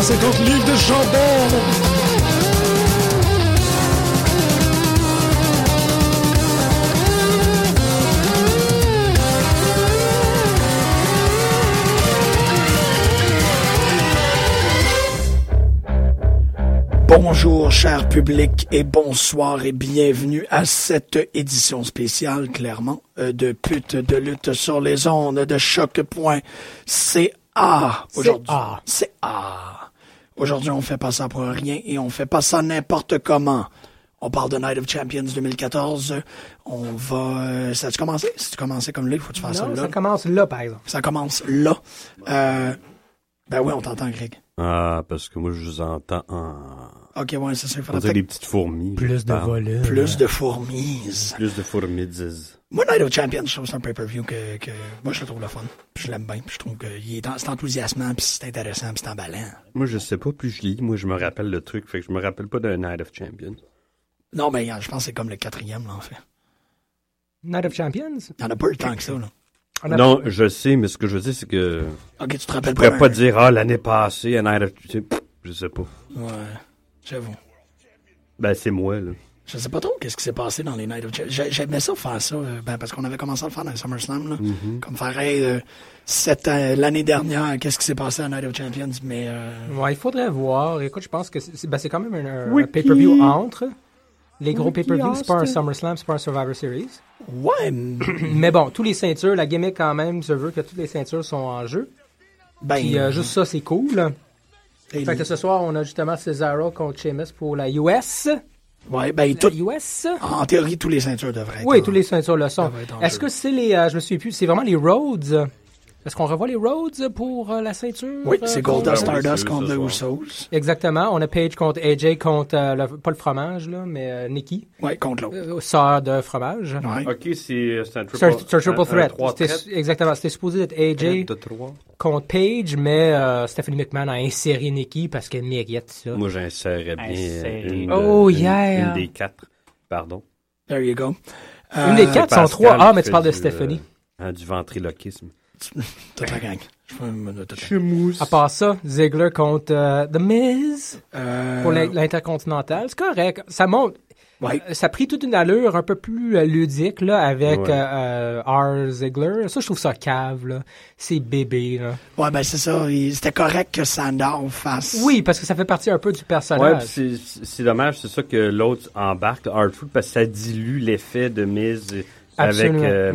150 livres de jambon. Bonjour, cher public, et bonsoir et bienvenue à cette édition spéciale, clairement, de Pute de lutte sur les ondes de choc.ca. Aujourd'hui, Aujourd'hui, on fait pas ça pour rien et on fait pas ça n'importe comment. On parle de Night of Champions 2014. On va... ça a-tu commencé? Si tu commençais comme là, il faut que tu fasses ça là. Ça commence là, par exemple. Ça commence là. Ben oui, on t'entend, Greg. Ah, parce que moi, je vous entends en... OK, ouais, c'est ça. On dirait des petites fourmis. Plus de volume. Plus de fourmis. Plus de fourmis. Moi, Night of Champions, je trouve que c'est un pay-per-view que moi, je le trouve le fun. Puis je l'aime bien. Puis je trouve que c'est enthousiasmant, puis c'est intéressant, puis c'est emballant. Moi, je sais pas, plus je lis, moi, je me rappelle le truc. Fait que je me rappelle pas de Night of Champions. Non, mais je pense que c'est comme le 4e, là, en fait. Night of Champions? Il n'y en a pas eu tant que ça, là. Non, je sais, mais ce que je veux dire, c'est que... OK, tu te rappelles pas? Je pourrais pas dire, l'année passée, à Night of... Je sais pas. Ouais, j'avoue. Ben, c'est moi, là. Je sais pas trop qu'est-ce qui s'est passé dans les Night of Champions. J'aimais ça faire ça, parce qu'on avait commencé à le faire dans les SummerSlam, là. Mm-hmm. Comme faire, l'année dernière, qu'est-ce qui s'est passé à Night of Champions, mais... Ouais, il faudrait voir. Écoute, je pense que c'est quand même un pay-per-view entre... Les gros pay-per-views, c'est pas un SummerSlam, c'est pas un Survivor Series. Ouais. Mais bon, tous les ceintures, la gimmick quand même, je veux que toutes les ceintures sont en jeu. Puis juste ça, c'est cool. Fait que ce soir, on a justement Cesaro contre Sheamus pour la US. Ouais, US. En théorie, tous les ceintures devraient être. Oui, tous les ceintures le sont. Est-ce que c'est les... je me souviens plus, c'est vraiment les Rhodes... Est-ce qu'on revoit les Rhodes pour la ceinture? Oui, c'est Goldust Stardust contre The Usos. Exactement. On a Paige contre AJ contre, pas le fromage, là, mais Nikki. Oui, contre l'autre. Sœur de fromage. Ouais. OK, c'est un triple threat. Exactement. C'était supposé être AJ contre Paige, mais Stephanie McMahon a inséré Nikki parce qu'elle mérite ça. Moi, j'insérais bien une des 4. Pardon. There you go. Une des 4 sont 3. Ah, mais tu parles de Stephanie. Du ventriloquisme. Toute la gang. À part ça, Ziggler contre The Miz pour l'Intercontinental. C'est correct. Ça monte. Ouais. Ça a pris toute une allure un peu plus ludique là, avec R. Ziggler. Ça, je trouve ça cave. Là. C'est bébé. Là. Ouais, ben c'est ça. C'était correct que Sandow fasse... Oui, parce que ça fait partie un peu du personnage. Ouais, c'est dommage. C'est ça que l'autre embarque, R-Truth, parce que ça dilue l'effet de Miz... Absolument. Avec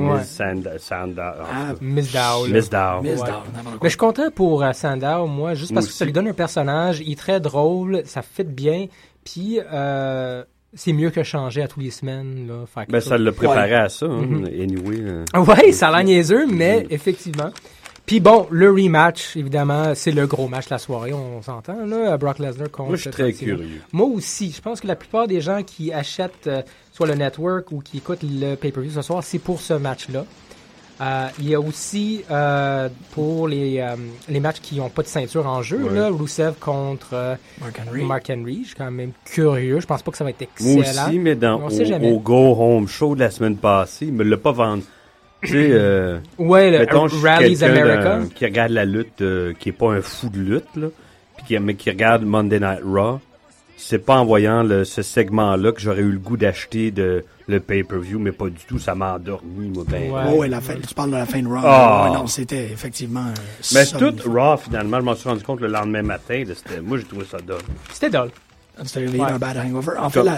Miz Sandow. Miz Dow. Mais je suis content pour Sandow, moi, juste parce que ça lui donne un personnage. Il est très drôle, ça fit bien. Puis, c'est mieux que changer à tous les semaines. Là, ça l'a préparé à ça, anyway. Oui, ça a l'air niaiseux, mais effectivement. Puis bon, le rematch, évidemment, c'est le gros match de la soirée, on s'entend, là, Brock Lesnar contre... Moi, je suis très curieux. Moi aussi. Je pense que la plupart des gens qui achètent soit le network ou qui écoutent le pay-per-view ce soir, c'est pour ce match-là. Il y a aussi, pour les matchs qui n'ont pas de ceinture en jeu, là, Rusev contre Mark Henry. Je suis quand même curieux. Je pense pas que ça va être excellent. Moi aussi, mais au Go Home Show de la semaine passée, il me l'a pas vendu. Tu sais, le Rally's America. Qui regarde la lutte, qui est pas un fou de lutte, là, mais qui regarde Monday Night Raw, c'est pas en voyant ce segment-là que j'aurais eu le goût d'acheter le pay-per-view, mais pas du tout, ça m'a endormi, moi, tu parles de la fin de Raw. Ouais, non, c'était effectivement... mais tout Raw, finalement, je m'en suis rendu compte le lendemain matin, moi, j'ai trouvé ça dull. C'était dull. C'était un bad hangover. En fait,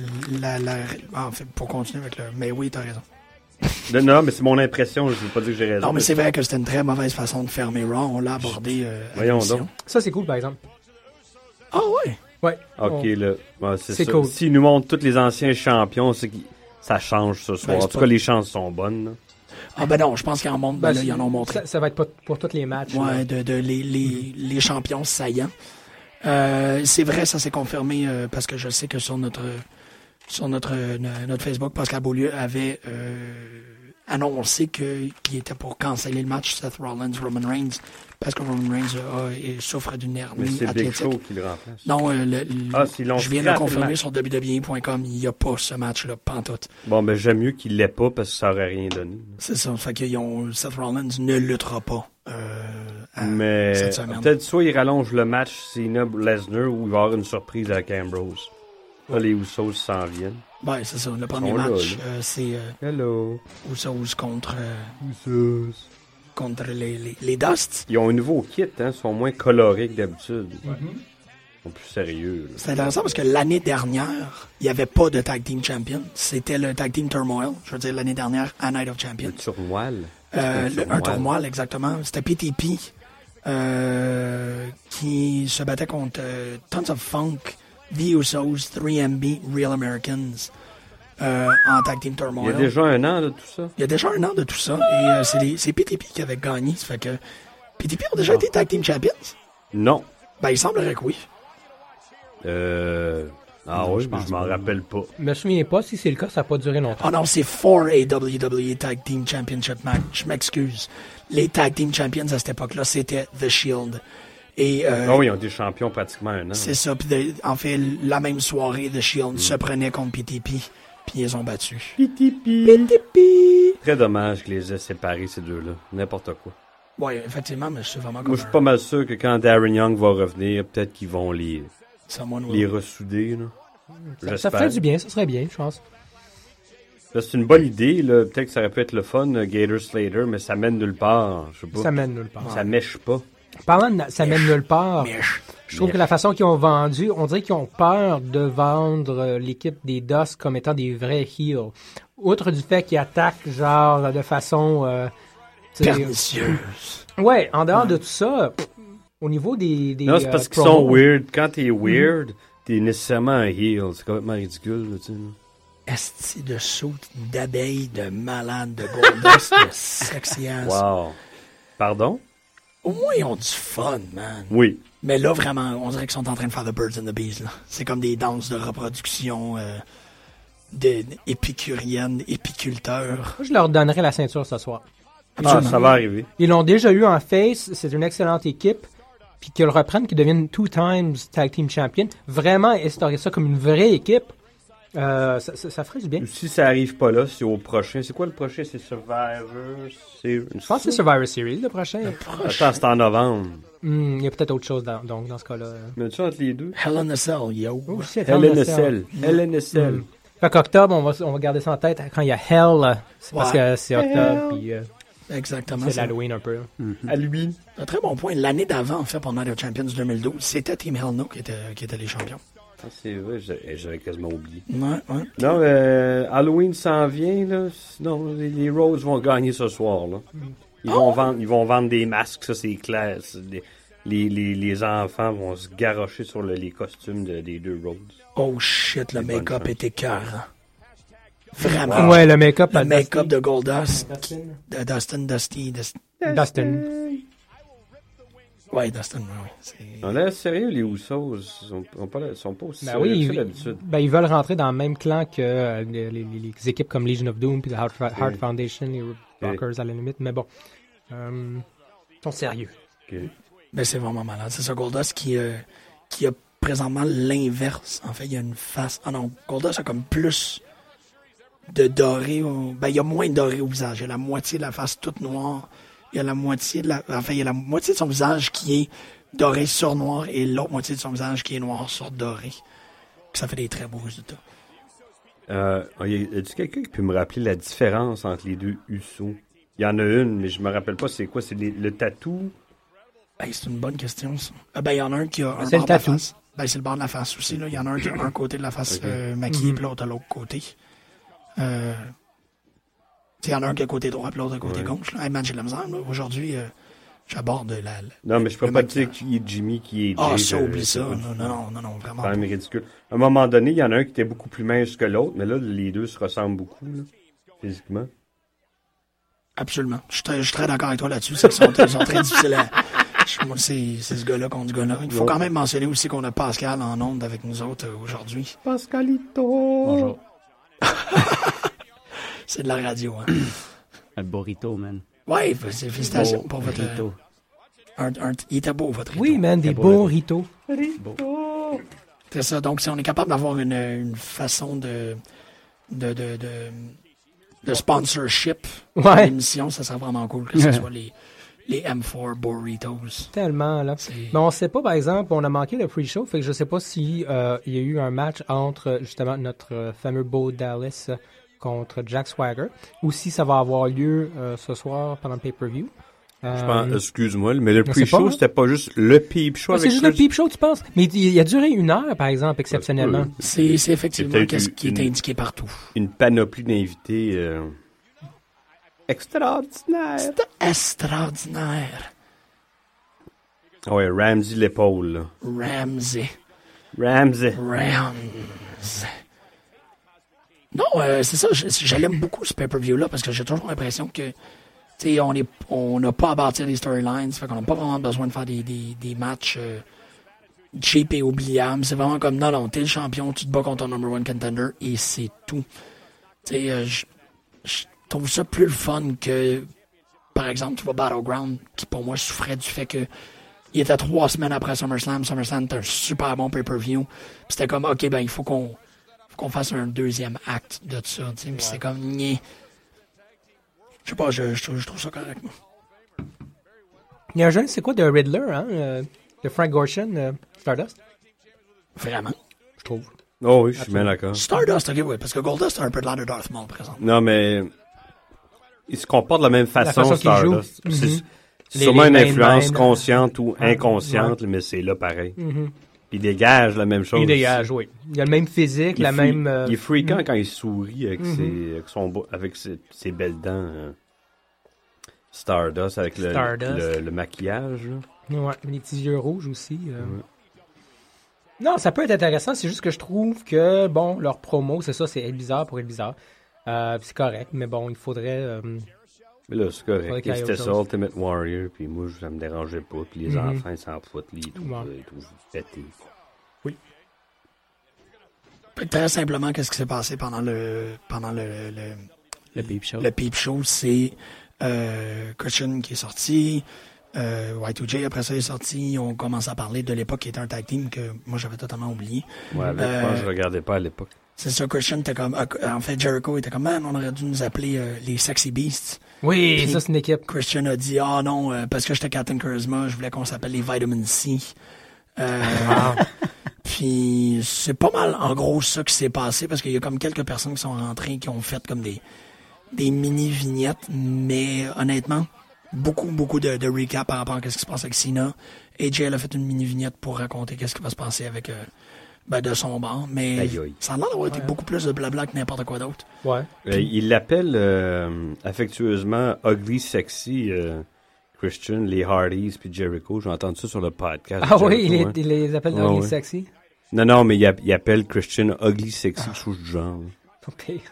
pour continuer avec le... Mais oui, t'as raison. Non, mais c'est mon impression, je ne veux pas dire que j'ai raison. Non, mais c'est vrai que c'était une très mauvaise façon de fermer Raw. On l'a abordé voyons donc. Ça, c'est cool, par exemple. Ah ouais? Ouais. OK, là. C'est ça. Cool. S'ils nous montrent tous les anciens champions, c'est que ça change ce soir. En tout cas, les chances sont bonnes. Là. Ah ben non, je pense qu'ils en montrent. Là, ils en ont montré. Ça va être pour tous les matchs. Ouais, les champions saillants. C'est vrai, ça s'est confirmé parce que je sais que sur notre Facebook, Pascal Beaulieu avait annoncé qu'il était pour canceller le match Seth Rollins-Roman Reigns parce que Roman Reigns souffre d'une hernie mais c'est athlétique. Big Show qui le remplace. Non, je viens de le confirmer match sur WWE.com, il n'y a pas ce match-là, pantoute. Bon, ben j'aime mieux qu'il l'ait pas parce que ça aurait rien donné. C'est ça, fait que Seth Rollins ne luttera pas Mais cette semaine. peut-être soit il rallonge le match Cena-Lesnar ou il va y avoir une surprise avec Ambrose. Là, les Usos s'en viennent. Ouais, c'est ça. Le premier Ils sont là, match, là. c'est Hello. Usos contre Usos. les Dust. Ils ont un nouveau kit, hein. Ils sont moins colorés que d'habitude. Ils sont plus sérieux. Là. C'est intéressant parce que l'année dernière, il n'y avait pas de Tag Team Champion. C'était le Tag Team Turmoil. Je veux dire, l'année dernière, à Night of Champions. Le tournoil. Un tournoil, exactement. C'était PTP qui se battait contre Tons of Funk, The Usos, 3MB, Real Americans en Tag Team Turmoil. Il y a déjà un an de tout ça. Il y a déjà un an de tout ça. Et c'est PTP qui avait gagné. Ça fait que PTP ont déjà été Tag Team Champions? Non. Ben, il semblerait que oui. Ah oui, je m'en rappelle pas. Je me souviens pas si c'est le cas, ça n'a pas duré longtemps. Oh non, c'est for a WWE Tag Team Championship match. Je m'excuse. Les Tag Team Champions à cette époque-là, c'était The Shield. Et, Ah oui, ils ont été champions pratiquement un an. c'est ça. Puis en fait, la même soirée, The Shield se prenait contre PTP. Puis ils ont battu. PTP! Très dommage qu'ils les aient séparés, ces deux-là. N'importe quoi. Oui, effectivement, mais c'est vraiment comme Moi, je suis pas mal sûr que quand Darren Young va revenir, peut-être qu'ils vont les ressouder. Là. Ça ferait du bien, ça serait bien, je pense. Là, c'est une bonne idée. Là. Peut-être que ça aurait pu être le fun, Gator Slater, mais ça mène nulle part. Je sais pas. Ça mène nulle part. Ça mèche pas. Parlant de ça mène nulle part, Mèche. je trouve que la façon qu'ils ont vendu, on dirait qu'ils ont peur de vendre l'équipe des Dust comme étant des vrais heels. Outre du fait qu'ils attaquent genre de façon... Pernicieuse. Ouais, en dehors de tout ça, au niveau des Non, c'est parce qu'ils promos, sont weird. Quand t'es weird, t'es nécessairement un heel. C'est complètement ridicule. Là, tu sais, là. Esti de saute d'abeilles, de malades, de Goldust, de sexy ass. Wow. Pardon? Au moins, ils ont du fun, man. Oui. Mais là, vraiment, on dirait qu'ils sont en train de faire The Birds and the Bees, là. C'est comme des danses de reproduction épicuriennes, épiculteurs. moi, je leur donnerais la ceinture ce soir. Ah, ça va arriver. Ils l'ont déjà eu en face, c'est une excellente équipe. Puis qu'ils le reprennent, qu'ils deviennent 2 times Tag Team Champion. Vraiment instaurer ça comme une vraie équipe, ça ferait du bien. Si ça arrive pas là, c'est au prochain. C'est quoi le prochain? C'est Survivor? Je pense que c'est Survivor Series, le prochain. Attends, c'est en novembre. Il y a peut-être autre chose dans ce cas-là. Mais tu entre les deux? Hell in a Cell, yo. Oh shit, Hell in a Cell. Cell. Hell in a Cell. Fait qu'octobre, on va garder ça en tête. Quand il y a Hell, c'est parce Ouais. que c'est octobre, puis Exactement. c'est ça. l'Halloween un peu. À lui. Un très bon point. L'année d'avant, en fait, pour Night of Champions 2012, c'était Team Hell No qui était les champions. Ah, c'est vrai, j'avais quasiment oublié. Ouais. Non, Halloween s'en vient, là. Non, les Rhodes vont gagner ce soir, là. Ils vont vendre des masques, ça, c'est clair. Les enfants vont se garrocher sur les costumes des deux Rhodes. Oh shit, le Bonne make-up chance. était cœur. Vraiment. Ouais, le make-up Le à make-up Dustin. de Goldust, de Dustin. Dustin. Ouais, Dustin, oui. On est sérieux, les Usos sont pas aussi Ben sérieux oui, que ça, d'habitude. ils veulent rentrer dans le même clan que les équipes comme Legion of Doom puis la Heart Foundation, les Rockers à la limite, mais bon, ils sont sérieux. Ok. Mais c'est vraiment malade. C'est ça, Goldust qui a présentement l'inverse. En fait, il y a une face... Ah non, Goldust a comme plus de doré. Ben, il y a moins de doré au visage. Il y a la moitié de la face toute noire. Il y a la moitié de il y a la moitié de son visage qui est doré sur noir et l'autre moitié de son visage qui est noir sur doré. Ça fait des très beaux résultats. Y a-t-il quelqu'un qui peut me rappeler la différence entre les deux Usos? Il y en a une, mais je me rappelle pas c'est quoi. C'est le tatou? Ben, c'est une bonne question, ça. Ben, il y en a un qui a un C'est bord le de la tatou. face. Ben, c'est le bord de la face aussi, là. Il y en a un qui a un côté de la face maquillé, puis l'autre à l'autre côté. Il y en a un qui a côté droit, puis l'autre à côté gauche, là. Hey, man, j'ai de la misère, là. Aujourd'hui, j'aborde la... Non, mais je peux le pas maquillage. dire qui est Jimmy, qui est Ah, Jay. ça, oublie ça. C'est Non, vraiment. quand même ridicule. À un moment donné, il y en a un qui était beaucoup plus mince que l'autre, mais là, les deux se ressemblent beaucoup, là, physiquement. Absolument. Je suis très d'accord avec toi là-dessus. Ils sont très difficiles à... Moi, c'est ce gars-là contre ce gars-là. Il faut quand même mentionner aussi qu'on a Pascal en onde avec nous autres aujourd'hui. Pascalito! Bonjour. C'est de la radio, hein. Un burrito, man. Ouais, félicitations pour votre... Burrito. Il était beau, votre rito. Oui, man, des beau, beaux là. ritos. C'est ça. Donc, si on est capable d'avoir une façon de sponsorship pour Ouais. l'émission, ça serait vraiment cool que ce soit les M4 Burritos. Tellement, là. C'est... Mais on sait pas, par exemple, on a manqué le pre-show, fait que je sais pas si il y a eu un match entre, justement, notre fameux Bo Dallas contre Jack Swagger, ou si ça va avoir lieu ce soir pendant le pay-per-view. Je pense, excuse-moi, mais le je sais pre-show, pas, hein. c'était pas juste le peep show Ah, c'est avec juste le peep show, tu penses? Mais il a duré 1 heure, par exemple, exceptionnellement. C'est effectivement peut-être ce qui est indiqué partout. Une panoplie d'invités extraordinaire. C'est extraordinaire. Ouais, Ramsey l'épaule, là. Ramsey. Ramsey. Non, c'est ça, j'aime beaucoup ce pay-per-view-là parce que j'ai toujours l'impression que tu sais, on n'a pas à bâtir des storylines, ça fait qu'on n'a pas vraiment besoin de faire des matchs cheap et oubliables. C'est vraiment comme, non, t'es le champion, tu te bats contre ton number one contender et c'est tout. Tu sais, je trouve ça plus le fun que, par exemple, tu vois Battleground, qui pour moi souffrait du fait que il était 3 semaines après SummerSlam. SummerSlam était un super bon pay-per-view. Puis c'était comme, OK, ben il faut qu'on fasse un deuxième acte de ça. Puis c'est comme, niais. Je sais pas, je trouve ça correct. Il y a un jeune, c'est quoi, de Riddler, hein? De Frank Gorshin, Stardust? Vraiment. Je trouve. Oh oui, je suis bien d'accord. Stardust, ok, oui, parce que Goldust a un peu de l'air de Darth Maul, présent. Non, mais il se comporte de la même façon, façon qu'il joue. Stardust. C'est sûrement les une mains influence de même. consciente ou inconsciente, mais c'est là pareil. Il dégage la même chose. Il dégage, oui. Il a le même physique, la même... Il est fréquent quand il sourit avec ses belles dents. Stardust, avec le maquillage. Là. Ouais, les petits yeux rouges aussi. Non, ça peut être intéressant, c'est juste que je trouve que, bon, leur promo, c'est ça, c'est être bizarre pour être bizarre. C'est correct, mais bon, il faudrait... Mais là, c'est correct. qu'il y ait C'était autre ça, chose. Ultimate Warrior, puis moi, ça me dérangeait pas. Puis les enfants, ils s'en foutent, ils trouvent pété. Très simplement, qu'est-ce qui s'est passé pendant le peep show. Le peep show, c'est Christian qui est sorti, Y2J après ça est sorti, on commence à parler de l'époque qui était un tag team que moi j'avais totalement oublié. Ouais, mais je pense que je regardais pas à l'époque. C'est ça, Christian était comme, en fait Jericho était comme, man, on aurait dû nous appeler les Sexy Beasts. Oui, Puis ça c'est une équipe. Christian a dit, non, parce que j'étais Captain Charisma, je voulais qu'on s'appelle les Vitamin C. Puis c'est pas mal en gros ça qui s'est passé parce qu'il y a comme quelques personnes qui sont rentrées qui ont fait comme des mini vignettes, mais honnêtement beaucoup de recap par rapport à ce qui se passe avec Cena. AJ elle a fait une mini vignette pour raconter qu'est-ce qui va se passer avec de son bord, mais Aïe, aïe. ça a l'air d'avoir été beaucoup plus de blabla que n'importe quoi d'autre. Ouais. Il l'appelle affectueusement Ugly Sexy Christian, les Hardys puis Jericho. J'ai entendu ça sur le podcast. Ah de oui, Jericho, il les appelle Ouais, Ugly ouais. Sexy. Non, mais il appelle Christian Ugly Sexy, quelque chose du genre. Ok. Ils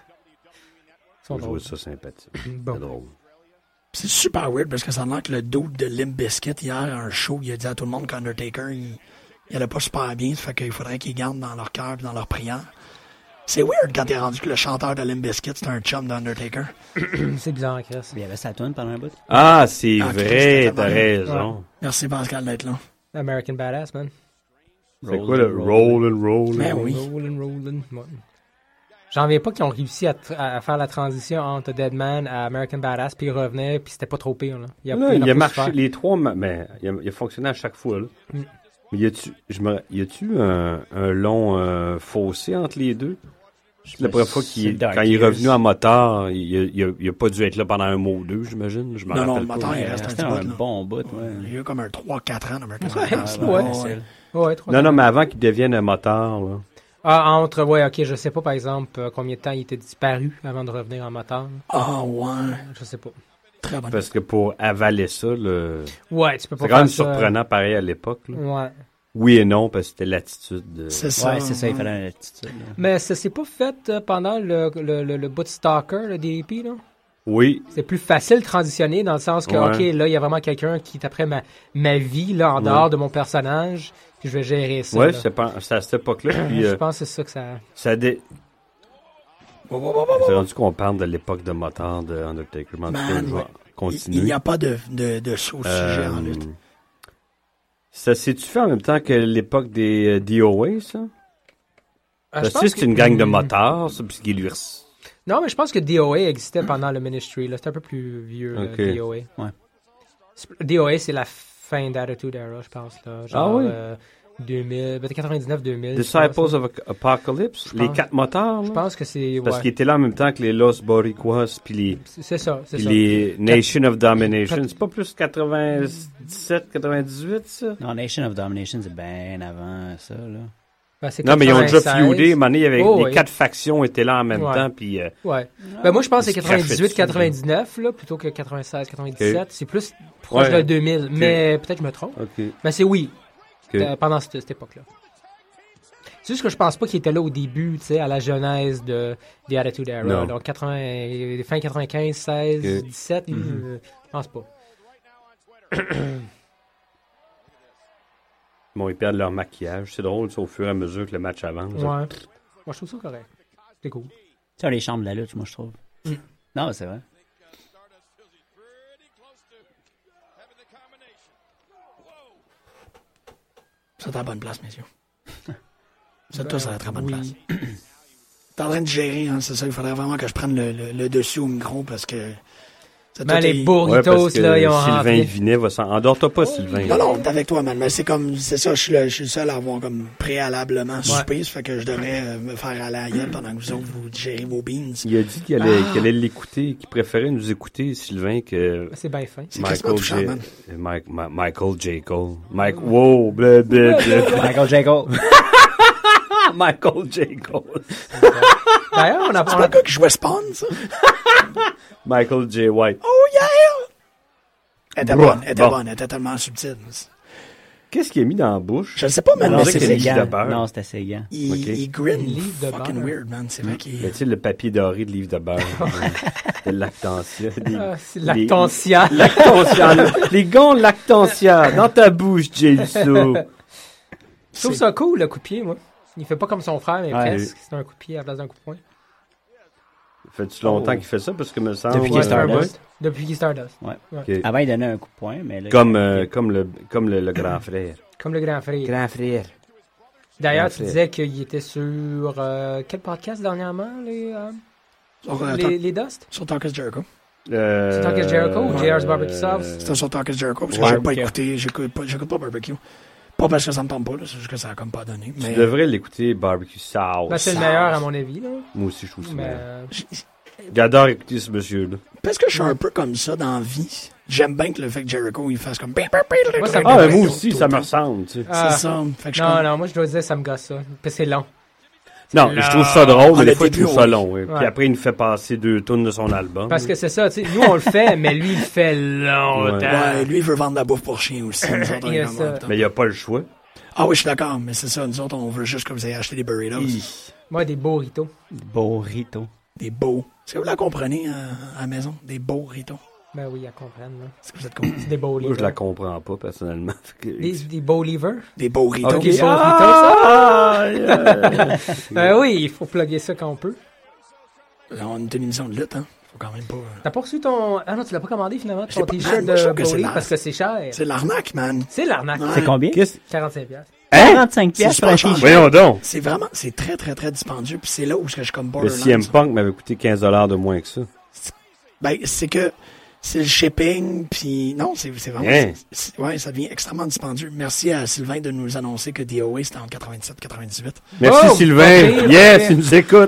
sont Je drôles. trouve ça sympathique. Bon. C'est drôle. C'est super weird parce que ça a l'air que le dude de Limp Bizkit hier à un show, il a dit à tout le monde qu'Undertaker il allait pas super bien, ça fait qu'il faudrait qu'ils gardent dans leur cœur et dans leur prière. C'est weird quand t'es rendu que le chanteur de Limp Bizkit c'est un chum d'Undertaker. C'est bizarre, Chris. Il y avait Saturn pendant un bout. Ah, c'est Ah, vrai, Christ, t'as raison. Merci Pascal d'être là. American Badass, man. C'est quoi le roll? Ben oui. Rollin'. Ouais. J'en reviens pas qu'ils ont réussi à faire la transition entre Deadman à American Badass, puis ils revenaient, puis c'était pas trop pire. Là. Il en a plus marché, faire. les trois, mais il a fonctionné à chaque fois. Là. Mais y a-tu un long fossé entre les deux? La première fois quand il est revenu en motard, il a pas dû être là pendant un mois ou deux, j'imagine. Je me Non, rappelle le pas. moteur, il Il reste un restait petit bout. un là. bon bout, ouais. Il y a eu comme un 3-4 ans d'American Ouais, Badass. ouais. Facile. Ouais, Non, mais avant qu'il devienne un motard, là. Ok, je sais pas, par exemple, combien de temps il était disparu avant de revenir en moteur. Ah ouais, Je sais pas. très bon. Parce que pour avaler ça, Ouais, tu peux pas c'est quand même faire ça. surprenant pareil à l'époque. Là. Ouais. Oui et non, parce que c'était l'attitude de... C'est ça. Ouais, c'est ça, il fallait une attitude. là. Mais ça s'est pas fait pendant le bout de Stalker, le DDP, là? Oui, C'est plus facile de transitionner dans le sens que, Ouais. OK, là, il y a vraiment quelqu'un qui est après ma vie, là, en dehors de mon personnage, puis je vais gérer ça. ouais, là. c'est à cette époque-là. Puis, Je pense que c'est ça que ça... C'est rendu qu'on parle de l'époque de motard de Undertaker. Mais en tout cas, Man, je vais ouais. continuer. Il n'y a pas de saut au sujet en lutte. Ça s'est-tu fait en même temps que l'époque des DOA, ça? Ah, je Parce pense que c'est une gang de motards, ça, puis qu'il lui Non, mais je pense que DOA existait pendant le Ministry, là. C'est un peu plus vieux, Ok. le DOA. Ouais. DOA, c'est la fin d'Attitude Era, je pense. Là. Genre, 2000, peut-être 99-2000. Disciples of Apocalypse, les 4 moteurs. Je pense que c'est... Parce qu'ils étaient là en même temps que les Los Boricuas, puis les... C'est ça, c'est puis ça. les Nation of Domination. C'est pas plus 97, 98, ça? Non, Nation of Domination, c'est bien avant ça, là. Ben, c'est Non, mais ils ont déjà 96. feudé. À un moment donné, il y avait les oui. 4 factions étaient là en même Ouais. temps, puis... Ouais. Ben, moi, je pense que c'est Ils se crachaient 98-99, là, plutôt que 96-97. Ok. C'est plus proche Ouais. de 2000. Mais peut-être que je me trompe. OK. Mais c'est oui. Ok. Pendant cette époque-là. C'est juste que je pense pas qu'il était là au début, tu sais, à la genèse de The Attitude Era. Non. Donc, fin 95, 16, Ok. 17, je pense pas. Bon, ils perdent leur maquillage. C'est drôle, ça, au fur et à mesure que le match avance. Ouais. Moi, je trouve ça correct. C'est cool. C'est un des chambres de la lutte, moi, je trouve. Non, c'est vrai. C'est à la bonne place, messieurs. C'est ça va être à la bonne oui. place. T'es en train de gérer, hein, c'est ça. Il faudrait vraiment que je prenne le dessus au micro parce que... Ben, les Ouais, burritos, parce que là, ils ont Sylvain rentré. Vinet va s'en... Endors-toi pas, Sylvain. Non, non, t'es avec toi, man. Mais c'est comme, c'est ça, je suis le seul à avoir comme préalablement soupé. Ça fait que je devrais me faire aller à la gueule pendant que vous autres, vous gérez vos beans. Il a dit qu'il allait l'écouter, qu'il préférait nous écouter, Sylvain, que C'est bien fin. C'est quasiment touchant, man. Michael J. Cole. Wow, blablabla. Michael J. Cole. Michael J. Cole. D'ailleurs, on C'est pas a le gars qui jouait Spawn, ça? Michael J. White. Oh yeah! Elle était Bon, bonne, elle était bon. bonne, elle était tellement subtile. Qu'est-ce qu'il a mis dans la bouche? Je ne sais pas, man, On mais dirait c'est que vrai c'est qu'il livre de beurre. Non, c'était ses gants. il grin Livre de fucking beurre. weird, man. C'est vrai qu'il... Ben, tu sais, le papier doré de livre de beurre. de lactantia. c'est lactantia. Lactantia. Les gonds lactantia. Dans ta bouche, Jésus. Je trouve ça cool, le coup de pied, moi. Il fait pas comme son frère, mais Ouais. presque. C'est un coup de pied à la place d'un coup de poing. Fait-tu longtemps qu'il fait ça? Parce que me semble... Depuis qu'il est Stardust. Depuis qu'il est Stardust. Ouais. Ok. Avant, il donnait un coup de poing, mais là... Comme le grand frère. Comme le grand frère. Grand frère. D'ailleurs, grand tu frère. disais qu'il était sur quel podcast dernièrement, les Dust? Sur Talk is Jericho. C'est Talk is Jericho ou JR's Barbecue Sauce? C'était sur Talk is Jericho, parce que Ouais. j'ai pas écouté, j'écoute pas Barbecue. Pas parce que ça me tombe pas, là, c'est juste que ça a comme pas donné. Tu Mais devrais l'écouter, Barbecue Sauce. Ben, c'est le meilleur, à mon avis, là. Moi aussi, je trouve ça Mais, meilleur. J'adore écouter ce monsieur-là. parce que je suis un peu comme ça dans la vie, j'aime bien que le fait que Jericho, il fasse comme... Moi, ça me- Ah, ben, mais moi aussi, ça me ressemble, tu sais. Ah. C'est ça. Fait que je suis non, comme- non, moi, je dois dire, ça me gosse, ça. Parce que c'est long. Non, là. je trouve ça drôle, Ah, mais le des fois, je début, trouve ça oui. long. Oui. Puis Ouais. après, il nous fait passer 2 tonnes de son album. Parce que c'est ça, tu sais, nous, on le fait, mais lui, il le fait longtemps. Ouais, lui, il veut vendre la bouffe pour chien aussi. Nous autres, on Il y a est comme, ça. en même temps. Mais il n'y a pas le choix. Ah oui, je suis d'accord, mais c'est ça. Nous autres, on veut juste que vous ayez acheté des burritos. Moi, des burritos. Burrito. Des beaux. Est-ce que vous la comprenez à la maison? Des burritos. Ben oui, à comprendre, là. Est-ce que vous êtes con? C'est des beaux Moi, je livres. la comprends pas, personnellement. Fait que- Des beaux livres? Des burritos. Ok. Des burritos, Ah, Ben oui, il faut plugger ça quand on peut. On est une émission de lutte, hein. Faut quand même pas... T'as pas reçu ton... Ah non, tu l'as pas commandé, finalement, J'ai ton pas- t-shirt Man, moi, je de trouve que c'est bowling, la- parce que c'est cher. C'est l'arnaque, man. C'est l'arnaque. Ouais. C'est combien? Qu'est-ce... 45 piastres. 45 C'est piastres pour un super cher. t-shirt. Voyons donc. C'est vraiment... C'est très, très, très dispendieux. Puis c'est là où je suis comme Le borderline. CM ça. Punk m'avait coûté 15$ de moins que ça. Ben, c'est que... C'est le shipping, puis... Non, c'est vraiment... Hein? Ouais, ça devient extrêmement dispendieux. Merci à Sylvain de nous annoncer que DOA, c'était en 97 98. Merci, Oh, Sylvain. pas pire, Yes, pas tu nous écoutes.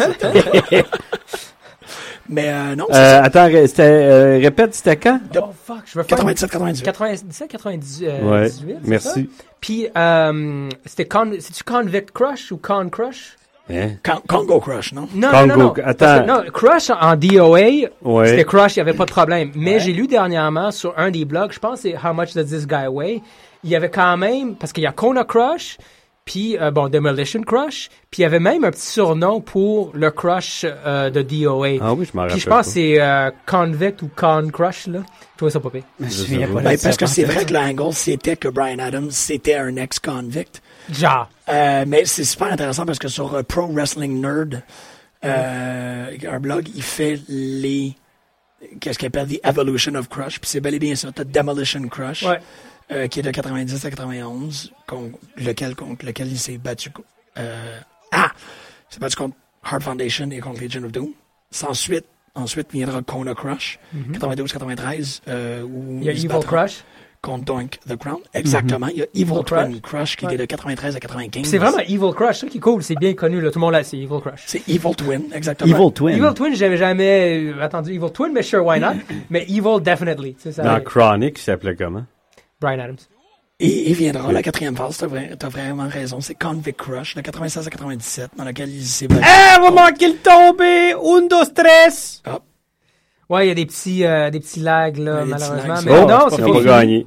Mais non, c'est ça. Attends, répète, c'était quand? Oh fuck, je veux faire... 97 98. 97, 98, Ouais, 18, c'est merci. ça? Puis, c'est-tu Convict Crush ou Con Crush? Hein? Congo Crush, non? Non, Congo, non, non. attends. Parce que, non, Crush en DOA, Ouais. c'était Crush, il n'y avait pas de problème. Mais j'ai lu dernièrement sur un des blogs, je pense que c'est How Much Does This Guy Weigh? Il y avait quand même, parce qu'il y a Kona Crush, puis, Demolition Crush, puis il y avait même un petit surnom pour le Crush de DOA. Ah oui, je m'en rappelle. Puis je pense que c'est Convict ou Con Crush, là. Je trouvais ça pas pire. Je me souviens pas de Ben, ça. parce que c'est vrai que l'angle, c'était que Bryan Adams, c'était un ex-convict. Genre. Mais c'est super intéressant parce que sur Pro Wrestling Nerd, un blog, il fait qu'est-ce qu'il appelle The Evolution of Crush, puis c'est bel et bien ça. T'as Demolition Crush, Ouais. qui est de 90 à 91, contre lequel il s'est battu. Il s'est battu contre Hart Foundation et contre Legion of Doom. S'ensuite, Ensuite viendra Kona Crush, 92-93. Où Il y a se Evil battra Crush. contre Doink the Crown. Exactement. Il y a Evil Crush. Twin Crush qui était de 93 à 95. C'est vraiment Evil Crush, ça qui est cool, c'est bien connu, là. Tout le monde là, c'est Evil Crush. C'est Evil Twin, exactement. Evil Twin. Evil Twin, j'avais jamais attendu Evil Twin, mais sure, why not? Mais Evil, definitely. C'est ça. Dans Chronic, il s'appelait comment? Brian Adams. Et il viendra la quatrième phase, t'as vraiment raison. C'est Convict Crush de 96 à 97, dans lequel il s'est battu. On va manquer le tombé! Un, deux, stress! Ouais, il y a des petits lags, là, Il y a des petits malheureusement. lags, Mais Oh, non, on c'est va fini. gagner.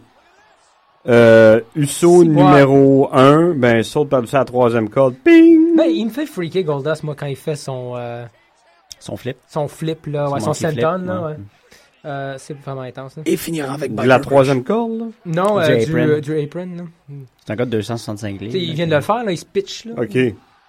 Uso numéro 1, ben saute par-dessus la troisième corde. Ping! Mais il me fait freaker Goldust, moi, quand il fait son flip. flip, là, ouais, son monkey flip, senton, là, ouais. ouais. C'est vraiment intense, là. Et finira avec De Biker la Crush. troisième corde, là? Non, Du apron. du apron, là. C'est un gars de 265 livres. T'sais, il vient de le faire, là, il se pitch, là. OK.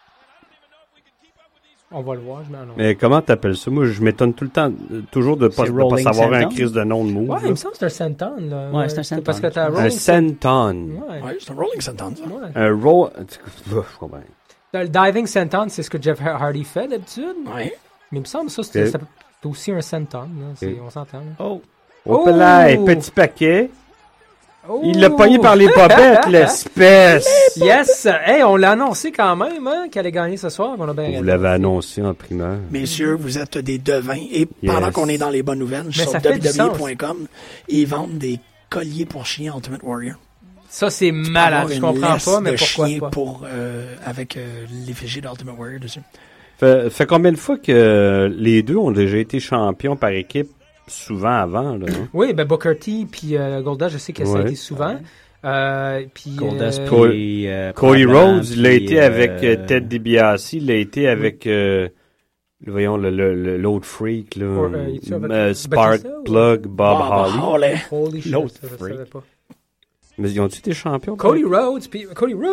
On va le voir, je mets un nom. Mais comment t'appelles ça? Moi, je m'étonne tout le temps, toujours de pas Rolling savoir un senton? crise de nom de move. Ouais, là. il me semble que c'est un senton, là. Ouais, c'est un senton. Parce que t'as Un Rolling senton. Ouais. Ouais, c'est un Rolling Sentence. Ça. Ouais. Un roll... Je comprends. Le diving senton, c'est ce que Jeff Hardy fait d'habitude. Ouais. Mais il me semble ça, Ok. c'est aussi un senton. Là. Ok. On s'entend. Là. Oh! Oh, là, petit paquet. Oh! Il l'a pogné par les bobettes, l'espèce. Yes! Hey, on l'a annoncé quand même, hein, qu'elle allait gagner ce soir. On a bien Vous raison. l'avez annoncé en primeur. Messieurs, vous êtes des devins. Et pendant Yes. qu'on est dans les bonnes nouvelles, je Mais suis ça sur fait du sens. WWE.com, ils vendent des colliers pour chiens Ultimate Warrior. Ça, c'est malade. Je comprends pas, mais pourquoi chien pas? avec l'effigie d'Ultimate Warrior dessus. Fait combien de fois que les deux ont déjà été champions par équipe souvent avant, là? Hein? Oui, ben Booker T puis Goldust, je sais que ça a Ouais. été souvent. Puis Goldust, Cody- puis... Cody probablement, Rhodes, il l'a puis, été avec Ted DiBiase, il l'a été avec, voyons, l'autre freak, là, il est-tu avec Spark Batista, ou- Plug, Bob Holly. Holly. Holy shit, L'autre ça, je freak. savais pas. Mais ils ont-tu été champions? Cody Rhodes, puis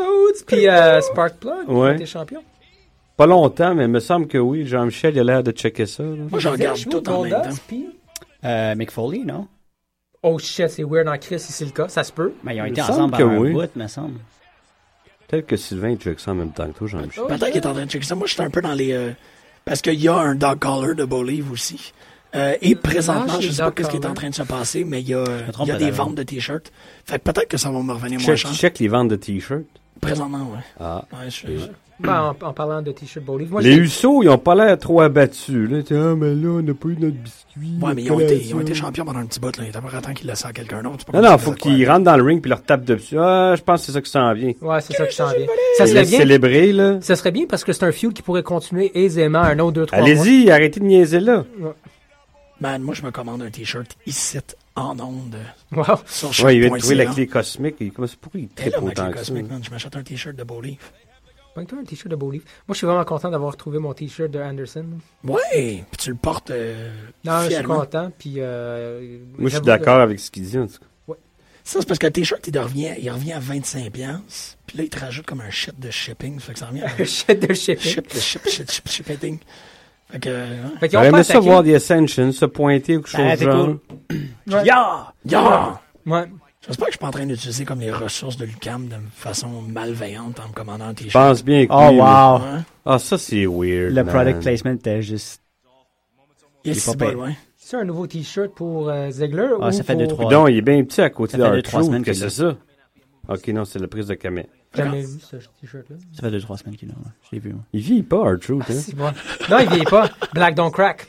Spark Plug, Ouais. il était champion. Pas longtemps, mais il me semble que oui. Jean-Michel, il a l'air de checker ça. Là. Moi, je regarde Joue tout en même temps. Goldust, puis... Mick Foley, non? Oh shit, c'est weird en Chris si c'est le cas, ça se peut. Mais ils ont Il été me semble ensemble que pendant oui. un bout, me semble. Peut-être que Sylvain il check ça en même temps que toi, Jean-Michel. Oh, Peut-être qu'il est en train de checker ça. Moi, je suis un peu dans les... parce qu'il y a un dog collar de Bolive aussi. Et présentement, Ah, je j'ai sais pas dog ce qui est en collar. train de se passer, mais il y a trompe des peut-être. ventes de t-shirts. Fait que peut-être que ça va me revenir moins Check, cher. check les ventes de t-shirts. Présentement, ouais. Ah. Ouais, Ben, en parlant de t-shirt Boliv, moi, Les Usos, ils ont pas l'air trop abattus. Là. Ah, mais là, on n'a pas eu notre biscuit. Ouais, mais ils ont été champions pendant un petit bout. Là. Il est pas temps qu'ils laissent à quelqu'un d'autre. C'est pas Non, comme non, ça faut qu'ils faisaient qu'ils quoi. rentrent dans le ring puis leur tapent dessus. Ah, je pense que c'est ça qui s'en vient. Ouais, c'est ça qui s'en vient. Ça Ils serait laissent bien. célébrer, là. Ça serait bien parce que c'est un feud qui pourrait continuer aisément un autre, 2, 3 mois. Allez-y, arrêtez de niaiser là. Man, moi, je me commande un t-shirt ici, en onde, Wow. sur Ouais, il vient de trouver la shop.ca. clé cosmique. Comment c'est pourquoi il Et là, tripe ma autant clé que ça? cosmique, man, je m'achète un t-shirt de Boliv. Pogne-toi un t-shirt de Boliv. Moi, je suis vraiment content d'avoir trouvé mon t-shirt de Anderson. Ouais, puis tu le portes Non, je suis fièrement. content. Puis, Moi, je suis j'avoue d'accord avec ce qu'il dit, en tout cas. Ça, c'est parce que le t-shirt, il revient à 25$. Puis là, il te rajoute comme un shit de shipping. Ça fait que ça revient à que shit de shipping. shipping. Fait que, Fait qu'ils J'aurais ont pas aimé ça attaqué. voir The Ascension se pointer ou quelque chose Ah, de c'est genre. cool. Ouais. yeah! Ouais. J'espère que je suis pas en train d'utiliser comme les ressources de l'UQAM de façon malveillante en me commandant un Je t-shirt. pense bien que Oh, oui, mais- wow. Ouais. Ah, ça, c'est weird, Le man. product placement était juste... Yes, Il est c'est pas pas pire. loin. C'est un nouveau t-shirt pour Ziggler Ah, ou ça fait pour... 2-3 Donc, il est bien petit à côté Ça de fait leur 2-3 Truth, semaines que qu'il c'est ça. Ok, non, c'est la prise de caméra. Jamais vu ce t-shirt-là. Ça fait 2-3 semaines qu'il est là, ouais. Je l'ai vu, moi. Il vit pas, R-Truth, hein? C'est bon. Non, il vieillit pas. Black Don't Crack.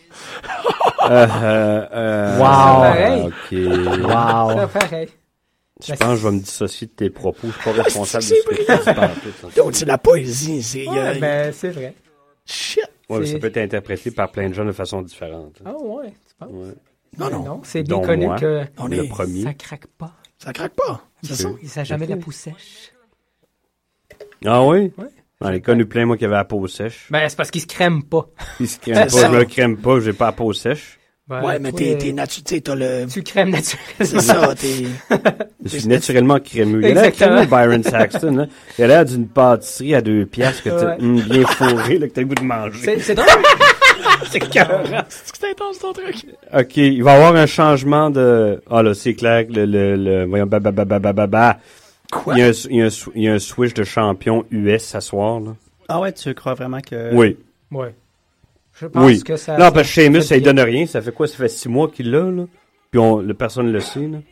Wow. pareil. Ok. Wow. C'est pareil. Je pense que je vais me dissocier de tes propos. Je suis pas responsable de c'est ce que tu dis partout. Donc, c'est de la poésie. C'est, Ouais, ben, c'est vrai. shit. Ouais, mais ça c'est- peut être interprété par plein de gens de façon différente. Ah ouais, tu penses? Ouais. Non, Ben non. c'est bien Dont connu moi. que On Le est, premier. ça craque pas. ça craque pas. C'est ça. Ça n'a jamais la peau sèche. Ah oui? Ouais. J'en ai connu plein, moi, qui avaient la peau sèche. Ben, c'est parce qu'il se crème pas. Ils se crèment C'est ça. pas, je me crème pas, j'ai pas la peau sèche. Ben, Ouais, mais toi, t'es naturel. Tu sais, t'as le. Tu crèmes naturellement. C'est ça, t'es. Je suis naturellement crémeux. Il a l'air Exactement. crémeux, Byron Saxton. Hein. Il a l'air d'une pâtisserie à 2 piastres que t'as Ouais. bien fourré, là, que t'as le goût de manger. C'est drôle. C'est écœurant. C'est intense ton truc. OK, il va y avoir un changement de... Ah là, c'est clair que le voyons, Quoi? il y a un switch de champion US ce soir, là. Ah ouais, tu crois vraiment que... Oui. Ouais. Je pense Oui. que ça... Non, parce que Sheamus, ça fait lui bien. donne rien. Ça fait quoi? Ça fait 6 mois qu'il l'a, là. Puis personne le sait, là.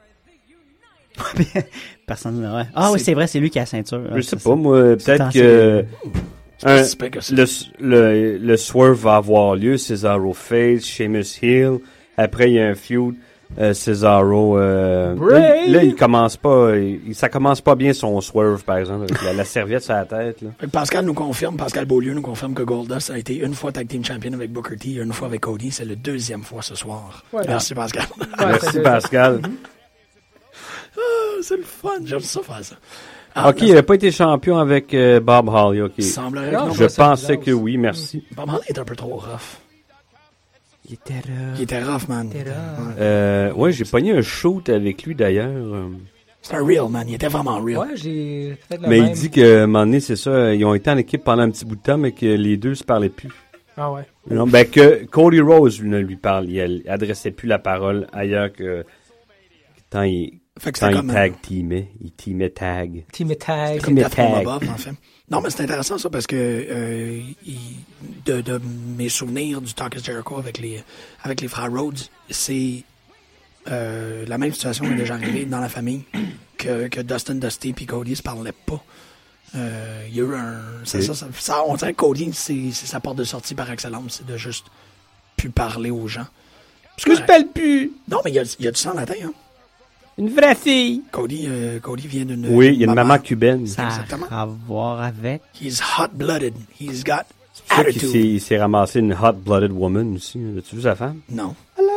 Personne, ouais. Ah oui, c'est vrai, c'est lui qui a la ceinture. Je sais pas, moi, peut-être que... C'est pas si pire que ça. Le swerve va avoir lieu, Cesaro face, Sheamus heel. Après, il y a un feud, Cesaro. Là, il commence pas. Ça commence pas bien son swerve, par exemple, avec la serviette sur la tête. Là. Pascal Beaulieu nous confirme que Goldust a été une fois tag team champion avec Booker T, une fois avec Cody. C'est la 2e fois ce soir. Ouais. Merci, Pascal. Ouais, Merci, c'est- Pascal. C'est le fun. J'aime ça faire ça. Ok, il n'a pas été champion avec Bob Holly. Ok. Il semblerait que Non, non. Je ça, pensais c'est que oui, merci. Bob Holly est un peu trop rough. Il était là. Il était rough, man. Il était rough. Ouais, j'ai pogné un shoot avec lui d'ailleurs. C'est un real, man. Il était vraiment real. Ouais, j'ai fait le Mais même. il dit qu'à un moment donné, c'est ça, ils ont été en équipe pendant un petit bout de temps, mais que les deux se parlaient plus. Ah ouais. Non, ben que Cody Rhodes ne lui parle, il adressait plus la parole ailleurs que quand il Fait que c'était comme, tag teamait, il teamait tag. Team Tag. comme Daft Punk tag. Bob, en fait. Non, mais c'est intéressant, ça, parce que de mes souvenirs du Talk is Jericho avec les frères Rhodes, c'est la même situation est déjà arrivée dans la famille, que Dustin, Dusty et Cody se parlaient pas. Il y a eu on dirait que Cody, c'est sa porte de sortie par excellence, c'est de juste plus parler aux gens. Parce que je parle plus! Non, mais il y a du sang latin, hein. Une vraie fille. Cody vient d'une... Oui, il y a une maman cubaine. Ça Exactement. a à voir avec. He's hot-blooded. He's got C'est sûr attitude. qu'il s'est ramassé une hot-blooded woman aussi. As-tu vu sa femme? Non.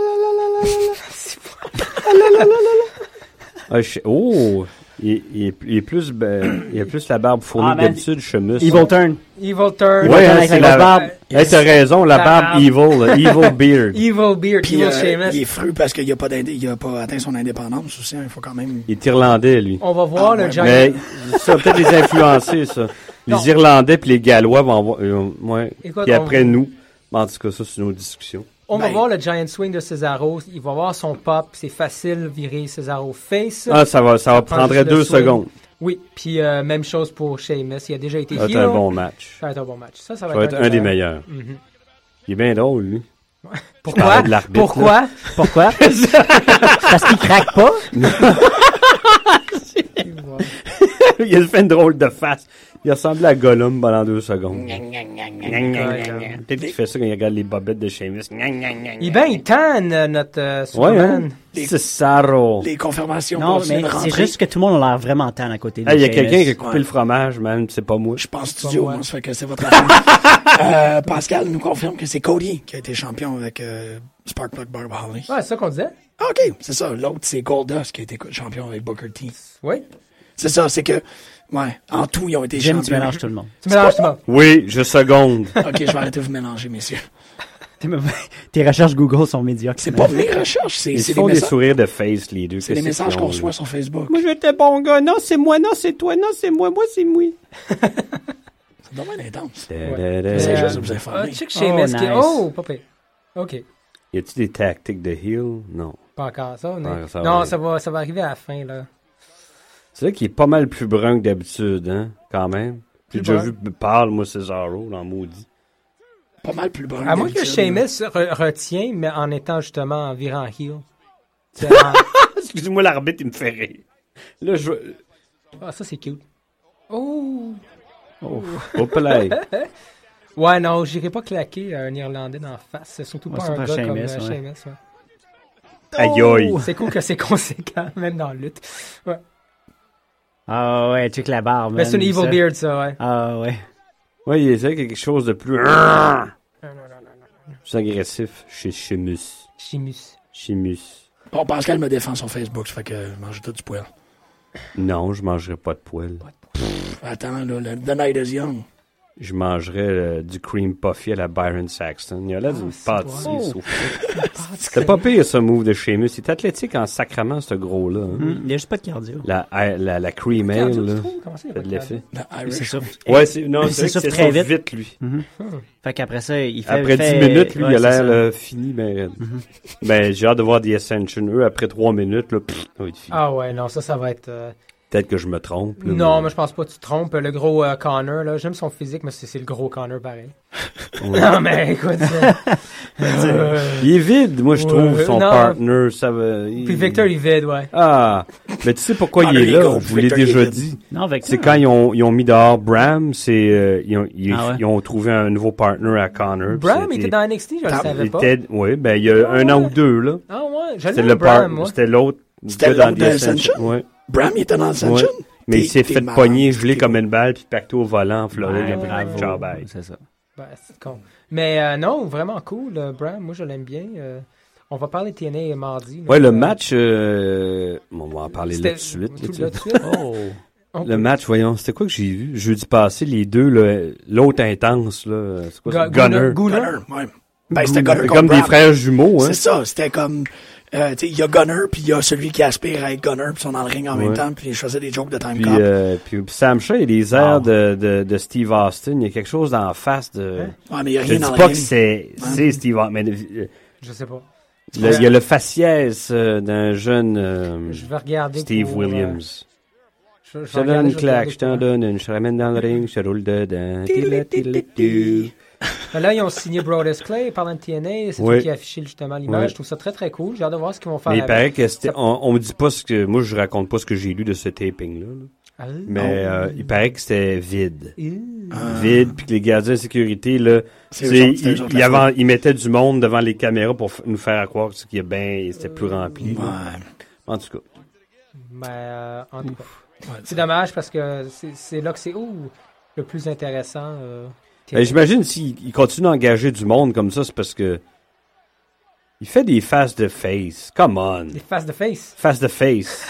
Oh! Il est plus, il a plus la barbe fournie Ah, que man. d'habitude, Sheamus. Evil Turn. Evil Turn. Ouais, hein, avec c'est la la barbe. Hey, t'as raison, la La barbe barbe. evil, là, evil beard. Evil Beard. Puis Evil Sheamus. il est fru parce qu'il a pas atteint son indépendance aussi. Il faut quand même... Il est irlandais, lui. On va voir Ah, le ouais. Giant. Mais ça va peut-être les influencer, ça. Non. Les Irlandais puis les Gallois vont avoir... ouais. Écoute, Puis on- après, nous. Mais en tout cas, ça, c'est une autre discussion. On va Ben- voir le Giant Swing de Cesaro. Il va voir son pop. C'est facile, virer Cesaro face. Ah, ça prend prendrait juste le 2 swing. secondes. Oui, puis même chose pour Sheamus. Il a déjà été Ça va heel. être un bon match. Ça va être un bon match. Ça Ça va être un des meilleurs. Mhm. Il est bien drôle, lui. Pourquoi? parlais de l'arbitre, Pourquoi? Pourquoi? Parce qu'il craque pas. Il a fait une drôle de face. Il ressemblait à Gollum pendant 2 secondes. Peut-être qu'il fait ça quand il regarde les bobettes de Sheamus. Il tanne notre Ouais, Superman. hein? Cesaro. Les confirmations Non, continuent mais de c'est rentrer. juste que tout le monde a l'air vraiment tan à côté de Il y a Sheamus. quelqu'un qui a coupé Ouais. le fromage, man. C'est pas moi. Je pense studio, moi. moi, ça fait que c'est votre affaire. Pascal nous confirme que c'est Cody qui a été champion avec Sparkplug Bob Holly. Ouais, c'est ça qu'on disait. Ah, OK, c'est ça. L'autre, c'est Goldust qui a été champion avec Booker T. Oui. C'est ça, c'est que... Ouais, en tout, ils ont été Jim, tu champions. mélanges tout le monde. Tu mélanges tout le monde. Oui, je seconde. OK, je vais arrêter de vous mélanger, messieurs. Tes recherches Google sont médiocres. C'est pas mes recherches, Ils c'est font les des messages. sourires de face, les deux. C'est les messages qu'on reçoit sur Facebook. Moi, j'étais bon gars. Non, c'est moi. Non, c'est toi. Non, c'est moi. Moi, c'est moi. C'est dommage intense. Ouais. C'est juste de Ah, vous informer. check Sheamus qui... nice. Oh, pas pire. OK. Y a-tu des tactiques de heal? Non. Pas encore ça. Pas encore ça, Non, ouais. ça va arriver à la fin, là. C'est vrai qu'il est pas mal plus brun que d'habitude, hein, quand même. J'ai Plus déjà brun. vu parle, moi, Cesaro, dans maudit. Pas mal plus brun. À moins que d'habitude. Sheamus retient, mais en étant justement en virant heel. C'est Excusez-moi, l'arbitre, il me fait rire. Là, je... Ah, ça, c'est cute. Oh! Hop là. Ouais, non, j'irai pas claquer un Irlandais d'en face. C'est surtout Ouais, pas c'est un pas gars Sheamus, comme ouais. Sheamus. Ouais. Aïe, aïe. C'est cool que c'est conséquent, même dans la lutte. Ouais. Ah ouais, check la barbe. Mais c'est une man, evil ça. beard, ça, ouais. Ah ouais. Ouais, il essaie quelque chose de plus... Non, non, non. plus agressif chez Sheamus. Sheamus. Bon, Pascal me défend sur Facebook, ça fait que mange tout du poil. Non, je mangerai pas de poêle. Attends, là, The Night is Young. Je mangerais du cream puffy à la Byron Saxton. Il a là d'une c'est pâtisserie bon. soufflée. C'était pas pire, ce move de Sheamus. Il est athlétique en sacrament, ce gros-là. Hein. Il y a juste pas de cardio. La cream ale, là. Comment ça, il y a Ça pas a de de l'effet. The Il Irish. s'essouffle. Ouais, c'est, non, Il c'est vrai que s'essouffle c'est très très vite. vite, lui. Fait qu'après ça, il fait... Après 10 fait- minutes, lui, ouais, il a c'est l'air ça. fini, ben, ben, j'ai hâte de voir The Ascension. Eux, après 3 minutes, là, ça va être fini. Ah ouais, non, ça va être... Peut-être que je me trompe. Là, Non, mais je pense pas que tu te trompes. Le gros Connor, là, j'aime son physique, mais c'est le gros Connor pareil. Ouais. Non, mais écoute. Il est vide, moi, je trouve, son non. partner. Ça va, Puis Victor, il est vide, ouais. Ah, mais tu sais pourquoi il est Victor, là? Je vous l'ai Victor, il est déjà vide. dit. Non, avec C'est quand ils ont mis dehors Bram, ils Ah ouais? ont trouvé un nouveau partner à Connor. Bram, il était dans NXT, je le Ah, savais pas. Oui, ben il y a un an ou deux, là. Ah ouais, je C'était l'aime, le Bram, moi. C'était l'autre. C'était gars dans l'autre The de Ascension? Ouais. Bram, il était dans Ascension? Ouais. Mais il s'est T'es fait malade. pogner, gelé comme une balle, puis pacté au volant en Floride. Ouais, il a bravo. fait ciao, bye. C'est ça. Ben, c'est con. Mais non, vraiment cool, Bram. Moi, je l'aime bien. On va parler de TNA mardi. Ouais, le donc, match, on va en parler là tout de suite. Tout là, là tu tout sais. de suite. Oh. Ok. Le match, voyons, c'était quoi que j'ai vu? Jeudi passé, les deux, là, l'autre intense, là, c'est quoi ça? Gunner. Gunner. Gunner, ouais. Ben, c'était Gunner C'est contre comme des Bram. frères jumeaux, hein? C'est ça, c'était comme... tu sais, il y a Gunner, puis il y a celui qui aspire à être Gunner, puis ils sont dans le ring en même Ouais. temps, puis ils faisaient des jokes de time Puis, cop. puis Sam Shaw, il y a des airs de Steve Austin. Il y a quelque chose dans la face de... Ouais, mais il y a Je rien dis dans le pas ring. que c'est Steve Austin, mais Je sais pas. il y a le faciès d'un jeune Je vais regarder. Steve pour, Williams. Je Je te donne une claque, je t'en donne une, je te ramène dans le ring, je te roule dedans. Ben là, ils ont signé Brodus Clay parlant de TNA. C'est Oui. toi qui a affiché justement l'image. Oui. Je trouve ça très très cool. J'ai hâte de voir ce qu'ils vont faire. Mais il avec. paraît que c'était... On me dit pas ce que... Moi, je raconte pas ce que j'ai lu de ce taping-là. Là. Ah, Mais il paraît que c'était vide. ah. Vide, puis que les gardiens de sécurité, là, C'est tu sais, eux autres, c'était eux autres, la fois. ils mettaient du monde devant les caméras pour nous faire croire que c'était plus rempli. Ouais. En tout cas. Ben, en tout cas. Ouais, C'est dommage parce que c'est là que c'est le plus intéressant. Ben, j'imagine s'il continue d'engager du monde comme ça, c'est parce que il fait des faces de face. Come on. Des faces de face. Face de face.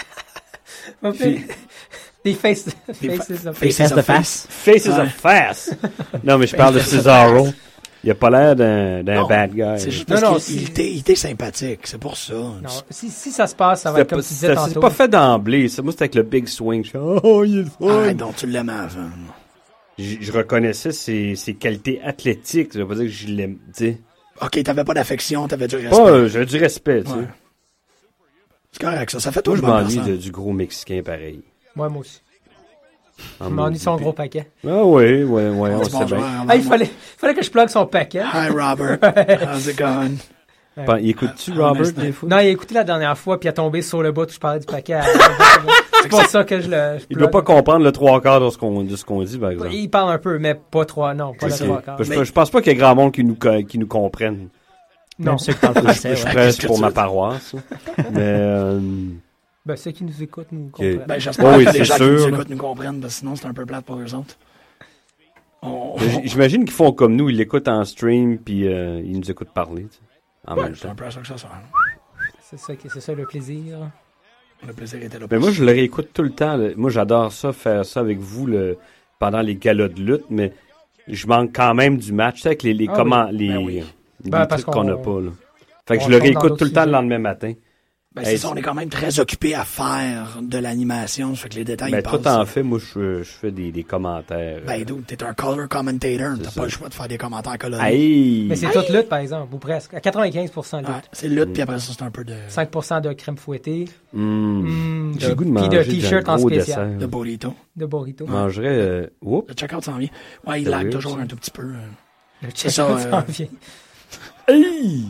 Des faces Des faces of Faces face. of face. Faces Ouais. of face. Non, mais je parle de Cesaro. Il a pas l'air d'un Non, bad guy. C'est juste Non, parce non, qu'il était sympathique, c'est pour ça. Non, si ça se passe, ça va être comme tu disais C'est tantôt. pas fait d'emblée. Moi, c'était avec le big swing. Je fais, oh, il est le fun. Ah, donc tu l'aimais avant. Je reconnaissais ses qualités athlétiques. Je veux pas dire que je l'aime, tu sais. Ok, t'avais pas d'affection, t'avais du respect. Pas, j'avais du respect, tu sais. Ouais. C'est correct, ça. Ça fait tout Moi, le je monde. m'ennuie du gros Mexicain pareil. Moi aussi. En Je m'ennuie de son maudit. gros paquet. Ah oui, on Du sait bon joueur, bien. hein, Ah, il vraiment. fallait que je plug son paquet. Hi, Robert. How's it going? Bon, il écoute-tu Ah, Robert mais des fois? Non, il a écouté la dernière fois, puis il a tombé sur le bout où je parlais du paquet. C'est pour ça que je Il doit pas comprendre le trois quarts de ce qu'on dit, par exemple. Il parle un peu, mais pas trois, non, pas le Ok. trois quarts. Je pense pas qu'il y ait grand monde qui nous comprenne. Non, Même ceux qui parlent français, Je ouais. presse qu'est-ce pour que ma tu- paroisse. Mais ben, ceux qui nous écoutent nous comprennent. Ben, j'espère Oh oui, que les c'est gens qui sûr, nous là. écoutent nous comprennent, parce que sinon c'est un peu plate pour eux autres. j'imagine qu'ils font comme nous, ils l'écoutent en stream, puis ils nous écoutent parler, tu sais, en Ouais, même c'est temps. un peu à ça que ça sert. C'est ça le plaisir. Le plaisir était là. Mais moi, je le réécoute tout le temps. Là. Moi, j'adore ça, faire ça avec vous pendant les galas de lutte, mais je manque quand même du match, tu sais, avec les Ah comment, oui. les, Ben oui. les Ben, parce trucs qu'on n'a qu'on- pas, là. Fait que on je le tombe dans réécoute d'autres tout le temps le sujets. lendemain matin. Ben, Hey, c'est ça, on est quand même très occupé à faire de l'animation, ça fait que les détails Ben, ils toi, passent. t'en fais, moi, je fais des commentaires. Ben, dude, t'es un color commentator, C'est t'as ça. pas le choix de faire des commentaires colorés. Hey! Mais c'est toute lutte, par exemple, ou presque. À 95% lutte. Ouais, c'est lutte, puis après ça, c'est un peu de 5% de crème fouettée. J'ai le goût de Puis manger de t-shirt en gros spécial. dessert. burrito. De burrito. Je mangerais... oups. Le check-out s'en vient. Ouais, il Sérieux, lag toujours ça? un tout petit peu. Le C'est check ça, s'en vient. Hey!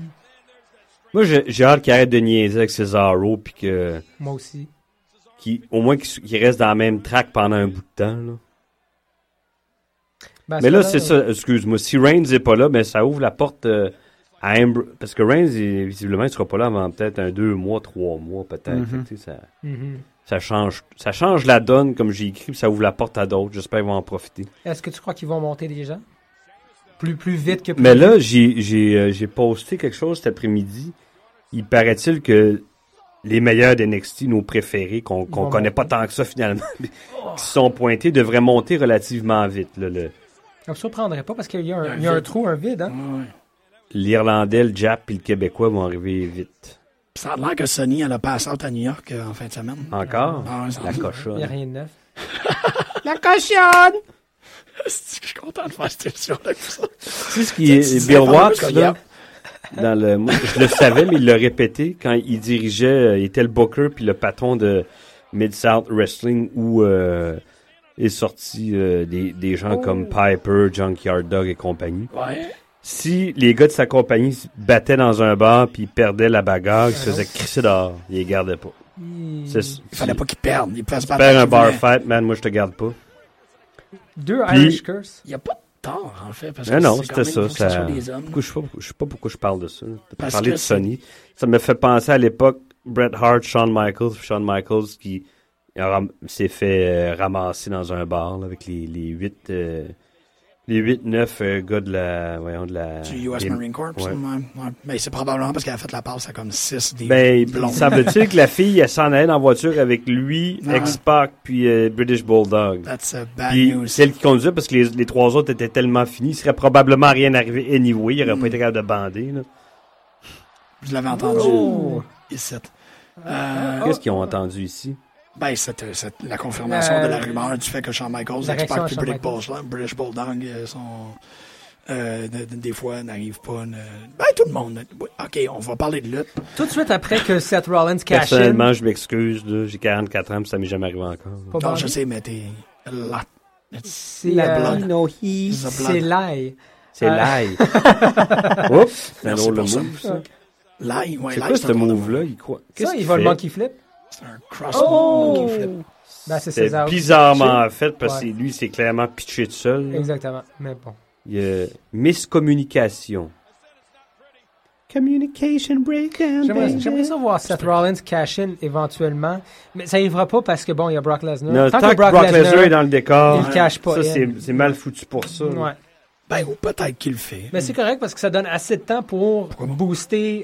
Moi, j'ai hâte qu'il arrête de niaiser avec Cesaro, puis que... Moi aussi. Au moins qu'il reste dans la même track pendant un bout de temps, là. Ben, Mais là, c'est ça, excuse-moi. Si Reigns n'est pas là, ben ça ouvre la porte à Amber. Parce que Reigns, visiblement, il sera pas là avant peut-être 2 mois, 3 mois, peut-être. Mhm. Fait que, tu sais, Mhm. ça change la donne, comme j'ai écrit, puis ça ouvre la porte à d'autres. J'espère qu'ils vont en profiter. Est-ce que tu crois qu'ils vont monter des gens? Plus vite que Mais là, j'ai posté quelque chose cet après-midi. Il paraît-il que les meilleurs d'NXT, nos préférés, qu'on vont connaît pas monter. tant que ça finalement, qui sont pointés, devraient monter relativement vite. Là, Ça me surprendrait pas parce qu'il y a un trou, un vide. Hein? Ouais. L'Irlandais, le Jap et le Québécois vont arriver vite. Puis ça a l'air que Sony, elle a passé out à New York en fin de semaine. Encore? Ah ouais, ça La me- Il n'y a cochonne. rien de neuf. La cochonne! Je suis content de faire cette émission-là comme ça. Tu sais ce qui est Bill Watts, là, moi, je le savais, mais il l'a répété quand il dirigeait, il était le booker puis le patron de Mid-South Wrestling où est sorti des gens comme Piper, Junkyard Dog et compagnie. Ouais. Si les gars de sa compagnie se battaient dans un bar puis ils perdaient la bagarre, ils se faisaient crisser dehors. Ils les gardaient pas. Il fallait pas qu'ils perdent. Ils pouvaient se battre. Perds un quand ils bar voulaient. fight, man, moi je te garde pas. 2 Puis- Irish Curse. Il n'y a pas de tort, en fait. Parce que Non, c'est c'était quand même, ça. faut que ça soit des hommes. je sais pas pourquoi je parle de ça. Parce Parler que de Sony. Ça me fait penser à l'époque Bret Hart, Shawn Michaels qui s'est fait ramasser dans un bar là, avec les 8-9 gars de la Du US des- Marine Corps. ouais. Ouais. Mais c'est probablement parce qu'elle a fait la passe à comme 6 des Ben, blondes. semble-t-il que la fille, elle s'en allait en voiture avec lui, Ah. X-Pac, puis British Bulldog. That's a bad Puis news. celle qui conduisait, parce que les trois autres étaient tellement finis, il serait probablement rien arrivé anyway, il aurait pas été capable de bander. Là. Je l'avais entendu. Oh. Ici. Qu'est-ce qu'ils ont entendu ici? Ben, c'est la confirmation de la rumeur du fait que Shawn Michaels, la réaction X-Pac à et Shawn British Bulldog des fois n'arrivent pas. Ben, tout le monde. OK, on va parler de lutte. Tout de suite après que Seth Rollins cash in. Personnellement, je m'excuse, là, j'ai 44 ans, puis ça m'est jamais arrivé encore. Pas Non, bandé. je sais, mais t'es a lot. C'est la euh, blood. No, It's a blood. c'est l'ail. C'est l'ail. Oups, c'est un Merci drôle de pour ça. move, ça. L'ail, ouais, C'est l'ail, quoi c'est ce un drôle de move-là? Il quoi? Ça, Qu'est-ce il qu'il va le fait? monkey flip. C'est un cross monkey flip. Ben, c'est C'est César. bizarrement fait, parce que Ouais. lui, c'est clairement pitché tout seul. là. Exactement. Mais bon. Il y a miscommunication. Communication breakdown. J'aimerais ça voir Seth Rollins cash in éventuellement. Mais ça n'arrivera pas parce que bon, il y a Brock Lesnar. Non, tant que Brock Lesnar est dans le décor, il le cache pas. ça, il- c'est mal foutu pour ça. là. Ouais. Ben, ou peut-être qu'il le fait. Mais c'est correct parce que ça donne assez de temps pour booster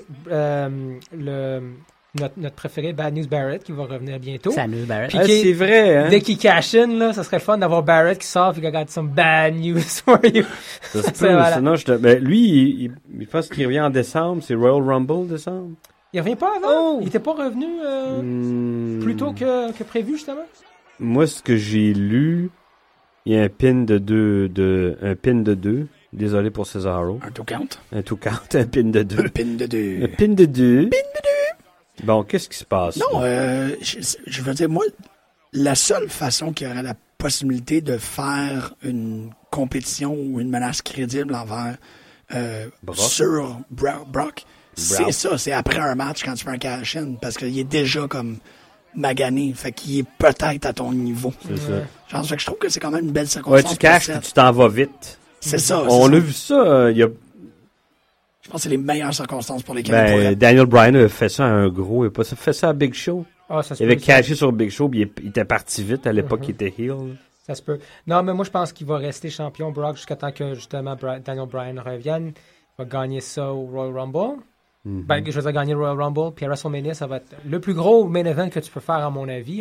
notre préféré Bad News Barrett qui va revenir bientôt. Samus Barrett. Puis Ah, qui- c'est vrai, hein? Dès qu'il cash in, là, ça serait le fun d'avoir Barrett qui sort et qui regarde some bad news for you. Ça se C'est peut, voilà. sinon, ben, lui, il pense qu'il revient en décembre. C'est Royal Rumble, décembre? Il revient pas avant? Il était pas revenu plus tôt que prévu, justement? Moi, ce que j'ai lu, il y a un pin de 2. Désolé pour Cesaro. Un two count. Un tout count, un pin de 2. Un pin de 2. Un pin de 2. Bon, qu'est-ce qui se passe? Non, là? je veux dire, moi, la seule façon qu'il y aurait la possibilité de faire une compétition ou une menace crédible envers Brock. sur Brock, c'est ça, c'est après un match quand tu fais un cash-in, parce qu'il est déjà comme magané, fait qu'il est peut-être à ton niveau. C'est ça. Genre, fait que je trouve que c'est quand même une belle Ouais, circonstance. tu caches pour puis Seth. tu t'en vas vite. C'est ça. On c'est a ça. vu ça, il y a Je pense que c'est les meilleures circonstances pour lesquelles il ben, pourrait. Daniel Bryan a fait ça à un gros, il a pas fait ça à Big Show. Ah, ça se Il avait peut, ça. caché sur Big Show, puis il était parti vite à l'époque il était heel. là. Ça se peut. Non, mais moi, je pense qu'il va rester champion Brock jusqu'à temps que, justement, Daniel Bryan revienne. Il va gagner ça au Royal Rumble. Ben, je vais dire gagner le Royal Rumble. Puis à WrestleMania, ça va être le plus gros main event que tu peux faire, à mon avis.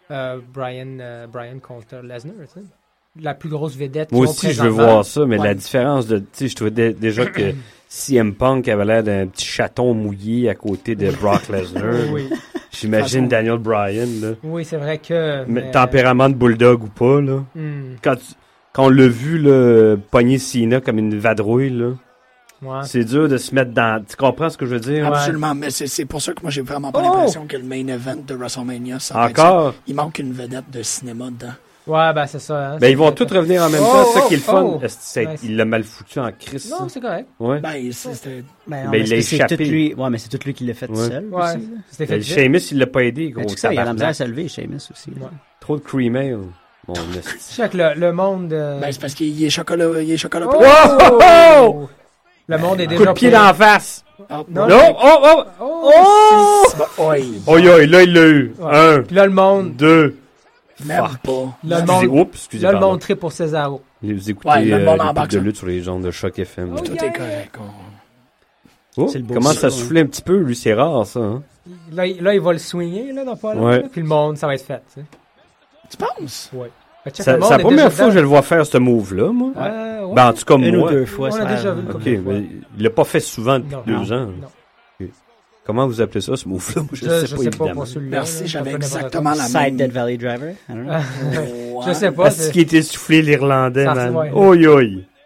Bryan contre Lesnar, tu sais. La plus grosse vedette. Moi qu'ils ont aussi, je veux présentement. voir ça, mais Ouais. la différence de, tu sais, je trouvais déjà que CM Punk avait l'air d'un petit chaton mouillé à côté de Brock Lesnar. Oui, J'imagine Façon- Daniel Bryan, là. oui c'est vrai que... Mais tempérament de bulldog ou pas, là. Hmm, Quand on l'a vu, là, pogner Cena comme une vadrouille, là. ouais. C'est dur de se mettre dans, tu comprends ce que je veux dire? Absolument, mais c'est pour ça que moi j'ai vraiment pas l'impression que le main event de WrestleMania, ça va être Encore? ça. Il manque une vedette de cinéma dedans. Ouais, ben c'est ça. Hein, Ben, ils vont c'est- tous revenir en même Oh, temps, c'est ça qui est le fun. oh, oh. Est-ce il l'a mal foutu en crise, Non, c'est correct. Ouais. Ben, c'était... Ben, Ben, il l'a c'est échappé. tout lui. Ouais, mais c'est tout lui qui l'a fait tout Ouais. seul. Ouais, Aussi, là. c'était fait Ben, vite. Sheamus, il l'a pas aidé, Ben, gros. tout ça, il a la misère à tabarnak. se lever, Sheamus aussi. là. Ouais. Trop de cream ale. Bon, esti. Je sais que le monde... Ben, c'est parce qu'il est chocolat, Oh! Oh! Le monde est Coup déjà... de pied prêt. dans la face. Ah, Non, Non, oh! Oh! Oi, Oh, là, il l'a eu. Ouais. Un, Puis là, le monde... deux. même Fuck. pas. Le Excusez, monde... oups, excusez, Là, le pardon. monde tripe pour Cesaro. Vous écoutez Ouais, le monde les embarque pubs de ça. lutte sur les ondes de Choc FM. Oh, Tout yeah. est correct. Oh, C'est le beau commence à ça, souffler un petit peu, lui, c'est rare, ça. Hein? Là, il va le swinger, là, dans pas long. Ouais. là, Puis le monde, ça va être fait, tu sais. Tu penses? Ouais. Fait que check, C'est le monde la est première déjà fois que je dedans. le vois faire ce move-là, moi. Ouais. Ben, en tout cas, Une moi. ou deux fois, On ça a déjà vu. Ok, Comme des fois. mais il l'a pas fait souvent depuis Non, 2 non, ans. non. Comment vous appelez ça, ce move-là? Moi, Je sais pas évidemment. pour celui-là. Merci, là, j'avais ça peut n'importe exactement la Side même... Dead Valley Driver. I don't know. quoi. Ouais. Je sais pas. Ah, c'est qui était soufflé l'Irlandais, Ça, man. ouais. Oi, oi.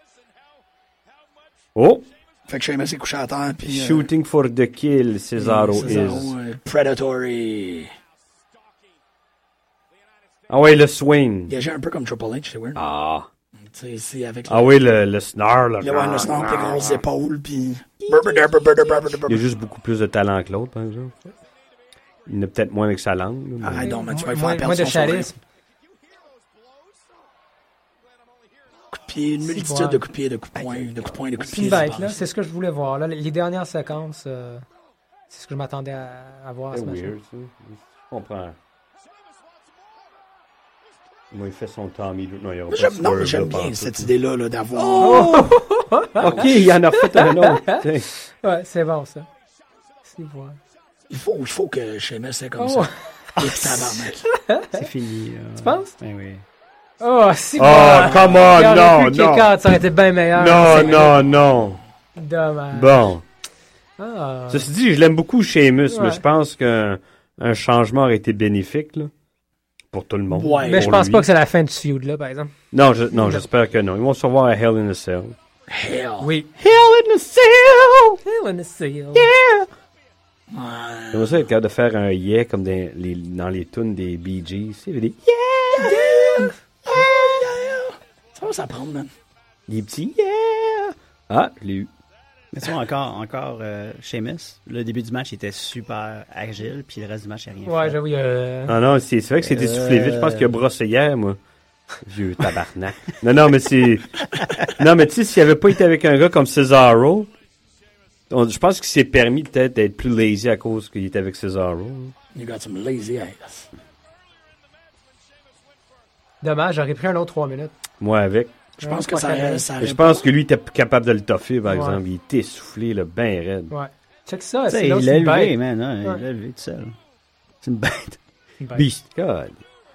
Oh, Fait que Sheamus est couché à terre, puis... shooting for the kill, Cesaro Cesaro, is. Predatory. Ah ouais, le swing. Il agit un peu comme Triple H, c'est weird. Ah. Tu sais, c'est avec Ah oui, le snare, là. le snarl, les grosses épaules, puis... Il y a juste beaucoup plus de talent que l'autre, par exemple. Il en a peut-être moins avec sa langue. Là, mais- Arrête donc, man, tu vas lui Moins faire perdre de son sourire. charisme. Coup de pied, une multitude de coups de pied, de coups de poing, de coups de poing, de coups de C'est une pied. bête, là. C'est ce que je voulais voir. Là. Les dernières séquences, c'est ce que je m'attendais à voir à ce C'est match-là. weird, ça. Je comprends. Moi, il fait son Tommy. Non, il y aura pas de Non, mais swerve, j'aime là, bien pantoute. cette idée-là, là, d'avoir... OK, il en a fait un autre. Tiens. Ouais, c'est bon, ça. C'est bon. Il faut que Sheamus c'est comme Oh. ça. Et puis tabarnak. C'est fini. Tu penses? Ben oui. Oh, c'est Oh, bon. come on, Il aurait non, pu non. kick-out, ça aurait été bien meilleur. Non, C'est non, non. dommage. Bon. Ah. Ceci dit, je l'aime beaucoup, Sheamus, Ouais. mais je pense qu'un changement aurait été bénéfique, là, pour tout le monde. Ouais. Mais je Pour pense lui. pas que c'est la fin du feud, là, par exemple. Non, j'espère que non. Ils vont se revoir à Hell in a Cell. Hell. Oui. Hell in a Cell! Hell in a Cell. Ouais. J'aimerais ça être capable de faire un yeah comme dans les tunes des Bee Gees. C'est des Ça va s'apprendre, man. des petits yeah! Ah, je l'ai eu. Mais tu vois, encore Sheamus, le début du match, il était super agile, puis le reste du match, il n'y a rien Ouais, fait. j'avoue, Ah non, c'est vrai que c'était soufflé vite. Je pense qu'il a brossé hier, moi. Vieux tabarnak. Non, mais c'est... Non, mais tu sais, s'il avait pas été avec un gars comme Cesaro, je pense qu'il s'est permis peut-être d'être plus lazy à cause qu'il était avec Cesaro. You got some lazy ass. dommage, j'aurais pris un autre 3 minutes. Moi, avec. Je pense que Ouais, ça ouais. aurait... ça Et aurait je pense que lui, était capable de le toffer, par Ouais. exemple. Il était essoufflé, là, ben raide. Ouais. Check ça, Tu sais, c'est là il aussi l'a une élevé, bête. man. Hein, Ouais. Il l'a élevé tout seul. C'est une bête. Une bête. Beast. God.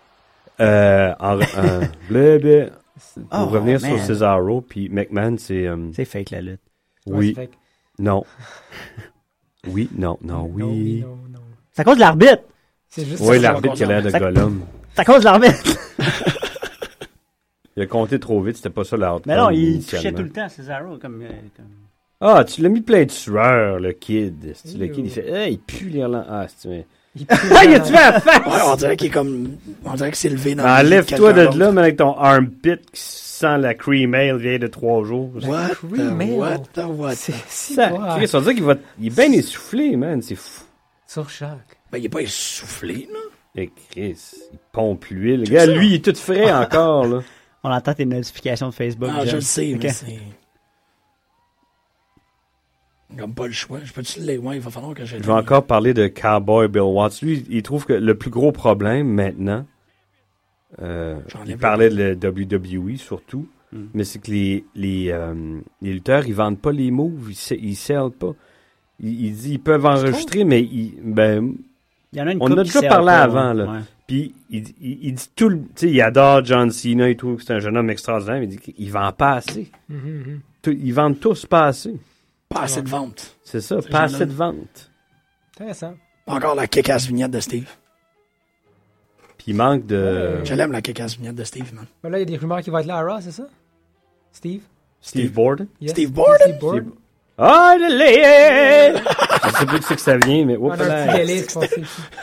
Blablabla. Pour Oh, revenir sur man. Cesaro, puis McMahon, c'est... C'est fake, la lutte. Ouais, oui, c'est fake. non. Oui, non, non, oui. Non, oui, non, non. C'est à cause de l'arbitre! C'est juste Oui, ça. l'arbitre qui a l'air de Ça- Gollum. C'est à cause de l'arbitre! Il a compté trop vite, c'était pas ça la Mais non, il initialement. touchait tout le temps Cesaro comme... Ah, tu l'as mis plein de sueur, le kid. Le Ew. kid, il fait, hey, il pue l'Irlande. Ah, c'est tu Il Ah, il a-tu fait la face? Ouais, on dirait qu'il est comme... On dirait que c'est levé dans Enlève-toi quelqu'un de là, mais avec ton armpit qui sent la cream ale vieille de 3 jours. What Cream ale. what? C'est Ça, ouais. Chris, on dirait il est bien essoufflé, man. C'est fou. Sur choc. Ben, il est pas essoufflé, là. Et Chris, il pompe l'huile. Le gars, ça. lui, il est tout frais encore, là. On entend tes notifications de Facebook. Ah, je Jeff. le sais, Ok. mais c'est... Comme pas le choix. Je peux-tu le... Ouais, il va falloir que je... Je vais encore parler de Cowboy Bill Watts. Lui, il trouve que le plus gros problème maintenant, il parlait de la WWE surtout, mais c'est que les lutteurs, ils vendent pas les moves, ils sellent pas. Il dit ils peuvent enregistrer, mais Il y en a une on couple a qui déjà sert parlé pas, avant, là. ouais. Puis il dit tout le... Tu sais, il adore John Cena, il trouve que c'est un jeune homme extraordinaire, mais il dit qu'il vend pas assez. Ils vendent tous pas assez. Pas assez de vente. C'est ça, C'est pas jeune assez homme. de vente. Intéressant. Encore la kick-ass vignette de Steve. Puis il manque de... Je l'aime, la kick-ass vignette de Steve, man. Ben là, il y a des rumeurs qu'il va être là à Raw, c'est ça? Steve? Steve Borden. Yes. Steve Borden? Steve Borden? Ah, le lait! Je sais plus de ce que ça vient, mais... On a oups, un là. petit délai, c'est passé.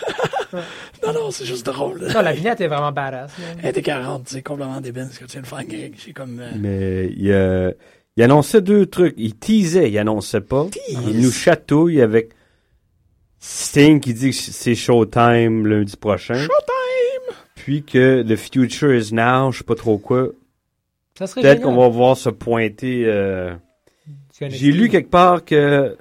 Non, c'est juste drôle. Non, la vignette est vraiment badass. là. Elle était 40, c'est complètement débile ce que tu viens de faire, Greg. C'est comme... Mais il annonçait 2 trucs. Il teasait, il annonçait pas. Il nous chatouille avec Sting qui dit que c'est Showtime lundi prochain. Showtime! Puis que The Future is Now, je sais pas trop quoi. Ça serait Peut-être génial. qu'on va voir se pointer... Tu connais J'ai Steve? lu quelque part que...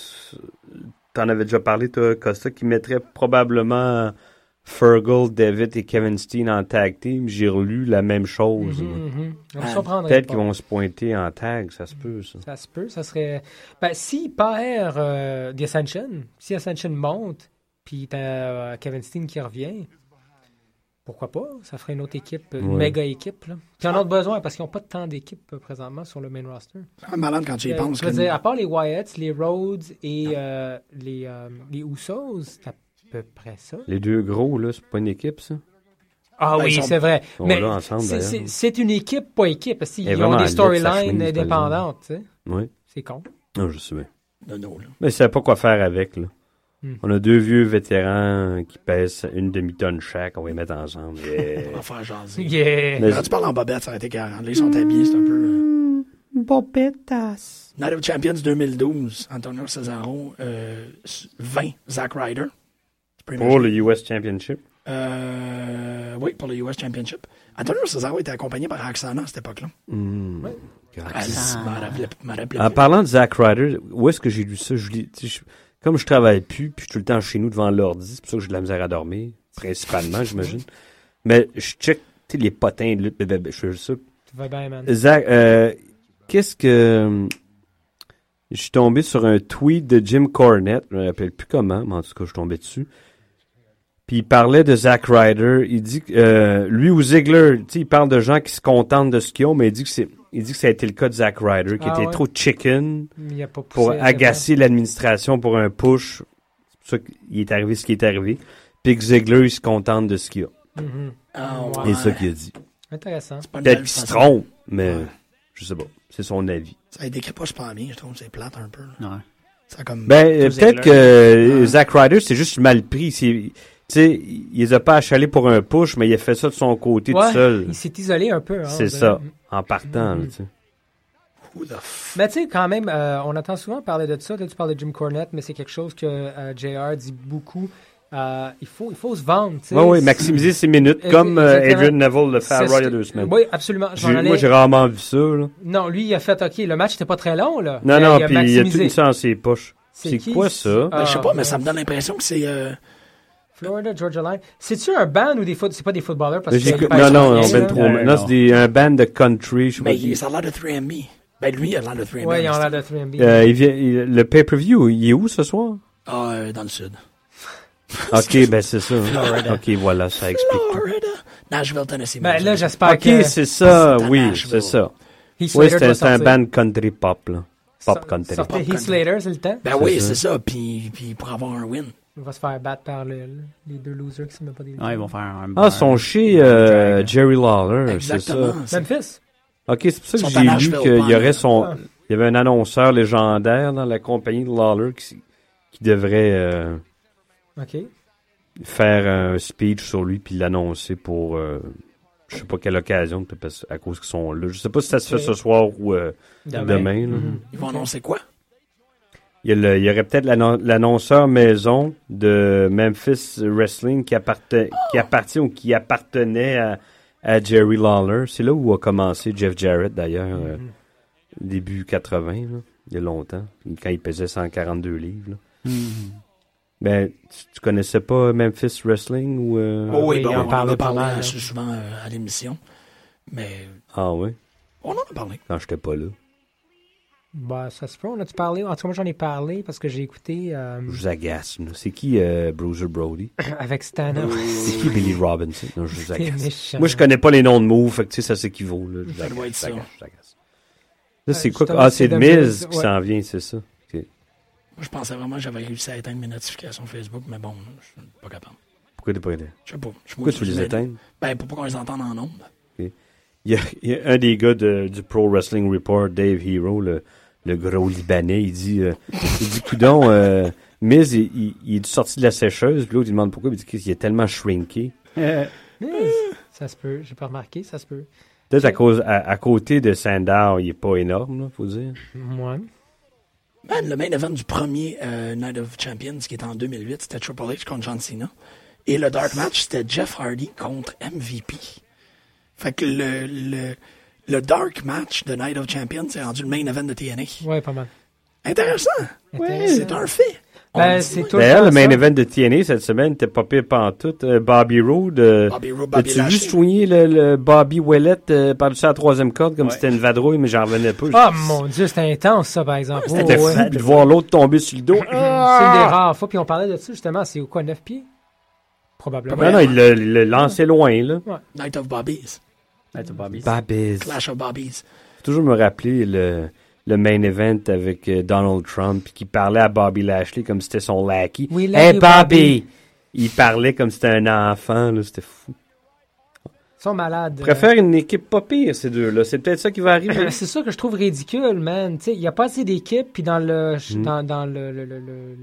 T'en avais déjà parlé, toi, Costa, qui mettrait probablement Fergal, David et Kevin Steen en tag team. J'ai relu la même chose. moi. On me surprendrait Peut-être pas. qu'ils vont se pointer en tag, ça se peut, ça. Ça se peut, ça serait... Ben, s'il perd The Ascension, si Ascension monte, puis t'as Kevin Steen qui revient, pourquoi pas? Ça ferait une autre équipe, une Ouais. méga équipe. Là. Puis en ont besoin, parce qu'ils n'ont pas tant d'équipes présentement sur le main roster. C'est malade quand tu y penses. Je veux dire, à part les Wyatts, les Rhodes et les Usos, c'est à peu près ça. Les 2 gros, là, c'est pas une équipe, ça? Ah Ben, oui, ils sont- c'est vrai. sont Mais là ensemble, c'est- d'ailleurs. c'est une équipe, pas équipe. Parce qu'ils Elle est ont vraiment des laide, sa chemise, storylines par indépendantes. Tu sais. Oui. C'est con. Non, je sais bien. Non, là. Mais ils savaient pas quoi faire avec, là. On a 2 vieux vétérans qui pèsent une demi-tonne chaque. On va les mettre ensemble. Yeah. On va faire jaser. Yeah! Mais- Quand tu parles en bobette, ça a été 40. Là, ils sont habillés, c'est un peu... Bobetas. Night of Champions 2012, Antonio Cesaro, 20, Zack Ryder. Tu peux Pour imaginer. le US Championship. Oui, pour le US Championship. Antonio Cesaro était accompagné par Roxana à cette époque-là. Ouais. Alice m'a rappelé. En parlant de Zack Ryder, où est-ce que j'ai lu ça? Comme je travaille plus, puis je suis tout le temps chez nous devant l'ordi, c'est pour ça que j'ai de la misère à dormir, principalement, j'imagine. Mais je check les potins de lutte, je fais ça. Tu vas bien, man. Zach, qu'est-ce que... Je suis tombé sur un tweet de Jim Cornette, je me rappelle plus comment, mais en tout cas, je suis tombé dessus. Puis il parlait de Zack Ryder, il dit que lui ou Ziggler, tu sais, il parle de gens qui se contentent de ce qu'ils ont, mais il dit que ça a été le cas de Zack Ryder, qui était trop chicken Il a pas poussé pour assez agacer l'administration pour un push. C'est pour ça qu'il est arrivé ce qui est arrivé. Puis que Ziggler, il se contente de ce qu'il a. loin. Mhm. Ah, Ouais. C'est ça qu'il a dit. Intéressant. C'est pas une Peut-être belle qu'il se façon. trompe, mais Ouais. je sais pas. C'est son avis. Ça décrit pas super bien, je trouve. C'est plate un peu. Là. Ouais. Ça a comme... Ben, Tous peut-être Ziggler. que Zack Ryder, c'est juste mal pris. Tu sais, il les a pas achalés pour un push, mais il a fait ça de son côté Ouais, tout seul. il s'est isolé un peu. Hein, C'est on ça, dirait. en partant. Là, tu sais. Who the f... Mais tu sais, quand même, on entend souvent parler de ça. Là, tu parles de Jim Cornette, mais c'est quelque chose que JR dit beaucoup. Il faut se vendre. tu sais. Oui, maximiser ses minutes, comme Exactement. Adrian Neville le fait à C'est Raw il y a ce- 2 semaines. Oui, absolument. Moi, j'ai rarement vu ça. Là. Non, lui, il a fait, OK, le match n'était pas très long. Là. Non, Mais non, il a puis il a tout maximisé. mis ça dans ses poches. C'est qui, quoi ça? Ben, je sais pas, mais Ah, ça me donne l'impression que c'est... Florida Georgia Line. C'est-tu un band ou des c'est pas des footballeurs? Parce que Non, ils pèsent non, rien, on met là. trop. Ouais, Non, non. c'est un band de country. Je sais pas Mais qui. ça a l'air de 3MB. Ben, lui, il a l'air de 3MB. Ouais, ils ont l'air de 3MB. Le pay-per-view, il est où ce soir? Ah, dans le sud. Ok, ben c'est ça. Ok, voilà, ça explique tout. Florida. Nashville, Tennessee. Ben là, j'espère Ok, que c'est ça, C'est à oui, Nashville. c'est ça. Heath Oui, Slater doit c'est un sortir. band country pop, là. Pop country. Sortez Pop Heath country. Slater, c'est le temps. Ben oui, ça. c'est ça. Puis pour avoir un win. Il va se faire battre par les deux losers qui sont même pas des Ouais, ils vont faire un. Ah, son chez Jerry Lawler, c'est Exactement. ça. Memphis. Ok, c'est pour ça Ils que sont à j'ai Nashville, lu qu'il y pas aurait son... Ah. Il y avait un annonceur légendaire dans la compagnie de Lawler qui devrait OK. faire un speech sur lui puis l'annoncer pour je sais pas quelle occasion à cause qu'ils sont là. Je sais pas si ça se fait ce soir ou demain. Là. Mhm. Ils vont annoncer quoi? Il y aurait peut-être l'annonceur maison de Memphis Wrestling qui appartient ou qui appartenait à Jerry Lawler. C'est là où a commencé Jeff Jarrett d'ailleurs, début 80, là, il y a longtemps, quand il pesait 142 livres. Là. Ben, tu connaissais pas Memphis Wrestling ou Oh, oui, oui, bon, on en on en parlait a pas parlé mal, assez souvent à l'émission. Mais Ah oui, on en a parlé. quand j'étais pas là. Bah, ça se peut. On a-tu parlé? En tout cas, moi, j'en ai parlé parce que j'ai écouté Je vous agace. Là. C'est qui Bruiser Brody? avec Stana. C'est qui Billy Robinson? Non, je vous T'es agace. méchant. Moi, je connais pas les noms de moves, fait que tu sais, ça s'équivaut. Là. Je vous Ça doit agace, être je vous ça. agace, je vous agace. Là, c'est quoi? justement, Ah, c'est c'est de The Miz Miz, qui ouais. s'en vient, c'est ça. Moi, je pensais vraiment que j'avais réussi à éteindre mes notifications Facebook, mais bon, je suis pas capable. Pourquoi t'es pas là? Je sais pas. Je suis Pourquoi tu maudit, les mais- éteins? Ben, pour pas qu'on les entende en ondes. Il y a un des gars du Pro Wrestling Report, Dave Hero, le gros Libanais, il dit coudonc, Miz, il est sorti de la sécheuse, puis l'autre, il demande pourquoi, il dit qu'il est tellement shrinké. Ça se peut. J'ai pas remarqué. Ça se peut. Peut-être à côté de Sandow, il est pas énorme, là, faut dire. Moi. Man, le main event du premier Night of Champions, qui était en 2008, c'était Triple H contre John Cena. Et le Dark Match, c'était Jeff Hardy contre MVP. Fait que le Dark Match de Night of Champions, c'est rendu le main event de TNA. Ouais, pas mal. Intéressant. Intéressant. C'est un fait. On Ben, dit, c'est ouais. tout D'ailleurs, le main ça. event de TNA cette semaine n'était pas pire pantoute. Bobby Roode. Bobby Roode, Bobby As-tu vu Lashley. soigner le Bobby Ouellette par-dessus la troisième corde comme Ouais. si c'était une vadrouille, mais j'en revenais pas. Ah, mon Dieu, c'était intense, ça, par exemple. C'était Oh, fou, ouais. puis de voir l'autre tomber sur le dos. C'est une des rares fois. Puis on parlait de ça, justement. C'est quoi, 9 pieds? Probablement. Non, non, il l'a lancé loin, là. Night of Bobbies. That's a Bobby. Bobby's. Clash of Bobbies. Faut toujours me rappeler le main event avec Donald Trump qui parlait à Bobby Lashley comme si c'était son lackey. We love Hey you, Bobby! Il parlait comme si c'était un enfant, là, c'était fou. Ils sont malades. Je préfère une équipe pas pire, ces deux-là. C'est peut-être ça qui va arriver. C'est ça que je trouve ridicule, man. Il n'y a pas assez d'équipes, puis dans le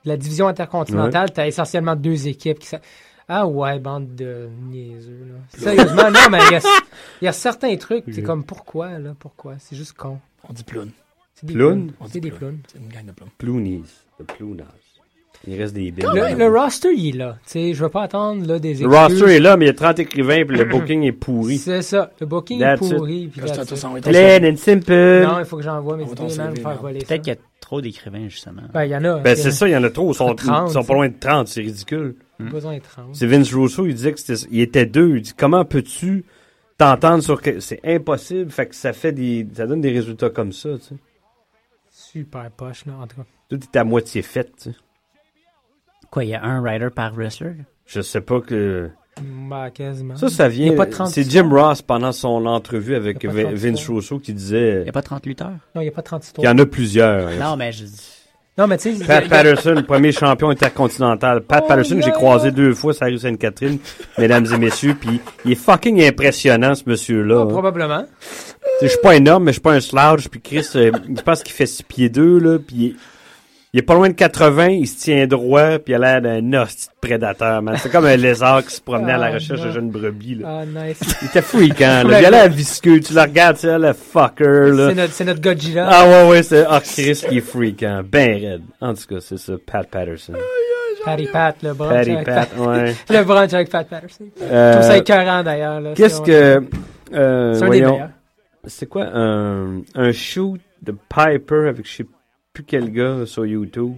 la division intercontinentale, t'as essentiellement 2 équipes qui... Ah ouais, bande de niaiseux, là. Sérieusement, non, mais il y a certains trucs, c'est comme, pourquoi? C'est juste con. On dit ploune. C'est des Ploune? C'est des plounes. C'est une gang de ploune. Ploonies. The Ploonas. Il reste des billes. Le roster, il est là. Tu sais, je veux pas attendre là, des Le excuses. roster est là, mais il y a 30 écrivains puis le booking est pourri. C'est ça. Le booking That's est pourri. Puis Reste à that's tout it. ça, on est Plain and simple. Non, il faut que j'envoie mes On va t'en idées, man, servir, faire non. voler ça. Peut-être qu'il y a trop d'écrivains, justement. Ben, il y en a. Ben, c'est ça, il y en a trop. Ils sont 30, ils sont pas loin de 30, c'est ridicule. Pas besoin d'être 30. C'est Vince Russo, il disait il était 2. Il dit, comment peux-tu t'entendre sur que c'est impossible, fait que ça donne des résultats comme ça, tu sais. Super poche, là, en tout cas. Tout est à moitié fait, tu sais. Quoi, il y a un rider par wrestler? Je sais pas que... Ben, quasiment. Ça Il y vient... a pas de 30 C'est Jim Ross, pendant son entrevue avec Il y a pas de 30 Vince Russo, qui disait Il n'y a pas 30 lutteurs? Non, il n'y a pas de 30 qu'il y histoires. en a plusieurs. Non, mais je dis... Non, mais tu sais, Pat Patterson, le premier champion intercontinental. Pat Oh, Patterson, j'ai yeah. croisé 2 fois sur la rue Sainte-Catherine, mesdames et messieurs, puis il est fucking impressionnant, ce monsieur-là. hein. probablement. Tu sais, je suis pas énorme, mais je suis pas un slouch, puis Chris, je pense qu'il fait 6 pieds 2, là, puis il est pas loin de 80, il se tient droit, puis il a l'air d'un hostie de prédateur, man. C'est comme un lézard qui se promenait à la Ah, recherche de non. jeunes brebis, là. Ah, nice. Il était fréquent, là. Il a l'air visqueux, tu le regardes, tu sais, le fucker, là. C'est notre Godzilla. Ah ouais, c'est Chris qui est fréquent, ben raide. En tout cas, c'est ça, Pat Patterson. Patty Pat, le brunch Patty avec Pat, ouais. Le brunch avec Pat Patterson. Je trouve ça écœurant, d'ailleurs. Là, Qu'est-ce si que... C'est un des voyons, meilleurs. c'est quoi un shoot de Piper avec je sais plus quel gars sur YouTube?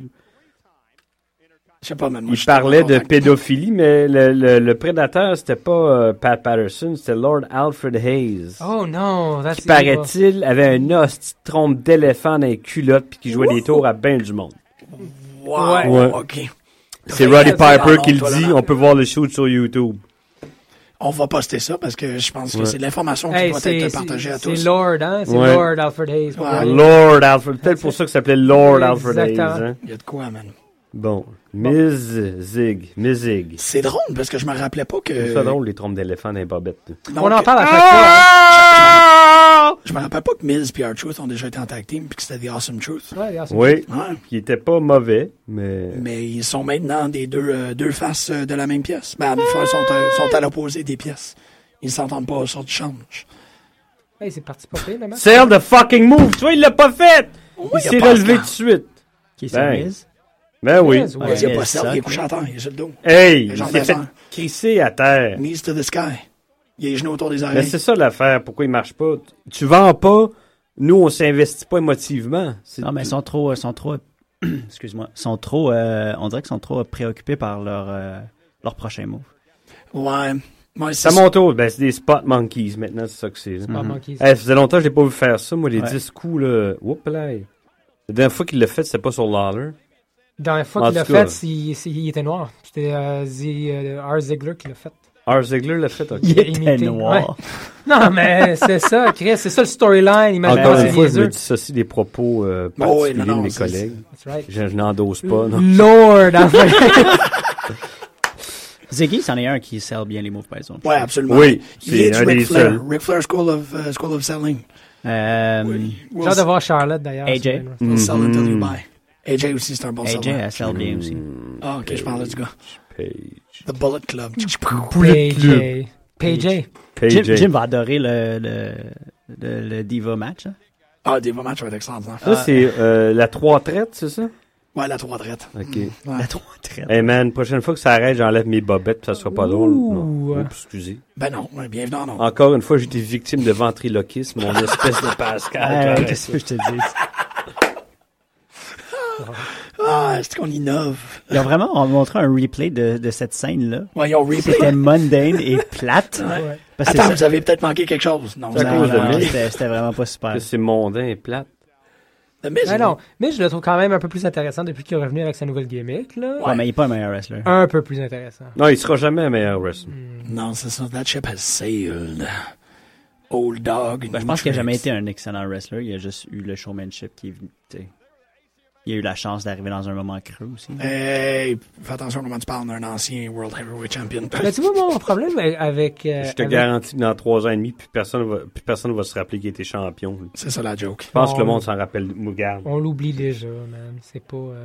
Je sais pas, man. Moi, Il je suis parlait en de contact. pédophilie, mais le prédateur, c'était pas Pat Patterson, c'était Lord Alfred Hayes. Oh non, that's Qui, paraît-il, avait un hostie de trompe d'éléphant dans les culottes puis qui jouait des tours à ben du monde. Wow, Ouais. OK. C'est Fait Roddy que- Piper Ah non, qui le toi, là, dit, man. on peut voir le shoot sur YouTube. On va poster ça parce que je pense que Ouais. c'est de l'information qui Hey, doit être partagée à tous. C'est Lord, hein? C'est Ouais. Lord Alfred Hayes. Ouais. Lord Alfred, peut-être pour ça que ça s'appelait Lord Alfred Hayes. Exactement. Hein? Il y a de quoi, man. Bon, Miz Zig. C'est drôle parce que je me rappelais pas que... C'est ça drôle, les trompes d'éléphant dans les bobettes. Non, On en que- parle à chaque fois. Je me rappelle pas que Miz et R-Truth ont déjà été en tag team puis que c'était The Awesome Truth. Ouais, regarde, c'est- Oui, Ouais. qui était pas mauvais, mais... Mais ils sont maintenant des deux faces de la même pièce. Ben, des fois, ils sont à l'opposé des pièces. Ils s'entendent pas sur du change. Hey, c'est parti pas pire, le match. Sell the fucking move! Tu vois, il l'a pas fait! Oui, Il il s'est a pas relevé ce tout de suite. Qui est Ben. sur Miz? Ben oui. Miz, ouais. Il y a Miz, pas ça, il est ça, couché à terre, il est sur le dos. Hey! Les Il jambes s'est fait d'avant. crisser à terre. Knees to the sky. Il a les genoux autour des Mais oreilles. c'est ça l'affaire, pourquoi il marche pas. Tu vends pas, nous on s'investit pas émotivement. C'est- Non, mais ils sont trop, excuse-moi, sont trop, on dirait qu'ils sont trop préoccupés par leur prochain move. Ouais. Ouais, C'est à c'est mon tour, ben c'est des spot monkeys maintenant, c'est ça que c'est. là. Pas Mhm. manqué. Ça faisait longtemps que je l'ai pas vu faire ça, moi les Ouais. 10 coups là. Oups là. La dernière fois qu'il l'a fait, c'était pas sur Lawler. La dernière fois En qu'il l'a tout cas. fait, il était noir. C'était R. Ziegler qui l'a fait. R. Ziegler l'a fait, ok. Il a était imité, noir. Non, mais c'est ça, Chris. C'est ça le storyline. Imagine Encore pas, une c'est fois, je me niaiseux. dissocie des propos oui, particuliers non, de mes c'est- collègues. That's right. Je n'endosse pas, non. Lord Alfred. Ziggy, c'en est un qui sell bien les moves, par exemple. Ouais, absolument. Oui, Il c'est est un du des Ric Flair. seuls. Ric Flair School of Selling. J'ai hâte de voir Charlotte, d'ailleurs. AJ. sur le main roster. We'll sell until you Mhm. buy. AJ aussi, c'est un bon AJ, seller. elle sell bien aussi. Ah, ok, je parlais du gars. Page. The Bullet Club. PJ. PJ. Page. Jim va adorer le Diva match. Hein? Ah, des matchs va être extraordinaire. Ça, c'est la 3 traites, c'est ça? Ouais, la 3 traite. Ok. Ouais. La 3 traite. Hey man, prochaine fois que ça arrête, j'enlève mes bobettes, puis ça sera pas drôle. Non. Ouh. Oups, excusez. Ben non, ouais, bienvenue en nom. Encore une fois, j'ai été victime de ventriloquisme, mon espèce de Pascal. Qu'est-ce que je te dis? Ah, c'est qu'on innove. Ils ont vraiment montré un replay de cette scène-là. Ouais, ils ont replay. C'était mundane et plate. Ouais. Parce que Attends, c'est vous avez peut-être manqué quelque chose. Non, C'est à vous cause avez- de non, Miz. c'était vraiment pas super. Que c'est mondain et plate. The Miz, Mais non, mais je le trouve quand même un peu plus intéressant depuis qu'il est revenu avec sa nouvelle gimmick, là. Ouais, mais il est pas un meilleur wrestler. Un peu plus intéressant. Non, il sera jamais un meilleur wrestler. Non, c'est ça. That ship has sailed. Old dog. Ben, je pense qu'il n'a jamais été un excellent wrestler. Il a juste eu le showmanship qui est venu. T'sais. Il a eu la chance d'arriver dans un moment creux aussi. Hey, fais attention comment tu parles d'un ancien World Heavyweight Champion. Mais tu vois, mon problème avec... Je te garantis que dans 3 ans et demi, plus personne va se rappeler qu'il était champion. C'est ça la joke. Je pense que le Bon. monde s'en rappelle. Regarde. On l'oublie déjà, man. C'est pas...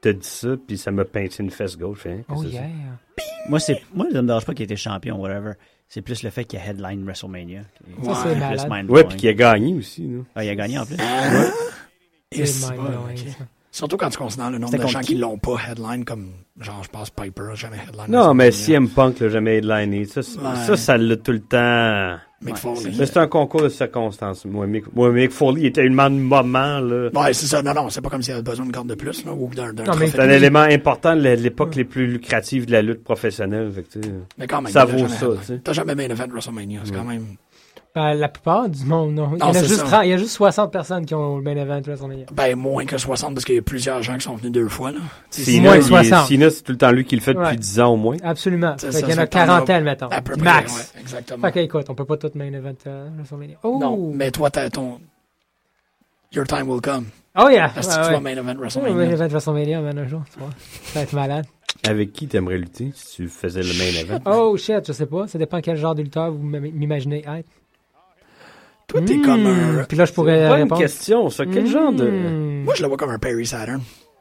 t'as dit ça, puis ça m'a peinté une fesse gauche. Hein, Oh c'est yeah. Moi, ça me dérange pas qu'il ait été champion, whatever. C'est plus le fait qu'il a headline WrestleMania. Ça, c'est Plus malade. ça. mind-blowing. Ouais, puis qu'il a gagné aussi. Là. Ah, il a gagné en plus. Et C'est c'est mind-blowing, ok. ça. Surtout quand tu considères le nombre C'était de contre gens qui? qui l'ont pas headline, comme, genre, je pense Piper a jamais headline. Non, mais WrestleMania. CM Punk l'a jamais headliné. Ça l'a tout le temps... Mick Foley. Mais c'est un concours de circonstances. Moi, Mick Foley était tellement de moment, là. Ouais, c'est ça. Non, c'est pas comme s'il avait besoin d'une corde de plus, là, ou d'un Non, mais C'est un élément important de l'époque les plus lucratives de la lutte professionnelle. Fait que, tu sais, Mais quand même. ça il a vaut jamais ça, headline. tu sais. T'as jamais main event WrestleMania, c'est quand même... La plupart du monde, non. Non, c'est ça. Il y a juste 60 personnes qui ont le main event WrestleMania. Ben, moins que 60, parce qu'il y a plusieurs gens qui sont venus 2 fois, là. Tu sais, C'est moins que 60. Cena, c'est tout le temps lui qui le fait depuis Ouais. 10 ans au moins. Absolument. C'est Fait ça, qu'il y en ça a t'en a 40, mettons. à peu près, Max. ouais, exactement. Fait qu'écoute, on peut pas tout main event WrestleMania. Oh! Non, mais toi, t'as ton... Your time will come. Oh yeah! Est-ce que tu vas main event Main WrestleMania? event WrestleMania, man, un jour, tu vois. Ça va être malade. Avec qui t'aimerais lutter si tu faisais le main event? Oh shit, je sais pas. Ça dépend quel genre de lutteur vous m'imaginez être. Toi, t'es comme un... Puis là, je pourrais Pas une répondre. question, ça. Quel genre de... Moi, je le vois comme un Perry Saturn.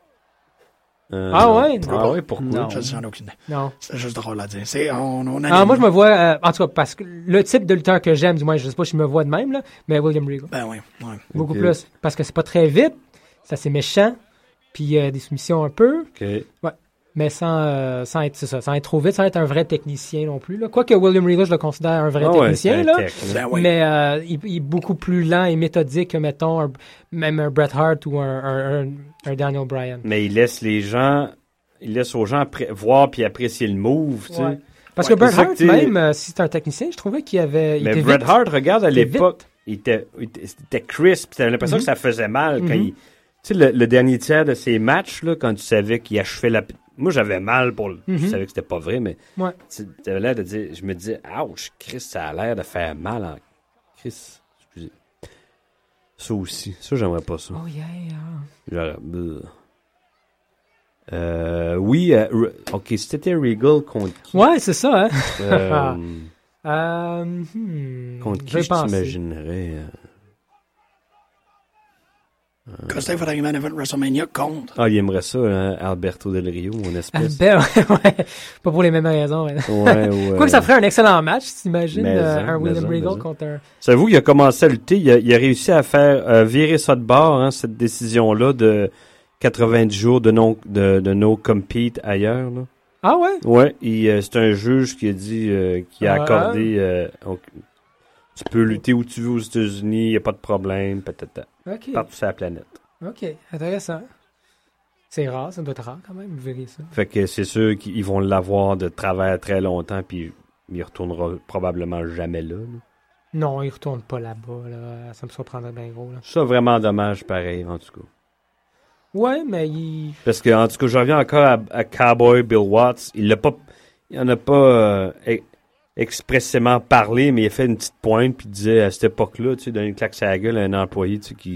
Ah ouais? Ah ouais, pourquoi? Non. J'en ai aucune idée. Non. C'est juste drôle à dire. C'est... On Ah, moi, je me vois, en tout cas, parce que le type de lutteur que j'aime, du moins, je sais pas si je me vois de même, là, mais William Regal. Ben oui, ouais. Beaucoup Ok. plus. Parce que c'est pas très vite, c'est assez méchant, puis il y a des soumissions un peu, OK. mais sans être, c'est ça, sans être trop vite, sans être un vrai technicien non plus, là. Quoique William Regal, je le considère un vrai Ah ouais, technicien, c'est là. un tech, là. Ben oui. Mais il est beaucoup plus lent et méthodique que, mettons, même un Bret Hart ou un Daniel Bryan. Mais il laisse aux gens voir puis apprécier le move, tu sais. Ouais. Parce Ouais, que Bret c'est ça Hart, que t'es- même si c'est un technicien, je trouvais qu'il avait. il Mais était Bret vite. Hart, regarde, à Il était l'époque, il était crisp. T'avais l'impression que ça faisait mal quand Mhm. il... Tu sais, le dernier tiers de ses matchs, là, quand tu savais qu'il achevait la... Moi, j'avais mal pour... Je Mhm. savais que c'était pas vrai, mais... Ouais. Tu avais l'air de dire... Je me disais, ouch, Chris, ça a l'air de faire mal en... Chris, excusez. Ça aussi. Ça, j'aimerais pas ça. Oh yeah. Genre, oui, OK, c'était Regal contre qui? Ouais, c'est ça, hein. Euh, contre je qui vais je penser. t'imaginerais? Costa, il faudrait qu'il y ait un event WrestleMania contre. Ah, il aimerait ça, hein, Alberto Del Rio, mon espèce. Ben, ouais. Pas pour les mêmes raisons. Ouais. Ouais. Quoi que ça ferait un excellent match, si t'imagines, Mais un William mais Regal contre un... J'avoue qu'il a commencé à lutter, il a réussi à faire virer ça de bord, hein, cette décision-là de 90 jours de no compete ailleurs. Là. Ah ouais? Ouais, c'est un juge qui a dit, qui a accordé, tu peux lutter où tu veux aux États-Unis, il n'y a pas de problème, peut-être Ok. partout sur la planète. Ok, intéressant. C'est rare, ça doit être rare quand même, vous verrez ça. Fait que c'est sûr qu'ils vont l'avoir de travers très longtemps, puis il retournera probablement jamais là. Non, il retourne pas là-bas, là. Ça me surprendrait bien gros, là. Ça, vraiment dommage, pareil, en tout cas. Ouais, mais il... Parce que, en tout cas, je reviens encore à Cowboy Bill Watts. Il en a pas expressément parlé, mais il a fait une petite pointe, puis il disait à cette époque-là, tu sais, donner une claque sur la gueule à un employé, tu sais, il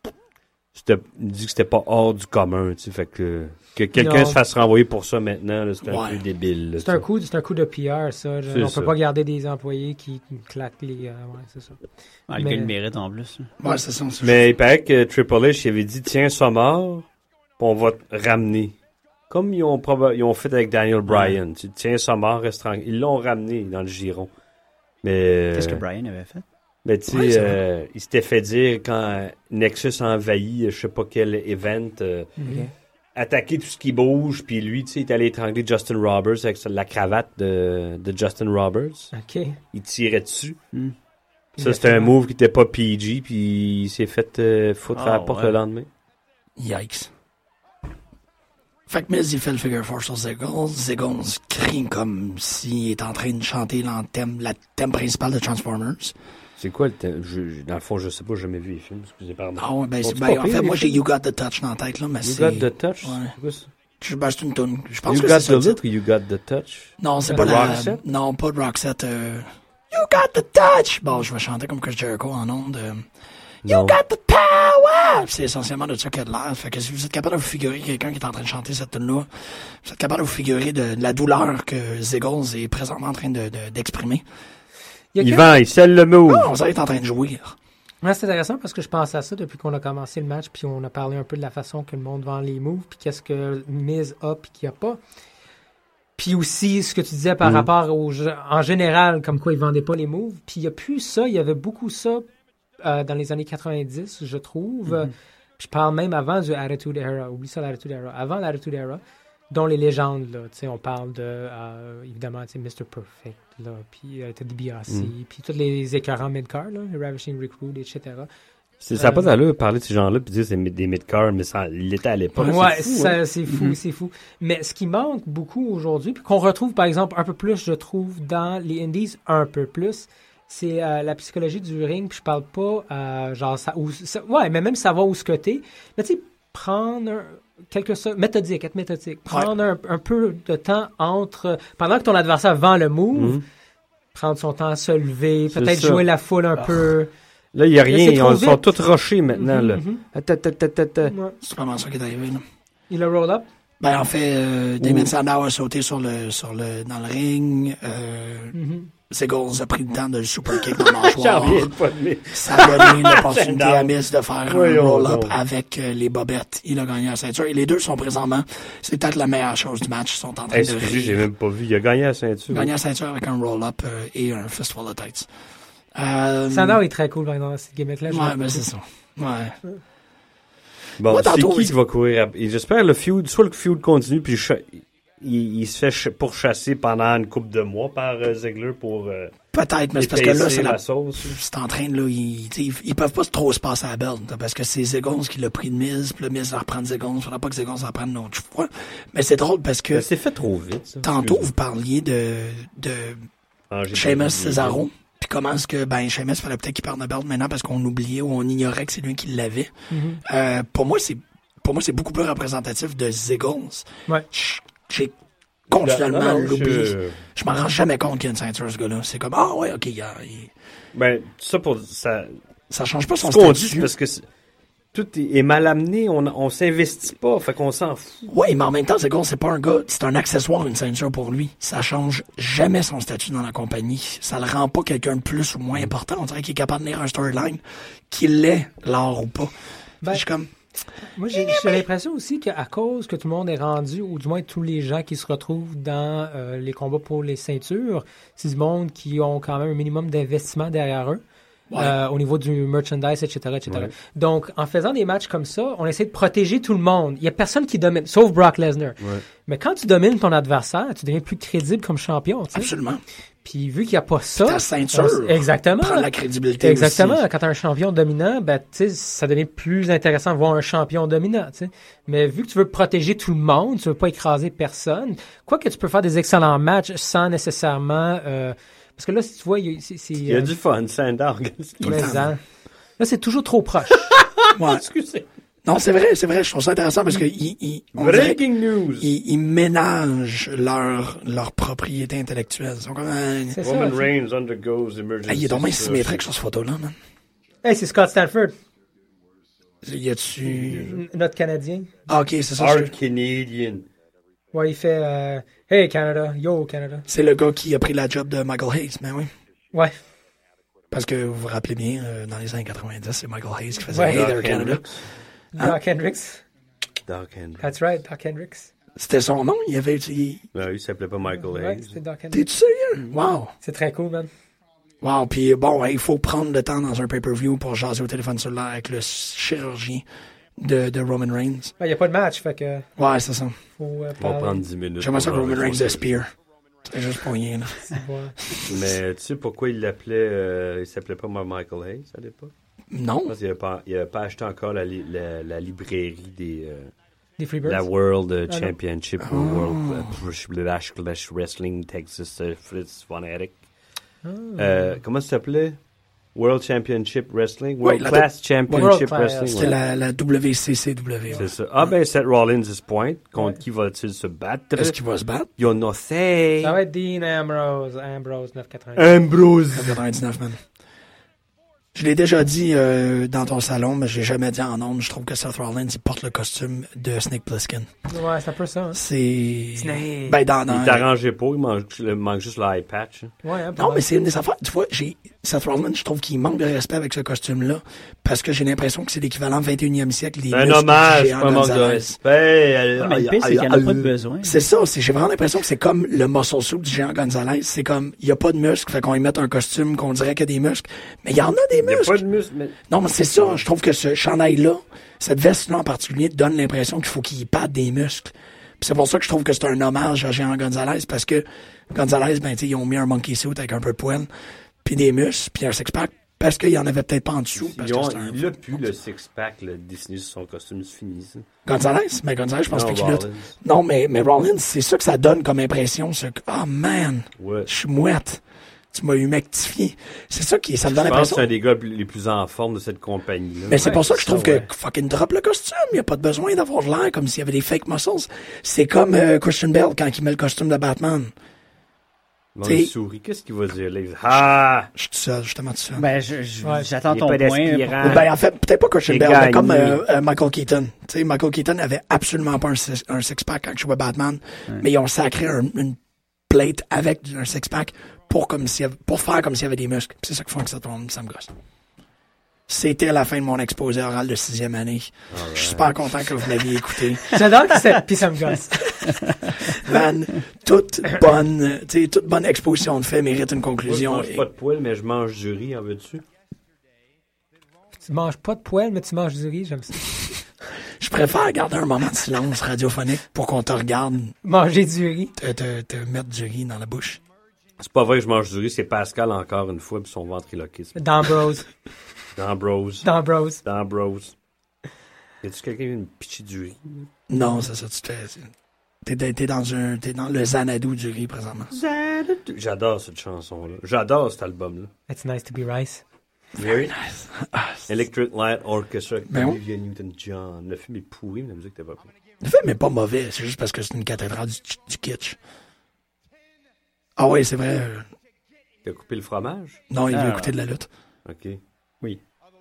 dit que c'était pas hors du commun, tu sais, fait que quelqu'un Non. se fasse renvoyer pour ça maintenant, là, c'est un Ouais. peu débile. Là, C'est un coup de PR, ça. là. C'est On ça. peut pas garder des employés qui claquent les... ouais, c'est ça. Ah, le Mais- gars le mérite en plus. Ouais, c'est ça. Mais il paraît que Triple H il avait dit, tiens, sois mort, puis on va te ramener. Comme ils ont fait avec Daniel Bryan. Tu tiens, sois mort, reste tranquille. Ils l'ont ramené dans le giron. Mais, Qu'est-ce que Brian avait fait? mais tu sais, Ouais, c'est vrai. il s'était fait dire quand Nexus a envahi, je sais pas quel event, attaquer tout ce qui bouge, puis lui, tu sais, il est allé étrangler Justin Roberts avec la cravate de Justin Roberts. OK. Il tirait dessus. Hmm. Ça, c'était un move qui était pas PG, puis il s'est fait foutre à la Ah, porte ouais. le lendemain. Yikes. Fait que Miz, il fait le figure four sur Ziggles. Ziggles crie comme s'il est en train de chanter la thème principal de Transformers. C'est quoi le thème? Dans le fond, je sais pas, j'ai jamais vu les films. Excusez, pardon. Ah ouais, ben, Sont-ils ben pas en pires, fait, les moi, j'ai films? You Got the Touch dans la tête, là, mais You c'est... Got the Touch? Ouais. C'est quoi ça? Ben, c'est une toune. Je pense You que Got c'est ça. the le Look titre. ou You Got the Touch? Non, c'est De pas la... Roxette? Non, pas de Roxette. You Got the Touch! Bon, je vais chanter comme Chris Jericho en ondes. You Non. got the power! C'est essentiellement de ça qu'il y a de l'air. Fait que si vous êtes capable de vous figurer quelqu'un qui est en train de chanter cette tune-là, vous êtes capable de vous figurer de la douleur que Ziggles est présentement en train d'exprimer. Il y a Yvan, il scelle le move. Oh, vous êtes en train de jouir. Ouais, c'est intéressant parce que je pense à ça depuis qu'on a commencé le match, puis on a parlé un peu de la façon que le monde vend les moves, puis qu'est-ce que Miz a, puis qu'il n'y a pas. Puis aussi, ce que tu disais par rapport en général, comme quoi ils vendaient pas les moves. Puis il n'y a plus ça, il y avait beaucoup ça dans les années 90, je trouve. Je parle même avant du Attitude Era. Oublie ça, l'Attitude Era. Avant l'Attitude Era, dont les légendes, là, on parle de, évidemment, Mr. Perfect, là, puis Ted DiBiase, puis tous les écœurants mid-car, là, les Ravishing Rick Rude, etc. Ça n'a pas d'allure de parler de ces gens-là puis dire que c'est des mid-cars, mais ça l'était à l'époque. Ouais, c'est fou, c'est fou. Mais ce qui manque beaucoup aujourd'hui, puis qu'on retrouve, par exemple, un peu plus, je trouve, dans les Indies, un peu plus, c'est la psychologie du ring, puis je parle pas, genre, ouais, mais même savoir où se coter. Mais tu sais, prendre être méthodique. Prendre un peu de temps pendant que ton adversaire vend le move, prendre son temps à se lever, peut-être jouer la foule un peu. Là, il n'y a rien. Ils sont tous rushés maintenant. Là. C'est vraiment ça qui est arrivé. Là. Il a roll up? Ben, en fait, Damien Sandow a sauté dans le ring. Seagulls a pris le temps de le super kick dans le mâchoire. Ça a donné l'opportunité à Miz de faire un roll-up avec les bobettes. Il a gagné la ceinture. Et les deux sont présentement, c'est peut-être la meilleure chose du match. Ils sont en train de rire. J'ai même pas vu. Il a gagné la ceinture. Il a gagné la ceinture avec un roll-up et un fistful of tights. Sandow est très cool dans cette gimmick-là. Ouais, ben c'est ça. Ouais. Bon, moi, c'est qui va courir après? J'espère le feud, soit le feud continue, puis il se fait pourchasser pendant une couple de mois par Ziggler pour peut-être, mais c'est parce que là, c'est la sauce. C'est en train de, là, ils peuvent pas trop se passer à la belle, parce que c'est Ziggles qui l'a pris de Miz, puis le Miz va reprendre Ziggles. Faudra pas que Ziggles en prenne une autre fois. Mais c'est drôle parce que. C'est fait trop vite, ça. Tantôt, vous parliez de Sheamus Cesaro. Puis comment est-ce que, Sheamus, fallait peut-être qu'il perde la belt maintenant parce qu'on oubliait ou on ignorait que c'est lui qui l'avait. Pour moi, c'est beaucoup plus représentatif de Ziggles. Ouais. J'ai continuellement l'oublié. Je m'en rends jamais compte qu'il y a une ceinture, ce gars-là. C'est comme, ah ouais, ok, Ben, ça change pas son statut. statut. Parce que tout est mal amené, on s'investit pas, fait qu'on s'en fout. Ouais, mais en même temps, Ziggles, c'est pas un gars, c'est un accessoire, une ceinture pour lui. Ça change jamais son statut dans la compagnie. Ça le rend pas quelqu'un de plus ou moins important. On dirait qu'il est capable de tenir un storyline, qu'il l'est, l'art ou pas. Je suis comme... Moi, j'ai l'impression aussi qu'à cause que tout le monde est rendu, ou du moins tous les gens qui se retrouvent dans les combats pour les ceintures, c'est du monde qui ont quand même un minimum d'investissement derrière eux. Au niveau du merchandise, etc., etc. Ouais. Donc, en faisant des matchs comme ça, on essaie de protéger tout le monde. Il y a personne qui domine, sauf Brock Lesnar. Ouais. Mais quand tu domines ton adversaire, tu deviens plus crédible comme champion. Tu sais. Absolument. Puis vu qu'il n'y a pas ça... Ta ceinture exactement. prend la crédibilité exactement. aussi. Quand tu as un champion dominant, tu sais, ça devient plus intéressant de voir un champion dominant. Tu sais. Mais vu que tu veux protéger tout le monde, tu veux pas écraser personne, quoique tu peux faire des excellents matchs sans nécessairement... parce que là, si tu vois, il y a du fun, Sandow. Là, c'est toujours trop proche. Ouais. Excusez. Non, c'est vrai, je trouve ça intéressant parce que Breaking news. Ils ménagent leur propriété intellectuelle. Ils sont comme Roman Reigns undergoes emergency. Il est donc bien symétrique sur cette photo-là, man. Hey, c'est Scott Stanford. Y a-tu... Notre Canadien. Ah, ok, c'est ça. Art Canadian. Ouais, il fait Hey Canada, yo Canada. C'est le gars qui a pris la job de Michael Hayes, mais oui. Ouais. Parce que vous vous rappelez bien, dans les années 90, c'est Michael Hayes qui faisait Hey there Canada. Doc Hendricks. Doc Hendricks. That's right, Doc Hendricks. C'était son nom, il avait utilisé. Non, il s'appelait pas Michael Hayes. Ouais, c'était Doc Hendricks. T'es-tu sérieux? Wow. C'est très cool, man. Wow, puis bon, il faut prendre le temps dans un pay-per-view pour jaser au téléphone cellulaire avec le chirurgien de Roman Reigns. Il n'y a pas de match, fait que... Ouais, c'est ça. On va prendre 10 minutes. J'aimerais ça que Roman Reigns de Spear. C'est juste pour rien, là. Mais tu sais pourquoi il l'appelait... il s'appelait pas Michael Hayes à l'époque? Non. Parce qu'il n'avait pas acheté encore la librairie des Freebirds? La World Championship World Wrestling Texas Fritz Fanatic. Comment ça s'appelait? World Championship Wrestling? World Class Championship Wrestling. C'était la WCCW. C'est ça. Ah ben, Seth Rollins is point. Contre qui va-t-il se battre? Est-ce qu'il va se battre? Yo no say. Ça va être Dean Ambrose. Ambrose 999. Ambrose 999, man. Je l'ai déjà dit dans ton salon, mais je l'ai jamais dit en ondes. Je trouve que Seth Rollins, il porte le costume de Snake Plissken. Ouais, c'est un peu ça. Hein. C'est... Snake. Ben, il t'arrangeait pas, il manque juste l'eye patch. Ouais, hein, non, mais c'est une des affaires. Tu vois, Seth Rollins, je trouve qu'il manque de respect avec ce costume-là, parce que j'ai l'impression que c'est l'équivalent 21e siècle des un muscles hommage, du géant pas un manque de Gonzalez. respect. Mais le pire, c'est qu'il n'y en a pas de besoin. C'est ça, j'ai vraiment l'impression que c'est comme le muscle suit du géant Gonzalez. C'est comme, il n'y a pas de muscles, fait qu'on y met un costume qu'on dirait qu'il y a des muscles. Mais il y en a des Il n'y a muscles. pas de muscle, mais... Non, mais c'est ça. Je trouve que ce chandail-là, cette veste-là en particulier, donne l'impression qu'il faut qu'il pâte des muscles. Puis c'est pour ça que je trouve que c'est un hommage à géant Gonzalez, parce que Gonzalez, ben, tu sais, ils ont mis un monkey suit avec un peu de poil, puis des muscles, puis un six-pack, parce qu'il y en avait peut-être pas en dessous. Parce que Il a plus le six-pack, le Disney sur son costume, c'est fini, ça. Gonzalez? Mais Gonzalez, je pense pas qu'il lutte. Rollins. Non, mais Rollins, c'est ça que ça donne comme impression, c'est que, oh man, Ouais. je suis mouette. Tu m'as humectifié. C'est ça qui, ça me donne Je pense que l'impression. c'est un des gars les plus en forme de cette compagnie-là. Mais c'est pour ça que je trouve ouais. que fucking drop le costume. Il n'y a pas de besoin d'avoir l'air comme s'il y avait des fake muscles. C'est comme Christian Bale quand il met le costume de Batman. Bon, t'sais- il sourit. Qu'est-ce qu'il va dire, là? Ah! Je suis tout seul, justement tout seul. Ben, j'attends Il est ton pas point. d'aspirant. Ben, en fait, peut-être pas Christian J'ai Bale, mais gagné. comme Michael Keaton. Tu sais, Michael Keaton avait absolument pas un six-pack quand je jouais Batman, mais ils ont sacré une plate avec un six-pack pour faire comme s'il y avait des muscles. Puis c'est ça qu'ils font avec ça me gosse. C'était la fin de mon exposé oral de 6e année. Je suis super content que vous m'aviez écouté. J'adore que c'est... Puis ça me gosse. Man, toute bonne exposition de fait mérite une Moi, je conclusion. mange pas de poil, mais je mange du riz, en veux-tu? Tu manges pas de poêle, mais tu manges du riz, j'aime ça. Je préfère garder un moment de silence radiophonique pour qu'on te regarde Manger du riz. te mettre du riz dans la bouche. C'est pas vrai que je mange du riz, c'est Pascal encore une fois, puis son ventriloquisme. Dans Bros. Dans Bros. Dans Bros. Dans Bros. Y a-tu quelqu'un qui vient me pitcher du riz? Non, c'est ça, tu te fais. T'es dans le Xanadu du riz présentement. J'adore cette chanson-là. J'adore cet album-là. It's nice to be rice. Very nice. Electric Light Orchestra, Ben oui. Olivia Newton-John. Le film est pourri, mais la musique t'es pas cool. Le film est pas mauvais, c'est juste parce que c'est une cathédrale du kitsch. Ah ouais, c'est vrai. T'as coupé le fromage? Non, il veut Ah. écouter de la lutte. OK. Oui.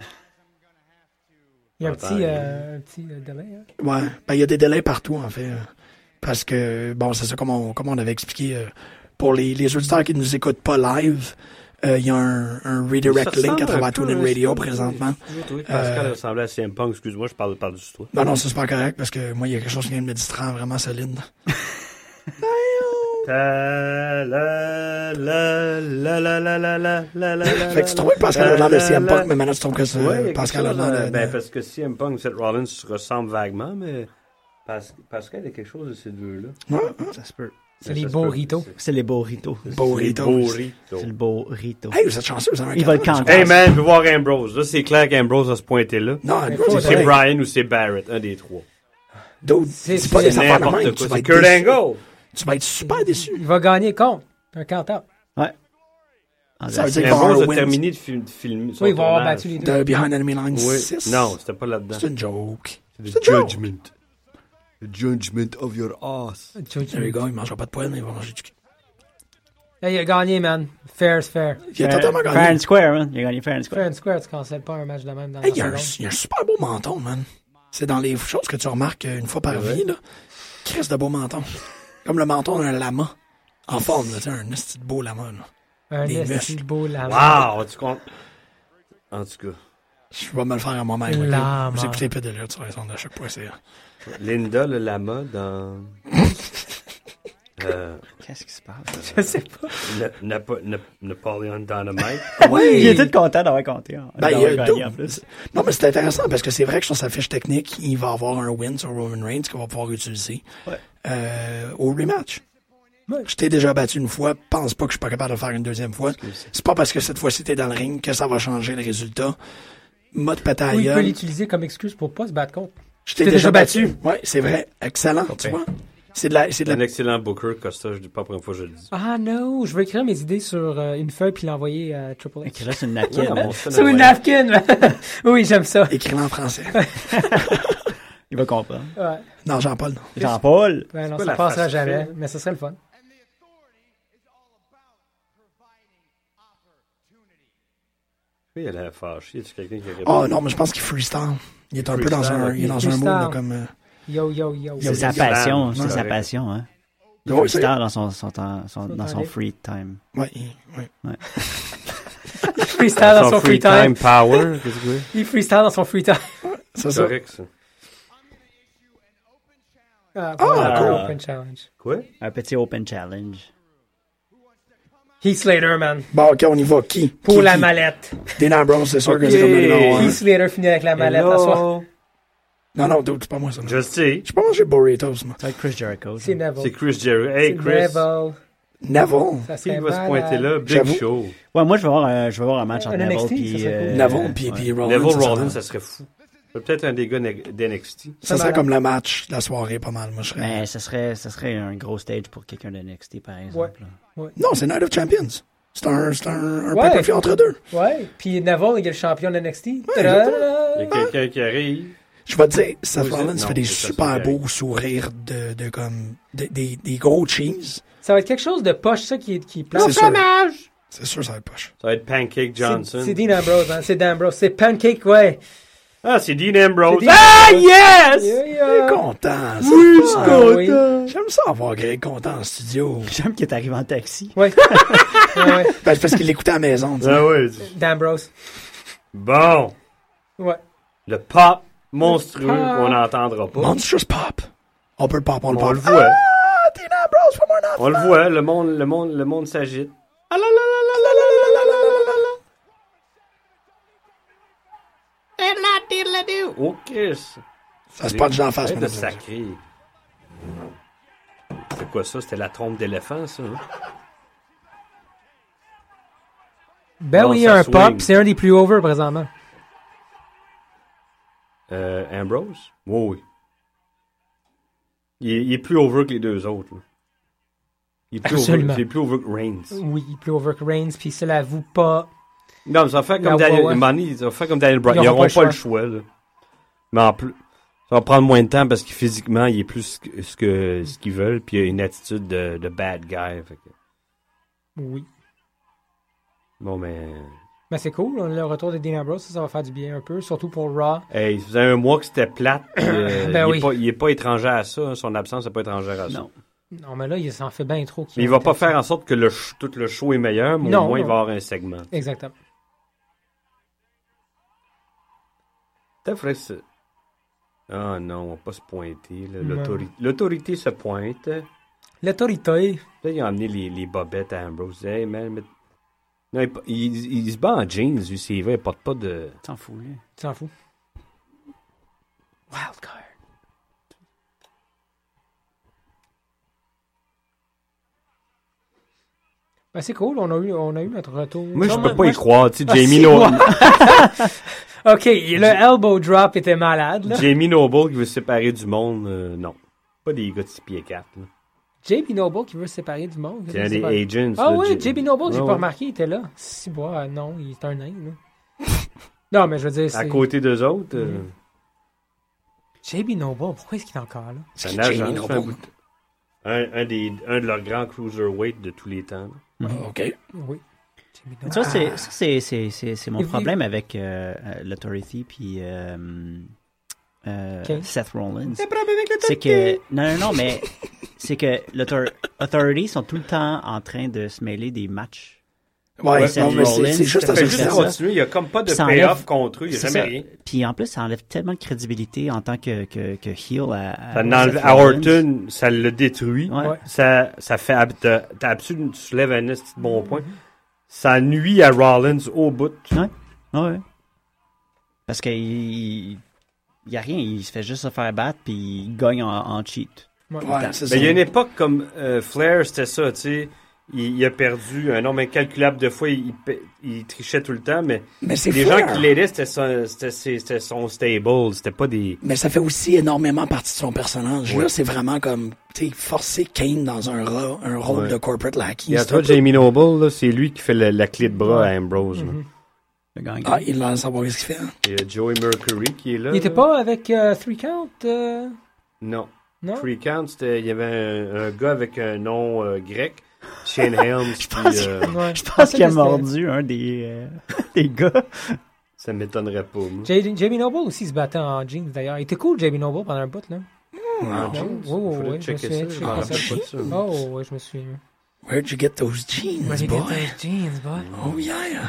Il y a un Attends, petit délai. Hein? Ouais, ben il y a des délais partout en fait. Parce que, bon, c'est ça comme on avait expliqué. Pour les auditeurs qui ne nous écoutent pas live, il y a un redirect Ça link à ressemble travers un peu, TuneIn hein, Radio ça. présentement. J'ai trouvé que Pascal ressemblait à CM Punk. Excuse-moi, je parle par-dessus toi. Non, c'est super correct parce que moi, il y a quelque chose qui vient de me distraire vraiment solide. Fait que tu trouvais que Pascal a l'air de CM Punk, mais maintenant tu trouves que c'est Ouais, Pascal a l'air de... Ben, parce que CM Punk et Seth Rollins se ressemblent vaguement, mais Pascal, il y a quelque chose de ces deux-là. Ça se peut. C'est les burritos. C'est les burritos. Burritos. C'est le burrito. Hey, vous êtes chanceux, vous avez un Il va le cadran, canter. Hey man, je veux voir Ambrose. Là, c'est clair qu'Ambrose va se pointer là. Non, C'est Brian ou c'est Barrett, un des trois. Dude, C'est c'est pas des affaires de N'importe même. quoi. Tu vas C'est être Kurt déçu. Angle. Tu vas être super déçu. Il va gagner contre un canteur. Ouais. Ça veut dire qu'il va avoir Ambrose un a win terminé de filmer son Oui, il va avoir tournage. battu les deux. de Behind Enemy Lines Oui. 6. Non, c'était pas là-dedans. C'est une joke. C'est C'est une joke. Judgment. The judgment of your ass. There you go, il mangera pas de poêle, mais il va manger du cul. Hey, il a gagné, man. Fair is fair. Il a totalement Fair gagné. and square, man. Il a gagné fair and square. Fair and square, tu cancelles pas un match de même dans Hey, la il y a seconde. un super beau menton, man. C'est dans les choses que tu remarques une fois par vie, là. Chris de beau menton. Comme le menton d'un lama. En forme, là, tu sais, un esti de beau lama, là. Un des esti muscles. beau lama. Wow, tu comptes. En tout cas, Je vais me le faire à moi-même. Lama. Okay? Vous écoutez peu de lutte sur les ondes de choc.ca. Linda le lama dans Qu'est-ce qui se passe? Je sais pas. Napoleon Dynamite. Oui! Il était content d'avoir compté. Ben, d'avoir il y a gagné deux. en plus. Non, mais c'est intéressant parce que c'est vrai que sur sa fiche technique, il va avoir un win sur Roman Reigns qu'il va pouvoir utiliser au rematch. Ouais. Je t'ai déjà battu une fois, pense pas que je suis pas capable de le faire une deuxième fois. C'est pas parce que cette fois-ci t'es dans le ring que ça va changer le résultat. Mode pété à Ou il peut gueule. l'utiliser comme excuse pour pas se battre contre. Je t'ai t'ai déjà déjà battu. Ouais, c'est vrai. Excellent, tu vois. C'est de C'est un la... excellent booker, Costa, je dis pas la première fois que je le dis. Ah non, je veux écrire mes idées sur une feuille puis l'envoyer à Triple Il H. reste une napkin. Ah, man. bon, c'est Sur une napkin! Oui, j'aime ça. Écris-le en français. Il va comprendre. Ouais. Non, Jean-Paul, non. Jean-Paul. Ben non, quoi ça la passera face jamais, fine? mais ce serait le fun. Oui, elle a fâché. Y a-tu quelqu'un qui a Oh non, mais je pense qu'il freestyle. Il est un peu dans un, il est dans un mood là, comme... Yo, yo, yo. Yo, C'est sa yo, passion. ouais. C'est sa passion, hein. Ouais, Il c'est- star dans son free time. Ouais, ouais. Il freestyle dans son free time. Power, qu'est-ce que c'est? Il freestyle dans son free time. C'est C'est ça. correct, ça. Cool. Open challenge. Quoi? Un petit open challenge. Heath Slater, man. Bon, OK, on y va. Qui? Pour Qui? la mallette. Dean Ambrose, c'est sûr que Ok. c'est comme le numéro 1. Heath Slater finit avec la mallette à soi. Non, dude, c'est pas moi, ça. Je sais. J'ai pas mangé burritos, moi. Ça va être Chris Jericho. ça. C'est Neville. C'est Chris Jericho. Hey, C'est Chris. Neville. Neville. Ça Qui serait va se malade. pointer là? Big J'avoue. Show. Ouais, moi, je vais voir un match entre Un Neville NXT, puis... ça serait cool. Neville, puis Rollins. Neville ça Rollins, serait- ça serait fou. Peut-être un des gars d'NXT. Ça serait comme le match de la soirée, pas mal. Moi, je serais... Mais ça serait un gros stage pour quelqu'un de NXT, par exemple. là. Non, c'est Night of Champions. C'est un Ouais. pay-per-view entre deux. Ouais. Puis Neville, il est le champion de NXT. Il y a quelqu'un qui arrive. Je vais te dire, Seth Oui, Rollins non, fait des c'est ça, super c'est beaux sourires de comme des gros cheese. Ça va être quelque chose de poche, ça, qui est plat. C'est sûr. C'est sûr, ça va être poche. Ça va être Pancake Johnson. C'est Dean Ambrose, hein. C'est Dan Ambrose. C'est Pancake, ouais. Ah, c'est Dean Ambrose. C'est Dean Ah, Ambrose. yes! Yeah, Il yeah. est content. ça. Oui, je suis Ah, content. oui. J'aime ça avoir Greg content en studio. J'aime qu'il est arrivé en taxi. Ouais. Ouais. Ben, c'est parce qu'il l'écoutait à la maison. tu sais. Ah ouais. Dan Ambrose. Bon. Ouais. Le pop monstrueux Pop. qu'on n'entendra pas. Monstrous Pop. On peut le pop, on le On pop. le voit. Ah, Dean Ambrose, one more On le voit. Le monde s'agite. Ah là là là là là là là là là là. Oh, Chris. Ça se punch dans la face. Arrête de madame. sacré. C'est quoi ça? C'était la trompe d'éléphant, ça? Hein? Ben Non, oui, ça un swing. pop, c'est un des plus over présentement. Ambrose? Oui, oui. Il est plus over que les deux autres. Là. Il est plus Absolument. over, il est plus over que Reigns. Oui, plus over que Reigns, puis ça l'avoue pas. Non, mais ça va faire comme La Daniel, voix, ouais. Money, ça va faire comme Daniel Bryan. Ils Ils auront n'auront pas pas le le choix. Là. Mais en plus, ça va prendre moins de temps parce que physiquement, il est plus ce qu'ils veulent. Puis il a une attitude de bad guy. Fait que... Oui. Bon, mais... Ben c'est cool, le retour de Dean Ambrose, ça va faire du bien un peu, surtout pour Raw. Hey, ça faisait un mois que c'était plate. Puis, Ben oui. il est pas étranger à ça. Hein. Son absence n'est pas étrangère à ça. Non. Non, mais là, il s'en fait bien trop. Mais il va pas faire en sorte que tout le show est meilleur, mais Non, au moins il non. va avoir un segment. Exactement. Peut-être faudrait que c'est... Ah non, on va pas se pointer. Là. Non. L'autorité se pointe. L'autorité. Peut-être qu'ils ont amené les bobettes à Ambrose. Hey, man, mais... Non, il se bat en jeans, lui, c'est vrai, il porte pas de... T'en fous, lui. Tu t'en fous. Wildcard. Ben c'est cool, on a eu notre retour. Moi, je Non, peux pas y je- croire. Tu sais, Ah, Jamie, si, Noble, Ok, le elbow drop était malade, là. Jamie Noble qui veut se séparer du monde, non. Pas des gars de 6 pieds 4. Là. JB Noble qui veut se séparer du monde. C'est un des agents. Ah là, oui, JB Noble, j'ai Ouais, pas ouais. remarqué, il était là. Si, bois, non, il est un nain, là. Non, mais je veux dire, À c'est... côté d'eux autres, JB Noble, pourquoi est-ce qu'il est encore là? c'est C'est un Jamie agent. ça fait un Noble. bout de- un de leurs grands cruiserweight de tous les temps. là. OK. Oui. JB Noble. Ça, c'est mon Et- problème avec l'Authority puis Ok. Seth Rollins. C'est que... Non, mais c'est que l'Authority sont tout le temps en train de se mêler des matchs. Ouais, Seth non, mais Rollins, c'est juste Ça à fait ça. juste ça. continuer. Il n'y a comme pas de Ça payoff enlève- contre eux. Il n'y a C'est jamais ça. rien. Puis en plus, ça enlève tellement de crédibilité en tant que heel à Ça enlève Seth à Rollins. Orton, ça le détruit. Ouais. Ouais. Ça fait... T'as absolument... Tu soulèves un petit bon point. Ça nuit à Rollins au bout. Ouais. Parce qu'il y a rien, il se fait juste se faire battre puis il gagne en cheat. Ouais. Ouais, c'est ça. Mais il y a une époque comme Flair, c'était ça, tu sais. Il a perdu un nombre incalculable de fois. Il trichait tout le temps, mais Mais c'est les Flair. gens qui l'aidaient, c'était son stable. C'était pas des... Mais ça fait aussi énormément partie de son personnage. Ouais. Là, c'est vraiment comme, tu sais, forcer Kane dans un rôle Ouais. de corporate lackey. Il y a C'est toi, un peu- Jamie Noble, là, c'est lui qui fait la clé de bras à Ambrose. là. Mhm. Le gagnant. Ah, il va savoir ce qu'il fait. Hein. Il y a Joey Mercury qui est là. Il était là. pas avec 3 Count, Non. non? Free Count, il y avait un gars avec un nom grec, Shane Helms, puis Ouais. Je pense qu'il a mordu un des gars. ça m'étonnerait pas. moi. JB Noble aussi se battait en jeans, d'ailleurs. Il était cool, JB Noble, pendant un bout, là. Ah, Ouais, jeans. ouais, Faudrait ouais, checker je me ça, souviens, je m'en je rappelle sais pas de ça. Oh, ouais, je me souviens. Where'd you get those jeans, boy? jeans, boy. Oh, yeah.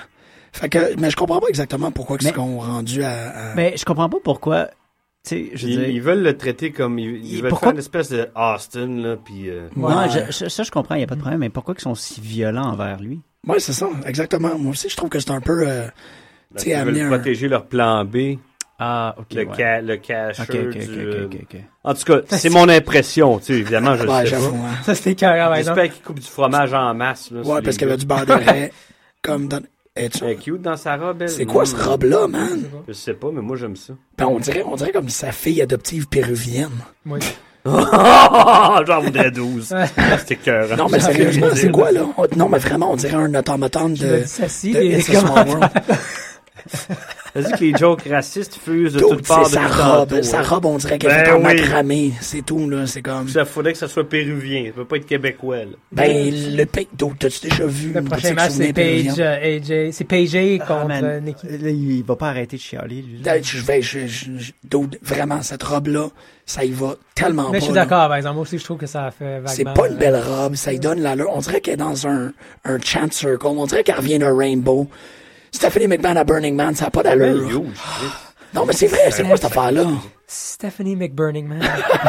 Fait que, mais je comprends pas exactement pourquoi ils sont rendus à... Mais je comprends pas pourquoi. Tu sais, je veux dire. Ils veulent le traiter comme ils veulent faire une espèce de Austin là, puis. Non, ça je comprends, il y a pas de problème. Mais pourquoi ils sont si violents envers lui? Ouais, c'est ça, exactement. Moi aussi, je trouve que c'est un peu, tu sais, ils veulent protéger leur plan B. Ah, ok. Le cacher Ok. En tout cas, c'est mon impression, tu sais, évidemment, je le sais j'avoue, pas. hein. Ça, c'était carré, par exemple. J'espère qu'ils coupent du fromage en masse. Là, Ouais, parce qu'il y avait du beurre de lait, comme dans... Elle est cute dans sa robe, elle. C'est quoi ce robe-là, man? Je sais pas, mais moi, j'aime ça. Ben, on dirait comme sa fille adoptive péruvienne. Oui. J'en voudrais 12. C'était cœur. Non, mais sérieusement, c'est quoi, là? Non, mais vraiment, on dirait un automaton de It's a Small World. Vas-y que les jokes racistes fusent de toutes parts de sa robe, on dirait qu'elle est en macramé. C'est tout, là. C'est comme... Ça faudrait que ça soit péruvien. Ça peut pas être québécois, là. Ben, le pic d'eau, t'as-tu déjà vu? Le prochain match, c'est Paige, AJ. C'est Paige contre Nikki. Là, il va pas arrêter de chialer, lui. Vraiment, cette robe-là, ça y va tellement pas. Mais je suis d'accord, par exemple. Moi aussi, je trouve que ça a fait vaguement... C'est pas une belle robe. Ça y donne l'allure. On dirait qu'elle est dans un chant circle. On dirait qu'elle revient d'un rainbow. Stephanie McMahon à Burning Man, ça n'a pas d'allure. Non, mais c'est vrai, c'est quoi cette affaire-là? Stephanie McBurning Man.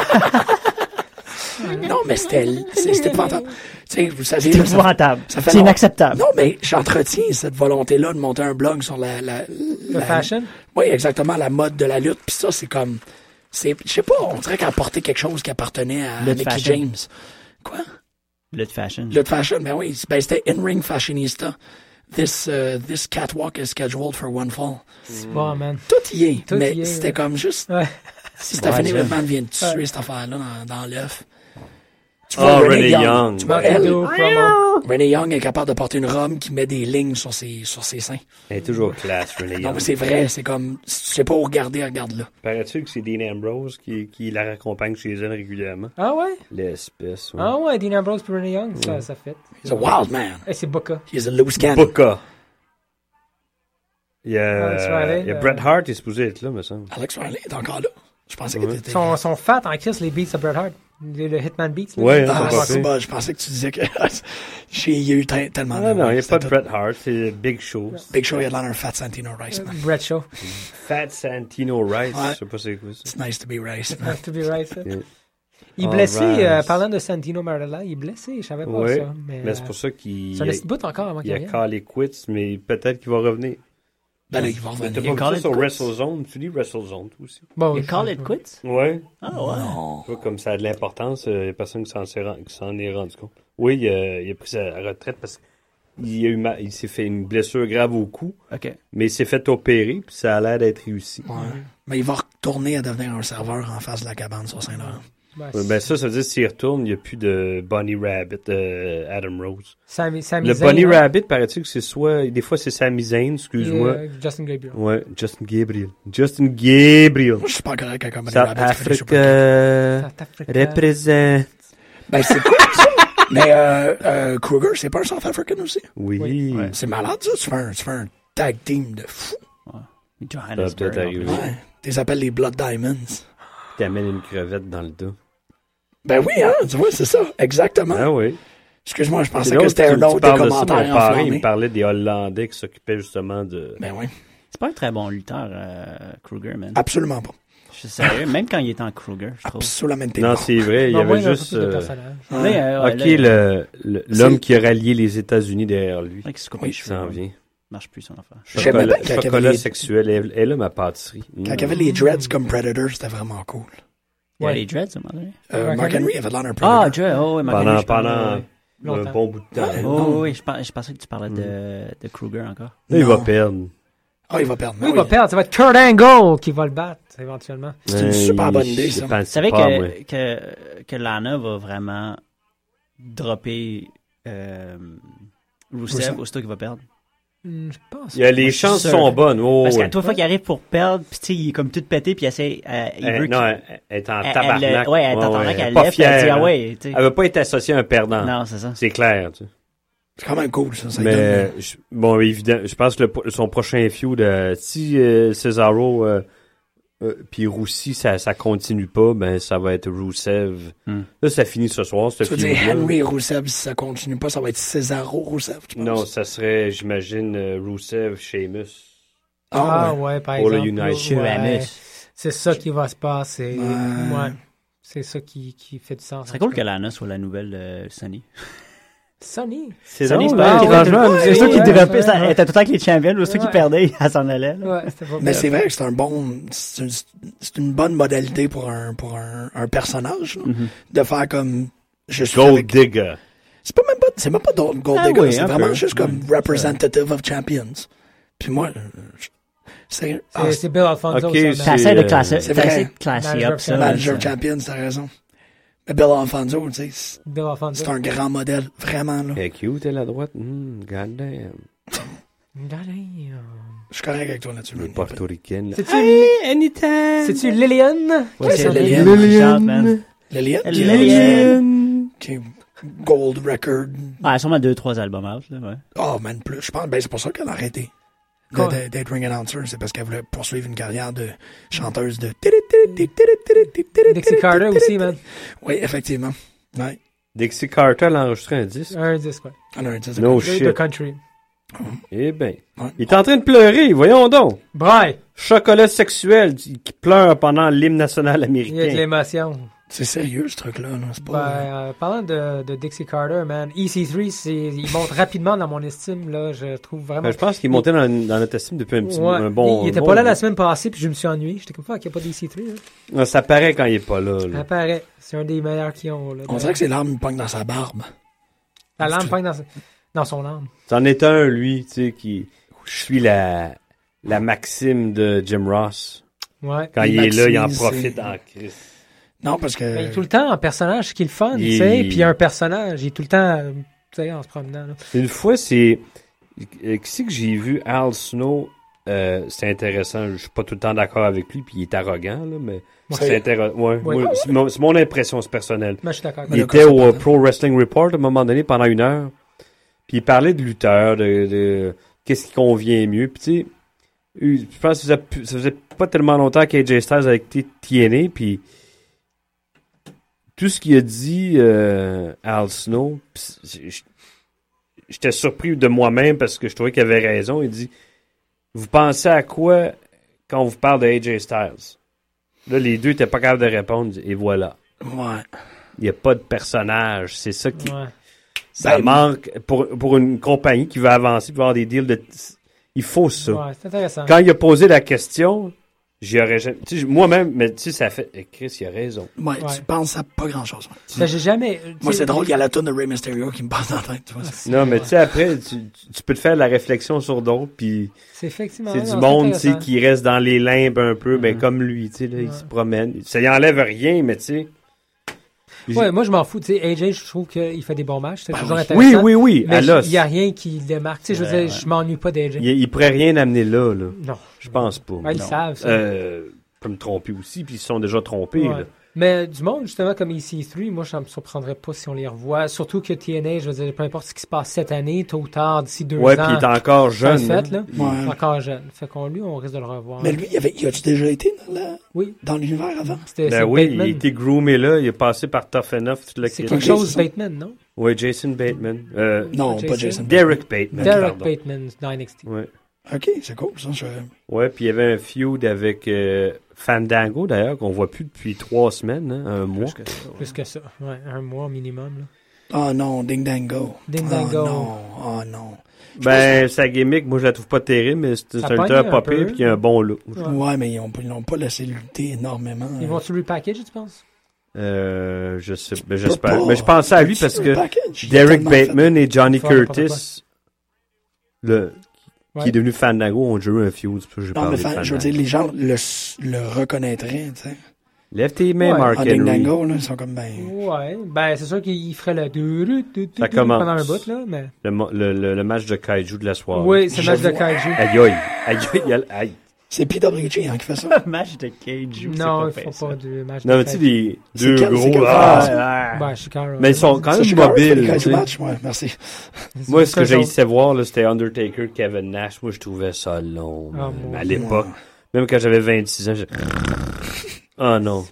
Non, mais c'était épouvantable. Tu sais, vous savez, c'est épouvantable. C'est inacceptable. Non, mais j'entretiens cette volonté-là de monter un blog sur la fashion? Oui, exactement, la mode de la lutte. Puis ça, c'est comme... Je sais pas, on dirait qu'elle apportait quelque chose qui appartenait à Mickey James. Quoi? Lutte fashion. Lutte fashion, ben oui. Ben, c'était In-Ring Fashionista. This catwalk is scheduled for one fall. C'est bon, man. Tout y est. Mais c'était comme juste... Ouais. Si Stephanie McMahon vient de tuer cette affaire-là dans l'œuf. Renee Young. Tu vois, Renee Young est capable de porter une robe qui met des lignes sur ses seins. Elle est toujours classe, Renee Young. Non, mais c'est vrai, c'est comme, si tu sais pas où regarder, regarde-là. Paraît-tu que c'est Dean Ambrose qui la raccompagne chez elle régulièrement? Ah ouais? L'espèce, ouais. Ah ouais, Dean Ambrose et Renee Young, ça fait. He's a wild man. Et c'est Booker. He's a loose cannon. Booker. Il y a Bret Hart, il est supposé être là, me semble. Alex Riley est encore là. Je pensais que t'étais... Son fat en kiss, les beats de Bret Hart. Le Hitman Beats. Ouais, je pensais que tu disais que il y a eu tellement de... Non, il n'y a pas de Bret Hart, c'est Big Show. Big Show, il y a de l'air un Fat Santino Rice, man. Bret Show. Fat Santino Rice, je sais pas c'est quoi ça. It's nice to be Rice. Nice to be Rice. Il est blessé, parlant de Santino Marella, il est blessé, je savais pas ça. Mais c'est pour ça qu'il... C'est un petit bout encore avant qu'il revienne. Il a callé quits, mais peut-être qu'il va revenir. Ben là, il va revenir. T'as pas vu ça sur WrestleZone? Tu lis WrestleZone, toi aussi? Bon, il call it quits? Ouais. Ah ouais. Non. Tu vois, comme ça a de l'importance, il y a personne qui s'en est rendu compte. Oui, il a pris sa retraite parce qu'il s'est fait une blessure grave au cou. OK. Mais il s'est fait opérer, puis ça a l'air d'être réussi. Ouais. Mais il va retourner à devenir un serveur en face de la cabane sur Saint-Laurent. Ben ça veut dire que s'il retourne, il n'y a plus de Bunny Rabbit, Adam Rose. Sami le Zayn, Bunny Rabbit, paraît-il que c'est soit... Des fois, c'est Sami Zayn, excuse-moi. Justin Gabriel. Ouais, Justin Gabriel. Moi, je suis pas correct avec un Bunny South Rabbit. Africa représente. Ben, c'est quoi ça? Mais Kruger, c'est pas un South African aussi? Oui. Ouais. C'est malade, ça. Tu fais un tag team de fou. Ouais. Johannesburg. Ouais. T'es appelles les Blood Diamonds. T'amènes une crevette dans le dos. Ben oui, hein, tu vois, c'est ça, exactement. Ah oui. Excuse-moi, je pensais que c'était un autre des commentaires mon parrain, il me parlait des Hollandais qui s'occupaient justement de... Ben oui. C'est pas un très bon lutteur, Kruger, man. Absolument pas. Je suis sérieux, même quand il était en Kruger, je trouve. Absolument pas. Non, c'est vrai, il y avait juste... l'homme qui a rallié les États-Unis derrière lui. Il s'en vient. Marche plus son affaire. Chocolat sexuel, elle est là ma pâtisserie. Quand il y avait les dreads comme Predator, c'était vraiment cool. Ouais, les dreads, à un moment donné. Mark Henry avait l'air un Predator. Ah, Dread, oh, oui, Mark Henry. Pendant un bon bout de temps. Oh, oui, je pensais que tu parlais de Kruger encore. Il va perdre. Ah, il va perdre. Il va perdre. Ça va être Kurt Angle qui va le battre, éventuellement. C'est une super bonne idée, ça. Vous savez que Lana va vraiment dropper Rusev aussitôt qu'il va perdre? Je pense. Les chances sont bonnes. Oh, parce qu'à toute fois qu'il arrive pour perdre, puis tu sais, il est comme tout pété, puis il essaie. Elle est en tabarnak. Ouais, elle est en tabarnak, elle pas lève, fière, elle dit, ah ouais. Elle veut pas être associée à un perdant. Non, c'est ça. C'est clair, tu sais. C'est quand même cool, ça. Mais, bon, évidemment, je pense que son prochain feud, si Cesaro puis Roussi, ça continue pas, ben ça va être Rusev. Là, ça finit ce soir. Tu veux dire Henry et Rusev, si ça continue pas, ça va être Cesaro Rusev, tu penses? Non, ça serait, j'imagine, Rusev, Sheamus. Ouais, par Pour exemple. le United. Ouais. C'est ça qui va se passer. Ouais. C'est ça qui fait du sens. Ce serait cool que Lana soit la nouvelle Sonny. Sonny. C'est Sonny, c'est drôle, pas hein? elle qui Franchement, c'est ceux qui ouais, développaient, ouais, ça, ouais. elle était tout le temps avec les champions, ou ceux qui Ouais. perdaient, elle s'en allait. là. Ouais, c'était pas Mais bien. c'est vrai que c'est une bonne modalité pour un personnage, là, de faire comme, je suis Gold avec... Digger. C'est même pas Gold Ah Digger, oui, c'est un vraiment peu. juste comme representative of champions. Puis moi, C'est Bill Alfonso. Ok, ça, c'est- T'essaies de classer, c'est t'essaies vrai. de classer Manager up ça. manager ça. champions, t'as raison. Mais Bill Alfonso, tu sais, Bill Alfonso. c'est un grand modèle, vraiment, là. Elle est cute, elle, à droite. God damn. Je suis correct avec toi là-dessus. Elle est man. portoricaine. là. C'est-tu Anytime. C'est-tu Lillian? Ouais, c'est Lillian. Lillian. Chante, man. Lillian? Lillian. Qui est Gold Record. Ah, elle a sûrement 2-3 albums out, là, ouais. Oh, man, plus. Je pense, c'est pour ça qu'elle a arrêté Quoi? d'être ring announcer. C'est parce qu'elle voulait poursuivre une carrière de chanteuse de... Dixie Carter aussi, man. Oui, effectivement. Ouais. Dixie Carter, elle a enregistré un disque. Un disque, ouais. Ah, non, c'est No De shit. country. Eh ben. Ouais. Il est en train de pleurer, voyons donc. Bye! Chocolat sexuel qui pleure pendant l'hymne national Il y a de américain. l'émotion. C'est sérieux, ce truc-là. Là. C'est Ben, pas... parlant de Dixie Carter, man, EC3, il monte rapidement dans mon estime, là. Je trouve vraiment. Je pense qu'il montait dans notre estime depuis un Ouais. un bon... Il était bon pas là la bout. semaine passée, puis je me suis ennuyé. J'étais comme, fuck, il n'y a pas d'EC3, là. Non, ça paraît quand il est pas là. Ça là. paraît. C'est un des meilleurs qu'ils ont, là. On dirait que c'est l'arme qui pogne dans sa barbe. La lampe pogne dans son âme. C'en est un, lui, tu sais, qui suit la maxime de Jim Ross. Ouais. Quand Il il est là, il en maximise profite ses- en crise. Non, parce que... Mais il est tout le temps en personnage, ce qui est le fun, tu sais. Puis il y a un personnage, il est tout le temps, tu sais, en se promenant, là. Une fois, c'est... Qui c'est que j'ai vu? Al Snow, c'est intéressant. Je suis pas tout le temps d'accord avec lui, puis il est arrogant, là, mais c'est Ouais. intéressant. Ouais, Ouais. moi, c'est mon impression, c'est personnel. Moi, je suis d'accord. Il le était cas, c'est au pas- Pro Wrestling Report à un moment donné pendant 1 heure. Puis il parlait de lutteurs, de qu'est-ce qui convient mieux. Puis tu sais, je pense que ça faisait pas tellement longtemps qu'AJ Styles avec TNA. Puis tout ce qu'il a dit Al Snow, j'étais surpris de moi-même parce que je trouvais qu'il avait raison. Il dit, vous pensez à quoi quand on vous parle de AJ Styles? Là, les deux n'étaient pas capables de répondre. Et voilà. Ouais. Il n'y a pas de personnage. C'est ça qui... Ouais. Ça Ben, manque pour une compagnie qui veut avancer, qui veut avoir des deals de... Il faut ça. Ouais, c'est intéressant. Quand il a posé la question, j'y aurais jamais... Tu sais, moi-même, mais tu sais, ça fait... Chris, il a raison. Ouais, Ouais. tu penses à pas grand-chose. Ouais. Ben, j'ai jamais. Moi, c'est drôle, il y a la tonne de Rey Mysterio qui me passe dans la tête, tu vois. Non, mais tu sais, après, tu peux te faire de la réflexion sur d'autres, puis C'est effectivement. c'est non, du monde, tu sais, intéressant. qui reste dans les limbes un peu, ben comme lui, tu sais, là, il Ouais. se promène. Ça y enlève rien, mais tu sais... Ouais, moi, je m'en fous. Tu sais, AJ, je trouve qu'il fait des bons matchs. C'est Ben toujours oui. intéressant. Oui, Mais à l'os. il n'y a rien qui le démarque. Tu sais, je veux Ouais, dire, ouais. je m'ennuie pas d'AJ. Il pourrait rien amener là. Non. Je pense pas. Ouais, ils Non. savent, ça. Je peux me tromper aussi, puis ils se sont déjà trompés, Ouais. là. Mais du monde, justement, comme EC3, moi, ça me surprendrait pas si on les revoit. Surtout que TNA, je veux dire, peu importe ce qui se passe cette année, tôt ou tard, d'ici 2 Ouais, ans. puis il est encore ça jeune. fait, là. Ouais. Encore jeune. Fait qu'on lui, on risque de le revoir. Mais lui, il a-tu déjà été Oui. dans l'univers avant? C'était Ben c'est oui, Bateman. il a été groomé là, il est passé par Tough Enough, tout le C'est kit. quelque Ok, chose, c'est ça. Bateman, non? Ouais, Jason Bateman. Non, Jason? pas Jason. Derek Bateman. Derek pardon. Bateman dans NXT. Ouais. Ok, c'est cool, ça. Ouais, puis il y avait un feud avec Fandango, d'ailleurs, qu'on voit plus depuis 3 semaines, hein, un mois. Plus que ça. Ouais, un mois minimum, là. Oh non, Ding Dango. Ding Dango. Oh non, oh non. Ben, sa gimmick, moi, je la trouve pas terrible, mais c'est Ça un pogne lutteur un pas peu. pire, puis qui a un bon look. Ouais. Ouais, mais ils l'ont pas laissé lutter énormément. Ils vont-tu repackage, tu penses? Je sais, ben, j'espère. Pas. Mais je pensais à lui parce Le que package, il a Derek tellement fait- Bateman et Johnny Faut faire n'importe Curtis, qui Ouais. est devenu Fandango, ont déjà eu un feud, c'est pour ça que j'ai Non, parlé mais de je veux Fandango. dire, les gens le reconnaîtraient, tu sais. Lève tes mains, Ouais. Mark En Ding Henry. Dango, là, ils sont comme ben. Ouais. Ben, c'est sûr qu'il ferait le Ça commence. pendant un bout, là, mais. Le match de Kaiju de la soirée. Oui, c'est le match Je de vois. Kaiju. Aïe aïe. Aïe aïe. Aïe. C'est PWG hein, qui fait ça. Match de Cage. Non, ils font pas de match Non, de mais tu sais, Kaiju. les C'est deux quel- c'est gros. quel Ah, match? ouais. Ben, Shikara. Mais ils sont quand Ça, même Chicago, fait mobiles. les tu Kaiju sais. match, ouais, merci. Moi, ce que j'ai j'haïssais voir, là, c'était Undertaker, Kevin Nash. Moi, je trouvais ça long. Ah, même, moi à aussi. l'époque. Même quand j'avais 26 ans, Ah non.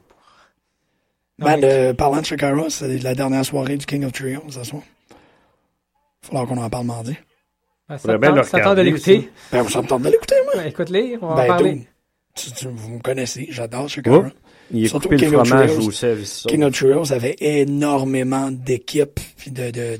Ben, parlant de Chikara, c'est la dernière soirée du King of Trios ce soir. Il va falloir qu'on en parle mardi. Ben, Faudrait bien le ça tente de regarder, l'écouter. Ben, ça me tente de l'écouter, moi. Ben, écoute-les, on va en Ben, parler. vous me connaissez, j'adore Chikara. Oh, il a Surtout coupé le King of fromage Trios. au sève ici. King of Trios avait énormément d'équipes, puis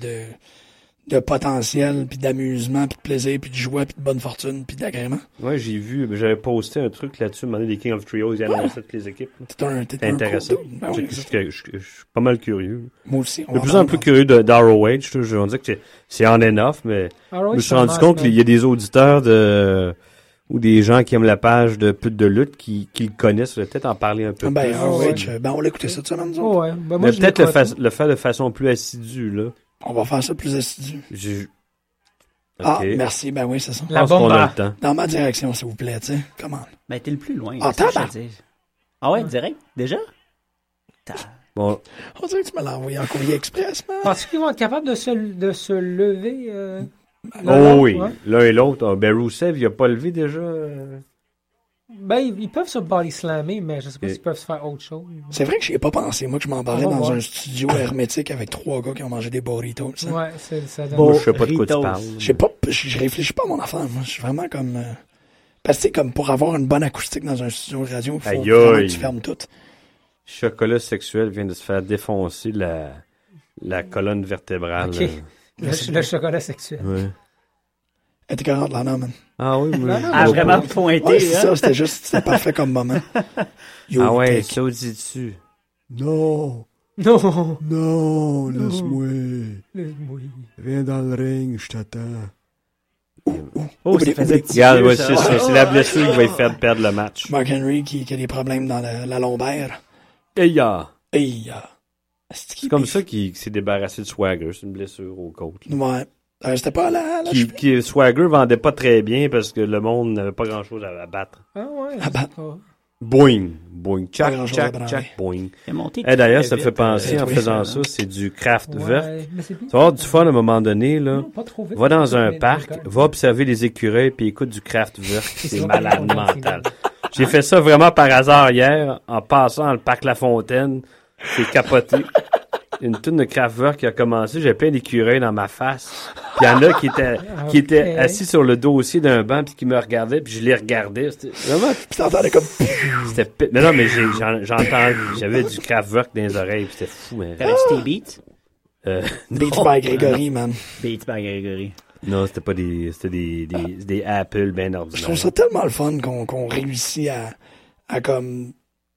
de potentiel, puis d'amusement, puis de plaisir, puis de joie, puis de bonne fortune, puis d'agrément. Ouais, j'ai vu, j'avais posté un truc là-dessus, demandé des King of Trios, ils annonçaient toutes les équipes. là. T'es un Intéressant. cool dude. Ben oui, Je suis pas mal curieux. moi aussi. on De va plus en en plus parler. curieux d'ROH, on dit que c'est on and off, mais Alors, je me suis rendu compte qu'il y a des auditeurs ou des gens qui aiment la page de Pute de lutte qui le connaissent. Je vais peut-être en parler un peu Ah, ben, plus. ROH, ben, on l'a écouté cette semaine, nous autres. Oh, ouais. Ben, moi, Mais je peut-être l'écoute. le faire de façon plus assidue, là. On va faire ça plus assidu. Ah, Ok. merci, ben oui, c'est ça. Je La pense qu'on a bomba. le temps. Dans ma direction, s'il vous plaît, tu sais. Comment? Ben, t'es le plus loin. Ah, c'est ça que tabarnak! je te dis. Ah ouais, direct? Déjà? Bon, On dirait que tu me l'as envoyé en courrier express, man. Penses-tu qu'ils vont être capables de se lever? oh oui, Ouais. l'un et l'autre. Ah, ben Rusev, il a pas levé déjà. Ben, ils peuvent se body slammer, mais je sais pas Ok. s'ils peuvent se faire autre chose. C'est vrai que j'y ai pas pensé. Moi, que je m'embarrais On va dans voir. un studio hermétique avec 3 gars qui ont mangé des burritos. Ça. Ouais, ça donne... Moi, je sais pas de quoi tu Burritos. parles. Je réfléchis pas à mon affaire. Moi, je suis vraiment comme... Parce que, tu sais, comme pour avoir une bonne acoustique dans un studio de radio, il faut Aïe, vraiment que aïe. tu fermes tout. Chocolat sexuel vient de se faire défoncer la colonne vertébrale. Ok. Le chocolat sexuel. Ouais. Elle était correcte, là, non, man. Ah oui, moi, Non, non, Ah, mais- vraiment pointé, Ouais, c'est hein? ça. C'était parfait comme moment. Yo, Ah ouais, take. ça dit dessus. Non, Non! non, laisse-moi. Oui. Viens dans le ring, je t'attends. Oh, ça Oublie- faisait oublie- petit Regarde, cul, ouais, ça. c'est ça. C'est la blessure qui va lui faire perdre le match. Mark Henry qui a des problèmes dans la lombaire. Et ya. Hey, C'est comme ça qu'il s'est débarrassé de Swagger. C'est une blessure aux côtes. là. Ouais. C'était pas la Swagger vendait pas très bien parce que le monde n'avait pas grand chose à battre. Ah ouais. Ah, bah. Boing, boing, Pas tchac, grand-chose tchac, à branler. tchac, boing. C'est monté Eh, d'ailleurs, très ça me fait vite, penser, en oui, faisant ça, ça, c'est du Kraftwerk. Ouais, mais c'est bien. Tu vas avoir du fun à un moment donné, là. Non, pas trop vite. Va dans un Mais- parc, mais- va observer les écureuils puis écoute du Kraftwerk. C'est ça. malade mental. J'ai fait ça vraiment par hasard hier, en passant dans le parc La Fontaine. J'ai capoté. Une toune de Kraftwerk qui a commencé, j'ai plein d'écureuils dans ma face. Puis il y en a qui étaient assis sur le dossier d'un banc puis qui me regardaient puis je les regardais. C'était vraiment, Puis t'entendais comme... non, mais j'entends, j'avais du Kraftwerk dans les oreilles puis c'était fou, mais, T'avais-tu tes beats? Beats non. by Grégory, man. Beats by Gregory. Non, c'était pas c'était des Apple bien Je ordinaires. trouve ça tellement le fun qu'on réussit à comme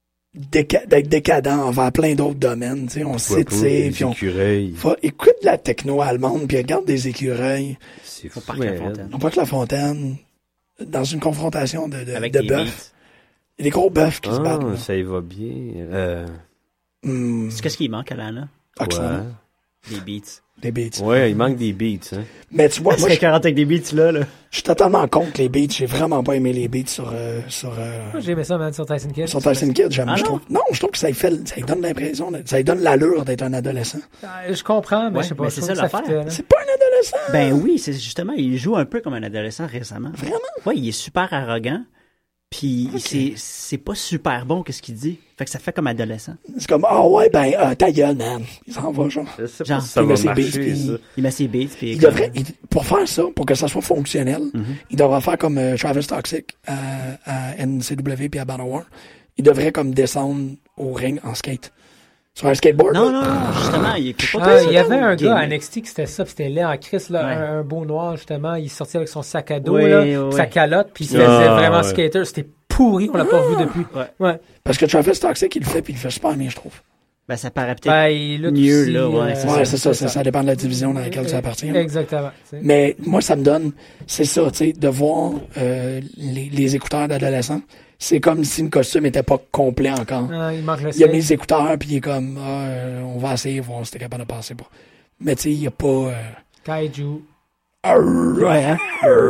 d'être décadent envers plein d'autres domaines. Tu sais, on s'étire, Les puis on écureuils. écoute la techno allemande, puis regarde des écureuils. C'est Au fou, parc mais La Fontaine. On voit que la fontaine, dans une confrontation de Avec de des bœufs, beats. il y a des gros bœufs qui se battent. Ah, là. ça y va bien. Qu'est-ce qui manque à Lana? Oxnard, Des beats. des beats. Ouais, il manque des beats, hein. Mais tu vois, Ça moi, serait 40 avec des beats, là. je suis totalement contre les beats. J'ai vraiment pas aimé les beats sur Moi, j'ai aimé ça, man, sur Tyson Kidd. sur Tyson Kidd. Ah Je non? trouve, non, je trouve que ça lui donne l'impression, ça lui donne l'allure d'être un adolescent. Je comprends, mais Ouais, je sais pas. mais je c'est trouve ça que l'affaire. fitait, là. C'est pas un adolescent. Ben oui, c'est justement, il joue un peu comme un adolescent récemment. Vraiment? Ouais, il est super arrogant. Puis c'est pas super bon qu'est-ce qu'il dit. Fait que ça fait comme adolescent. C'est comme, ah ouais, ta gueule, man. Il s'en va, genre. Je sais Genre, pas si ça il va met ses marcher, beats, puis- ça. Il met ses beats puis Il devrait, pour faire ça, pour que ça soit fonctionnel, Mhm. il devrait faire comme Travis Toxic à NCW puis à Battle War. Il devrait comme descendre au ring en skate. Sur un skateboard. Non, là. non, justement, il est pas Ah, tout il y avait un gimmick. gars à NXT qui c'était ça, puis c'était laid en Chris, là, Ouais. un beau noir, justement. Il sortait avec son sac à dos, Oui, là, oui. sa calotte, puis il se Ah, faisait vraiment ouais. skater. C'était pourri, on l'a pas revu depuis. Ouais. Parce que Travis Toxic, il le fait puis il le fait super bien, je trouve. Ben, ça paraît peut-être. Ben, il lutte mieux, aussi, là, ouais, c'est Ouais, c'est ça, ça dépend de la division dans laquelle tu appartiens. Exactement. tu sais. Mais moi, ça me donne, c'est ça, tu sais, de voir les écouteurs d'adolescents. C'est comme si le costume était pas complet encore. Ah, il manque le Il a mis signe. les écouteurs puis il est comme, on va essayer, voir si t'es capable de passer pas. Mais tu sais, il y a pas. Kaiju. Ouais, hein?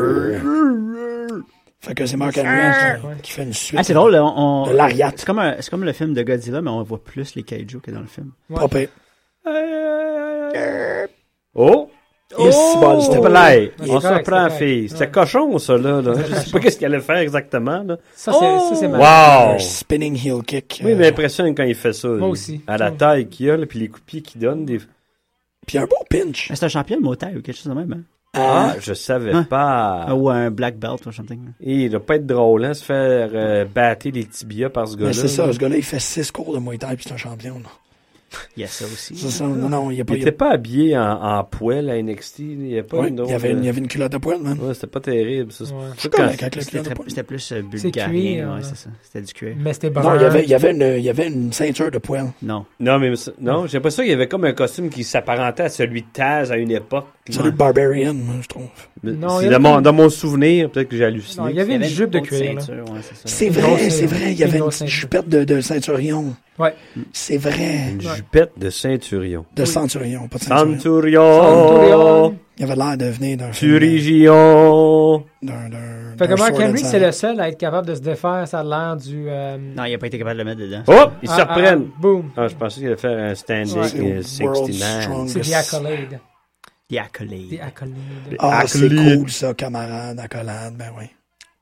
Fait que c'est Mark Henry qui fait une suite. Ah, c'est drôle, là, on... De l'Ariat. C'est comme le film de Godzilla, mais on voit plus les kaiju que dans le film. Pas pire. Oh! Et c'est bon, c'était pas pas là. C'est On se correct, reprend la c'est fille. correct. C'était Ouais. cochon, ça, là. Je sais pas qu'est-ce qu'il allait faire exactement, là. Ça, c'est mal. Wow! un spinning heel kick. Oui, il m'impressionne quand il fait ça. Moi lui. aussi. À la taille qu'il a, là, puis les coups de pied qu'il donne. Puis un bon pinch. Mais c'est un champion de Muay Thai ou quelque chose de même, hein? Ah, je savais Hein? pas. Ou un black belt ou something. Et il doit pas être drôle, hein, se faire battre les tibias par ce gars-là. Mais c'est ça, là. ce gars-là, il fait 6 cours de Muay Thai puis c'est un champion. Là. Il y a ça aussi. C'est ça, non, il y a pas... Il était pas habillé en poêle à NXT. Il y a pas Ouais, une il drôle y avait de- une culotte de poêle, man. Ouais, c'était pas terrible. Ça. Ouais. Je suis Quand- correct avec le C'était culotte de poêle. c'était plus cuir, bulgarien. hein. Ouais, c'est ça. C'était du cuir. Mais c'était Non, brun. il y avait une ceinture de poêle. Non. Non, mais non, j'ai pas ça. Il y avait comme un costume qui s'apparentait à celui de Taz à une époque. Celui de Barbarian, moi, je trouve. Mais Non, c'est il y avait dans mon souvenir, peut-être que j'ai halluciné. Non, il y avait une une jupe de autre cuir. là. ceinture, ouais, c'est ça. C'est Une vrai, grosse c'est ceinture. vrai. Il y avait Une une grosse petite ceinture. jupette de ceinturion. Ouais. C'est vrai. Une jupette de ceinturion. De centurion, pas de ceinturion. Centurion! Il avait l'air de venir d'un Turigion! Fait que d'un Mark sword and Henry, c'est sandal. le seul à être capable de se défaire, ça a l'air du... Non, il n'a pas été capable de le mettre dedans. Oh! Ils se reprennent! Boom. Ah, je pensais qu'il allait faire un standing Ouais. C'est World's 69. Strongest. C'est The Accolade. The Accolade. The Accolade. Ah, c'est Accolade. cool, ça, camarade, accolade, ben oui.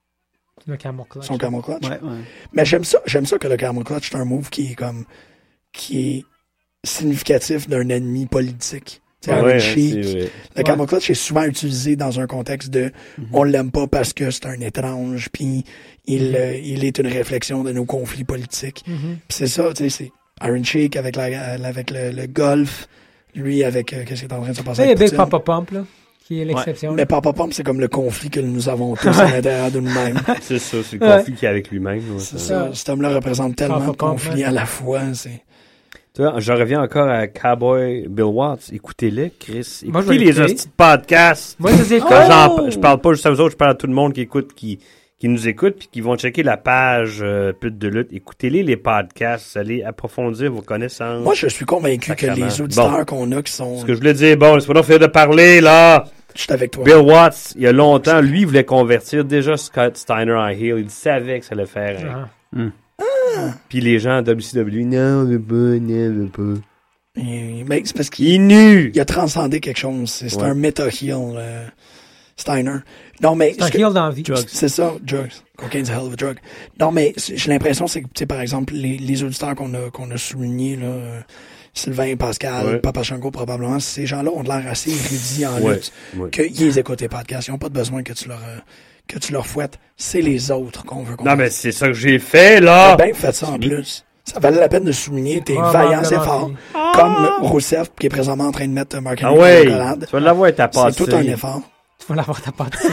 Le camel clutch. Son camel clutch. Ouais, ouais. Mais j'aime ça que le camel clutch, c'est un move qui est significatif d'un ennemi politique. Tu sais, Ah Iron ouais, Sheik, c'est vrai. le camel clutch est souvent utilisé dans un contexte de on l'aime pas parce que c'est un étrange, puis il est une réflexion de nos conflits politiques. Mhm. Puis c'est ça, tu sais, c'est Iron Sheik avec le golf, lui avec qu'est-ce qui est en train de se passer Ça, il y a avec Big Poutine. Papa Pump, là, qui est l'exception. Mais Papa Pump, c'est comme le conflit que nous avons tous à l'intérieur de nous-mêmes. C'est ça, c'est le conflit qu'il y a avec lui-même. ouais, C'est ça. ça. Cet homme-là représente tellement Papa de Pump, conflits ouais. à la fois. C'est... Tu vois, je reviens encore à Cowboy Bill Watts. Écoutez-les, Chris. Moi, je vais Écoutez les l'écouter. hosties de podcasts. Moi, je les écoute. Quand je parle pas juste à vous autres, je parle à tout le monde qui écoute, qui nous écoute, puis qui vont checker la page Pute de lutte. Écoutez-les, les podcasts. Vous allez approfondir vos connaissances. Moi, je suis convaincu que Sacrément. les auditeurs qu'on a qui sont... Ce que je voulais dire, bon, c'est pas donc faire de parler, là. Je suis avec toi. Bill Watts, il y a longtemps, lui, il voulait convertir déjà Scott Steiner en heel. Il savait que ça allait faire. Ah. Puis les gens à WCW, non, on veut pas, non, on veut pas. Mais c'est parce qu'il Il est nu! il a transcendé quelque chose. C'est Ouais. un méta-heel, Steiner. Non, mais... C'est un heel dans la vie. C'est ça, drugs. Cocaine's a hell of a drug. Non, mais j'ai l'impression, c'est que, tu sais, par exemple, les auditeurs qu'on a soulignés, là, Sylvain, Pascal, Ouais. Papa Shango, probablement, ces gens-là ont de l'air assez érudits en Ouais, lutte, ouais. qu'ils écoutent tes podcasts. Ils n'ont pas de besoin que tu leur fouettes. C'est les autres qu'on veut qu'on Non, mais fasse. c'est ça que j'ai fait, là! Ben, faites ça en plus. Ça valait la peine de souligner tes Ouais, vaillants vraiment, efforts. fini. Comme Rousseff, qui est présentement en train de mettre Mark Ah Henry ouais! en accolade. Tu vas l'avoir ta C'est pâtisserie. tout un effort. Tu vas l'avoir ta partie.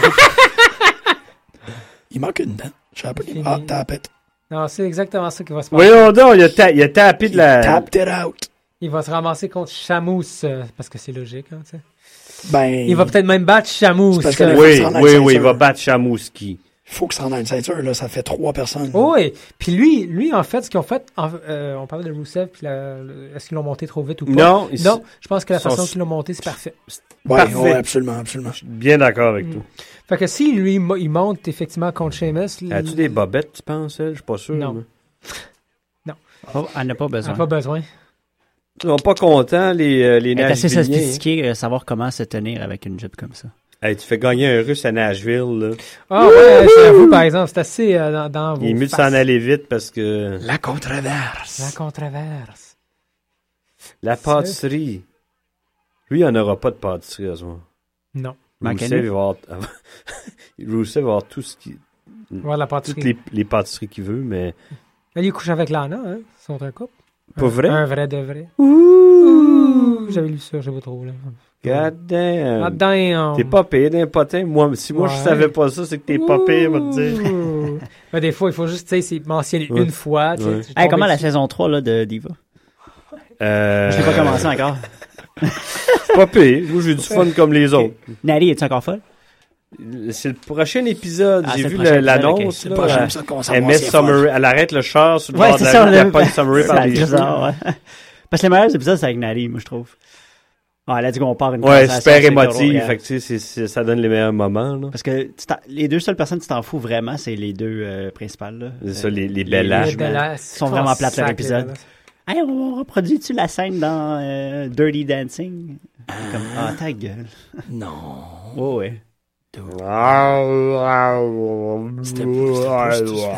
Il manque une dent. Je savais pas qu'il... Fini. Ah, tapette. Non, c'est exactement ça qui va se passer. Voyons donc, il a tapé de la... Tapped it out. Il va se ramasser contre Chamousse, parce que c'est logique, hein, tu sais. Ben... Il va peut-être même battre Chamousse. C'est parce que euh, faut Oui, se rendre à oui, la oui, il ceinture. va battre Chamouski. Faut que ça rentre dans une ceinture, là. Ça fait 3 personnes. Oh oui, puis lui, en fait, ce qu'ils ont fait, on parlait de Rusev, puis est-ce qu'ils l'ont monté trop vite ou pas? Non, Non, je pense que la sont- façon qu'ils l'ont monté, c'est parfait. Ouais, Parfait. ouais, absolument, absolument. Je suis bien d'accord avec toi. Fait que si lui, il monte effectivement contre Sheamus, As-tu des bobettes, tu penses, elle? Je suis pas sûr. Non. moi. Oh, elle n'a pas on besoin. n'a pas besoin. Ils sont pas contents, les Elle est assez Nashvilliens. sophistiquée à savoir comment se tenir avec une jupe comme ça. Hey, tu fais gagner un Russe à Nashville, là. Ah ouais, j'avoue, par exemple, c'est assez dans vos Il est mieux de faces. s'en aller vite parce que... La controverse. La controverse. La pâtisserie. Lui, il n'y en aura pas de pâtisserie à ce moment. Non. Rousseff, il va avoir... Rousseff va avoir tout ce qui... Voir la Toutes pâtisserie. les pâtisseries qu'il veut, mais... Elle il couche avec Lana, hein? Ils sont un couple. Pas vrai? Un vrai de vrai. Ouh! J'avais lu ça, je sais pas trop, là. God damn. Ah, damn! T'es pas payé d'un potin. Moi, si moi je Ouais. savais pas ça, c'est que t'es pas payé, on va te dire. Ouh. Mais des fois, il faut juste, tu sais, c'est mentionné Ouais. une fois. Tu sais, Ouais. tu Hey, tombes comment la dessus. saison 3 là, de Diva? Je Je l'ai pas commencé encore. C'est pas payé. Moi, j'ai du fun comme les autres. Nathalie, es-tu encore folle? C'est le prochain épisode. Ah, J'ai c'est vu le prochain l'annonce. épisode, ok. C'est là, le prochain épisode qu'on s'en elle va, met c'est fun. Summary. Elle arrête le char sur le Ouais, bord de c'est la ça, rue. on Elle l'a pas une Summary par les cheveux. bizarre, ouais. Parce que les meilleurs épisodes, c'est avec Nathalie, moi, je trouve. Ah, elle a dit qu'on part une Ouais, conversation, super c'est émotif. drôle, Fait que, tu sais, ça donne les meilleurs moments, là. Parce que les deux seules personnes qui t'en fous vraiment, c'est les deux principales. Là. C'est ça, les Bellas. Les Bellas, sont vraiment plates, leur sacré, épisode. là. Hey, on reproduit-tu la scène dans Dirty Dancing? Comme, ta gueule. Non. Oh, ouais. C'était pas suffisant.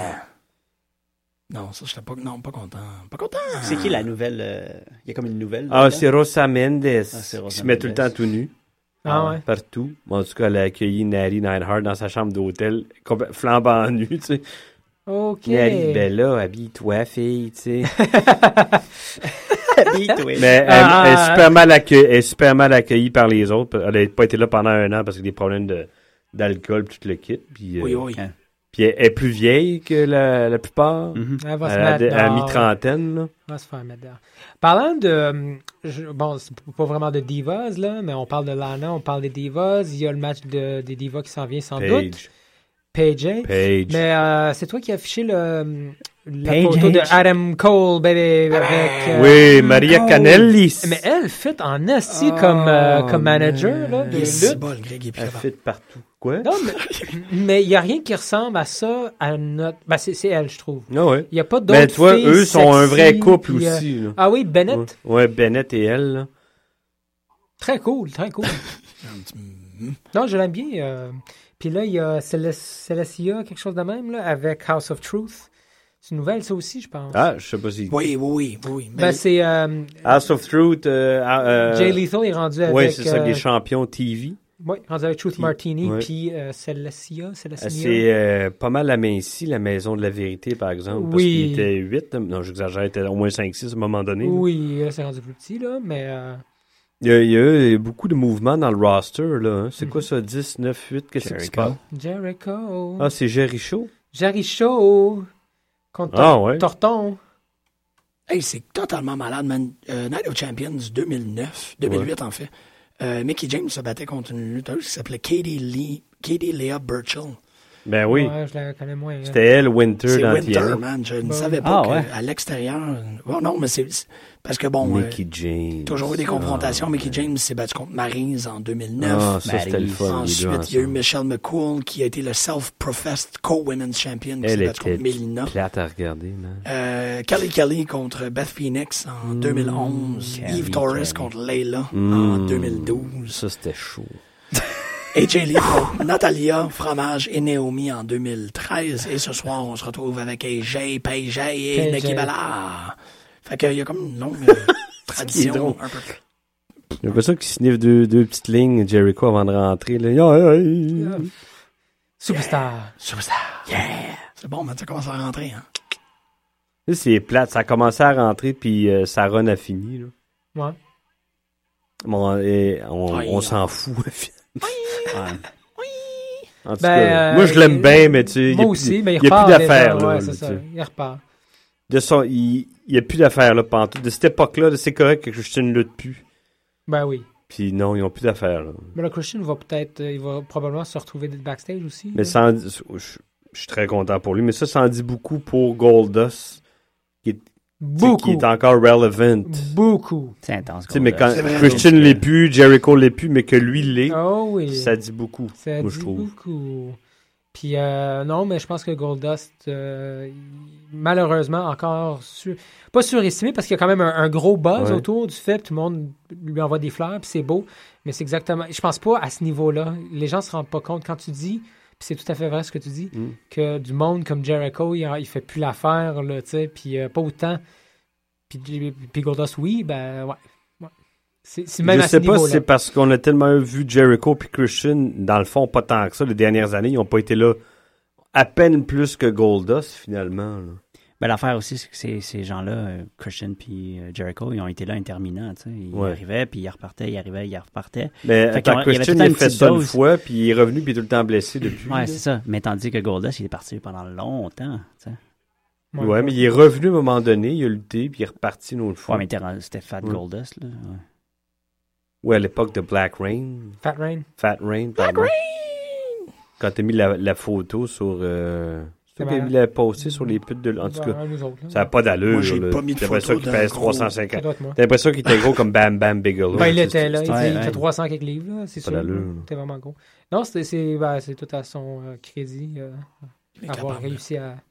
Non, ça, j'étais pas content. Pas content! C'est qui la nouvelle? Il y a comme une nouvelle. C'est Rosa Mendes. C'est Rosa qui se met tout le Mendes. temps tout nu. Ah ouais. Partout. En tout cas, elle a accueilli Natty Neidhart dans sa chambre d'hôtel, flambant nu, tu sais. OK. Natty, ben là, habille-toi, fille, tu sais. Habille-toi. Mais elle est super mal accueillie par les autres. Elle n'a pas été là pendant 1 an parce qu'il y a des problèmes d'alcool, tout le kit. Puis, Oui. puis elle est plus vieille que la plupart. Elle va se Elle a mettre à dehors. mi-trentaine, là. Elle va se faire mettre dehors. Parlant de... bon, c'est pas vraiment de divas, là, mais on parle de Lana, on parle des divas. Il y a le match des divas qui s'en vient sans doute. Paige. Mais c'est toi qui as affiché la photo de Adam Cole, baby, avec... oui, Maria Kanellis. Mais elle fit en esti comme manager, là, de Il est si lutte. bas, le Greg, et puis Elle fit partout. Quoi? Non, mais il n'y a rien qui ressemble à ça, à notre... Ben, c'est elle, je trouve. Ah ouais. Il n'y a pas d'autres Mais toi, filles eux sont un vrai sexy, couple puis, aussi. Là. Ah oui, Bennett. Ouais, Bennett et elle, là. Très cool, très cool. Non, je l'aime bien. Puis là, il y a Celestia, quelque chose de même, là, avec House of Truth. C'est une nouvelle, ça aussi, je pense. Ah, je sais pas si... Oui. Ben, c'est... House of Truth... Jay Lethal est rendu avec... Oui, c'est ça, les champions TV. Oui, rendu avec Truth Martini, ouais. puis Celestia. C'est pas mal aminci, la Maison de la Vérité, par exemple. Parce qu'il était 8. Non, j'exagère, il était au moins 5-6 à un moment donné. Oui, là, c'est rendu plus petit, là, mais... Il y a eu beaucoup de mouvements dans le roster, là. Hein. C'est quoi ça, 10, 9, 8? Qu'est-ce qui se passe? Jericho. Ah, c'est Jericho? Jericho. Contre Torton. Hey, c'est totalement malade, man. Night of Champions 2008 en fait. Mickie James se battait contre une lutteuse qui s'appelait Katie Lea Burchill. Ben oui. Ouais, je la connais moins. C'était elle, Winter, C'est dans Winter, TNA. man. Je ne savais pas ouais. qu'à l'extérieur... Bon, non, mais c'est... Parce que bon... Mickey James. Toujours eu des confrontations. Mickey James s'est battu contre Maryse en 2009. Ah, ça, c'était le fun. Ensuite, il y a eu Michelle McCool qui a été le self-professed co-women's champion qui s'est Elle battu contre était Melina. plate à regarder, man. Kelly contre Beth Phoenix en 2011. Eve Torres contre Layla en 2012. Ça, c'était chaud. AJ Lee contre Natalia, Fromage et Naomi en 2013. Et ce soir, on se retrouve avec AJ, Paige et Nikki Bella. Fait qu'il y a comme une longue tradition. Un peu. J'ai l'impression qu'il sniffe deux petites lignes, Jericho, avant de rentrer. Là. Superstar. Yeah! C'est bon, man, ça commence à rentrer. Hein? Là, c'est plate. Ça a commencé à rentrer, puis sa run a fini. Là. Ouais. Bon, on s'en fout. En tout cas, moi, je l'aime bien, mais tu sais, moi aussi, mais il n'y a plus d'affaires. Là, ouais, c'est ça. Il repart. Il n'y a plus d'affaires, là, pantoute. De cette époque-là, c'est correct que Christian ne lutte plus. Ben oui. Puis non, ils n'ont plus d'affaires, là. Mais le Christian il va probablement se retrouver backstage aussi. Mais ça je suis très content pour lui, mais ça en dit beaucoup pour Goldust, qui est encore relevant. Beaucoup. C'est intense. Mais quand vrai, Christian l'est plus, Jericho l'est plus, mais que lui l'est, Oh oui. ça dit beaucoup, Ça moi, dit je trouve. beaucoup. Puis non, mais je pense que Goldust, malheureusement, encore pas surestimé parce qu'il y a quand même un gros buzz autour du fait, tout le monde lui envoie des fleurs, puis c'est beau, mais c'est exactement... Je pense pas à ce niveau-là. Les gens se rendent pas compte quand tu dis, puis c'est tout à fait vrai ce que tu dis, que du monde comme Jericho, il fait plus l'affaire, là, tu sais, puis pas autant. Puis Goldust, oui, ben ouais. C'est même Je à ce sais pas niveau-là. si c'est parce qu'on a tellement vu Jericho puis Christian, dans le fond, pas tant que ça, les dernières années, ils n'ont pas été là à peine plus que Goldust, finalement. Là. Ben, l'affaire aussi, c'est que ces gens-là, Christian puis Jericho, ils ont été là interminants. Tu sais. Ils arrivaient, puis ils repartaient, ils arrivaient, ils repartaient. Mais attends, Christian, il a fait ça une fois, puis il est revenu, puis il est tout le temps blessé depuis. Ouais, c'est ça. Mais tandis que Goldust, il est parti pendant longtemps. Tu sais. Ouais, mais il est revenu à un moment donné, il a lutté, puis il est reparti une autre fois. Ouais, mais c'était Fat Goldust, là. Ouais, à l'époque de Black Rain. Fat Rain. Black Rain! Quand t'as mis la photo sur... c'est toi qui as mis la postée sur les putes de... En tout cas, ça n'a pas d'allure. Moi, j'ai là. pas mis de T'as l'impression photo qu'il pèse d'un gros- 350. Moi. T'as l'impression qu'il était gros comme Bam Bam Bigelow. Ben, il était là, il ouais. fait 300 quelques livres, là, c'est Pas sûr. d'allure. C'était vraiment gros. Non, c'est tout à son crédit Il est avoir capable, réussi à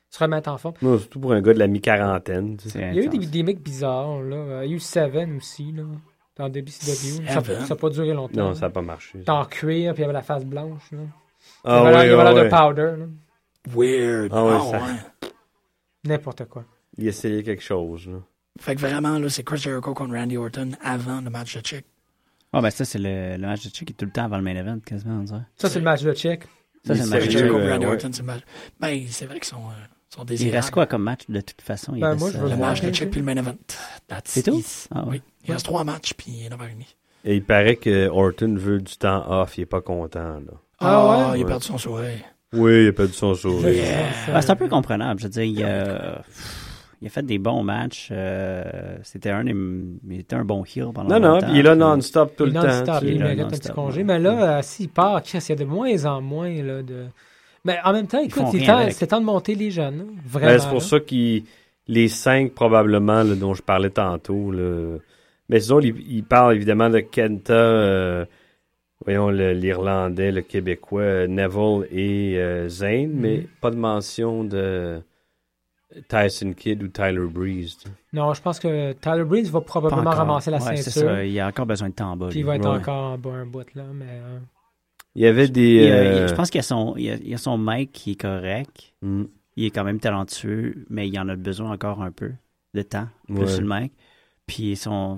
se remettre en forme. Non, surtout pour un gars de la mi-quarantaine. Tu sais. Il y a eu des gimmicks bizarres, là. Il y a eu Seven aussi, là. Dans WCW. Ça n'a pas duré longtemps. Non, ça n'a pas marché. C'était en cuir, puis il y avait la face blanche, là. Ah il y avait l'air de powder, là. Weird. Ah ouais, Ah, ça- ouais. N'importe quoi. Il essayait quelque chose. Là. Fait que vraiment, là, c'est Chris Jericho contre Randy Orton avant le match de Chick. Ah, ben ça, c'est le match de Chick qui est tout le temps avant le main event, quasiment, on dirait. Ça, c'est le match de Chick. Ça, c'est le match Chris de Jericho Chick. contre Randy ouais. Orton, c'est le match. Ben, c'est vrai qu'ils sont Il désirables. reste quoi comme match, de toute façon? Il Ben, reste, moi, je veux Le voir. match de Chick puis le main event. That's C'est tout? it. Ah, ouais. Oui. Il reste 3 matchs puis 9h30. Et il paraît que Orton veut du temps off. Il est pas content. Là. Ah ouais? Il a perdu son sourire. Oui, il a perdu son sourire. Yeah. Ben, c'est un peu comprenable. Je veux dire, il a fait des bons matchs. C'était il était un bon heel pendant Non, longtemps. puis il est là puis- non-stop tout Il le est non-stop, temps. tu sais. il là, mérite un non-stop, petit congé. ouais. Mais là, s'il part, Chris, il y a de moins en moins là, de... Mais en même temps, écoute, font c'est rien temps, avec. c'est temps de monter les jeunes. Hein, vraiment. Ben, c'est pour là. ça que les 5 probablement là, dont je parlais tantôt. Là. Mais sinon, il parle évidemment de Kenta, voyons l'Irlandais, le Québécois, Neville et Zayn, mais pas de mention de Tyson Kidd ou Tyler Breeze. tu sais. Non, je pense que Tyler Breeze va Pas probablement encore. ramasser la Ouais, c'est ceinture. ça. Il a encore besoin de temps en bas. Puis lui. il va être Ouais. encore en bas un bout, là. Mais, Il y avait des... Je pense qu'il y a son mic qui est correct. hmm, Il est quand même talentueux, mais il en a besoin encore un peu de temps, plus Ouais. sur le mic. Puis son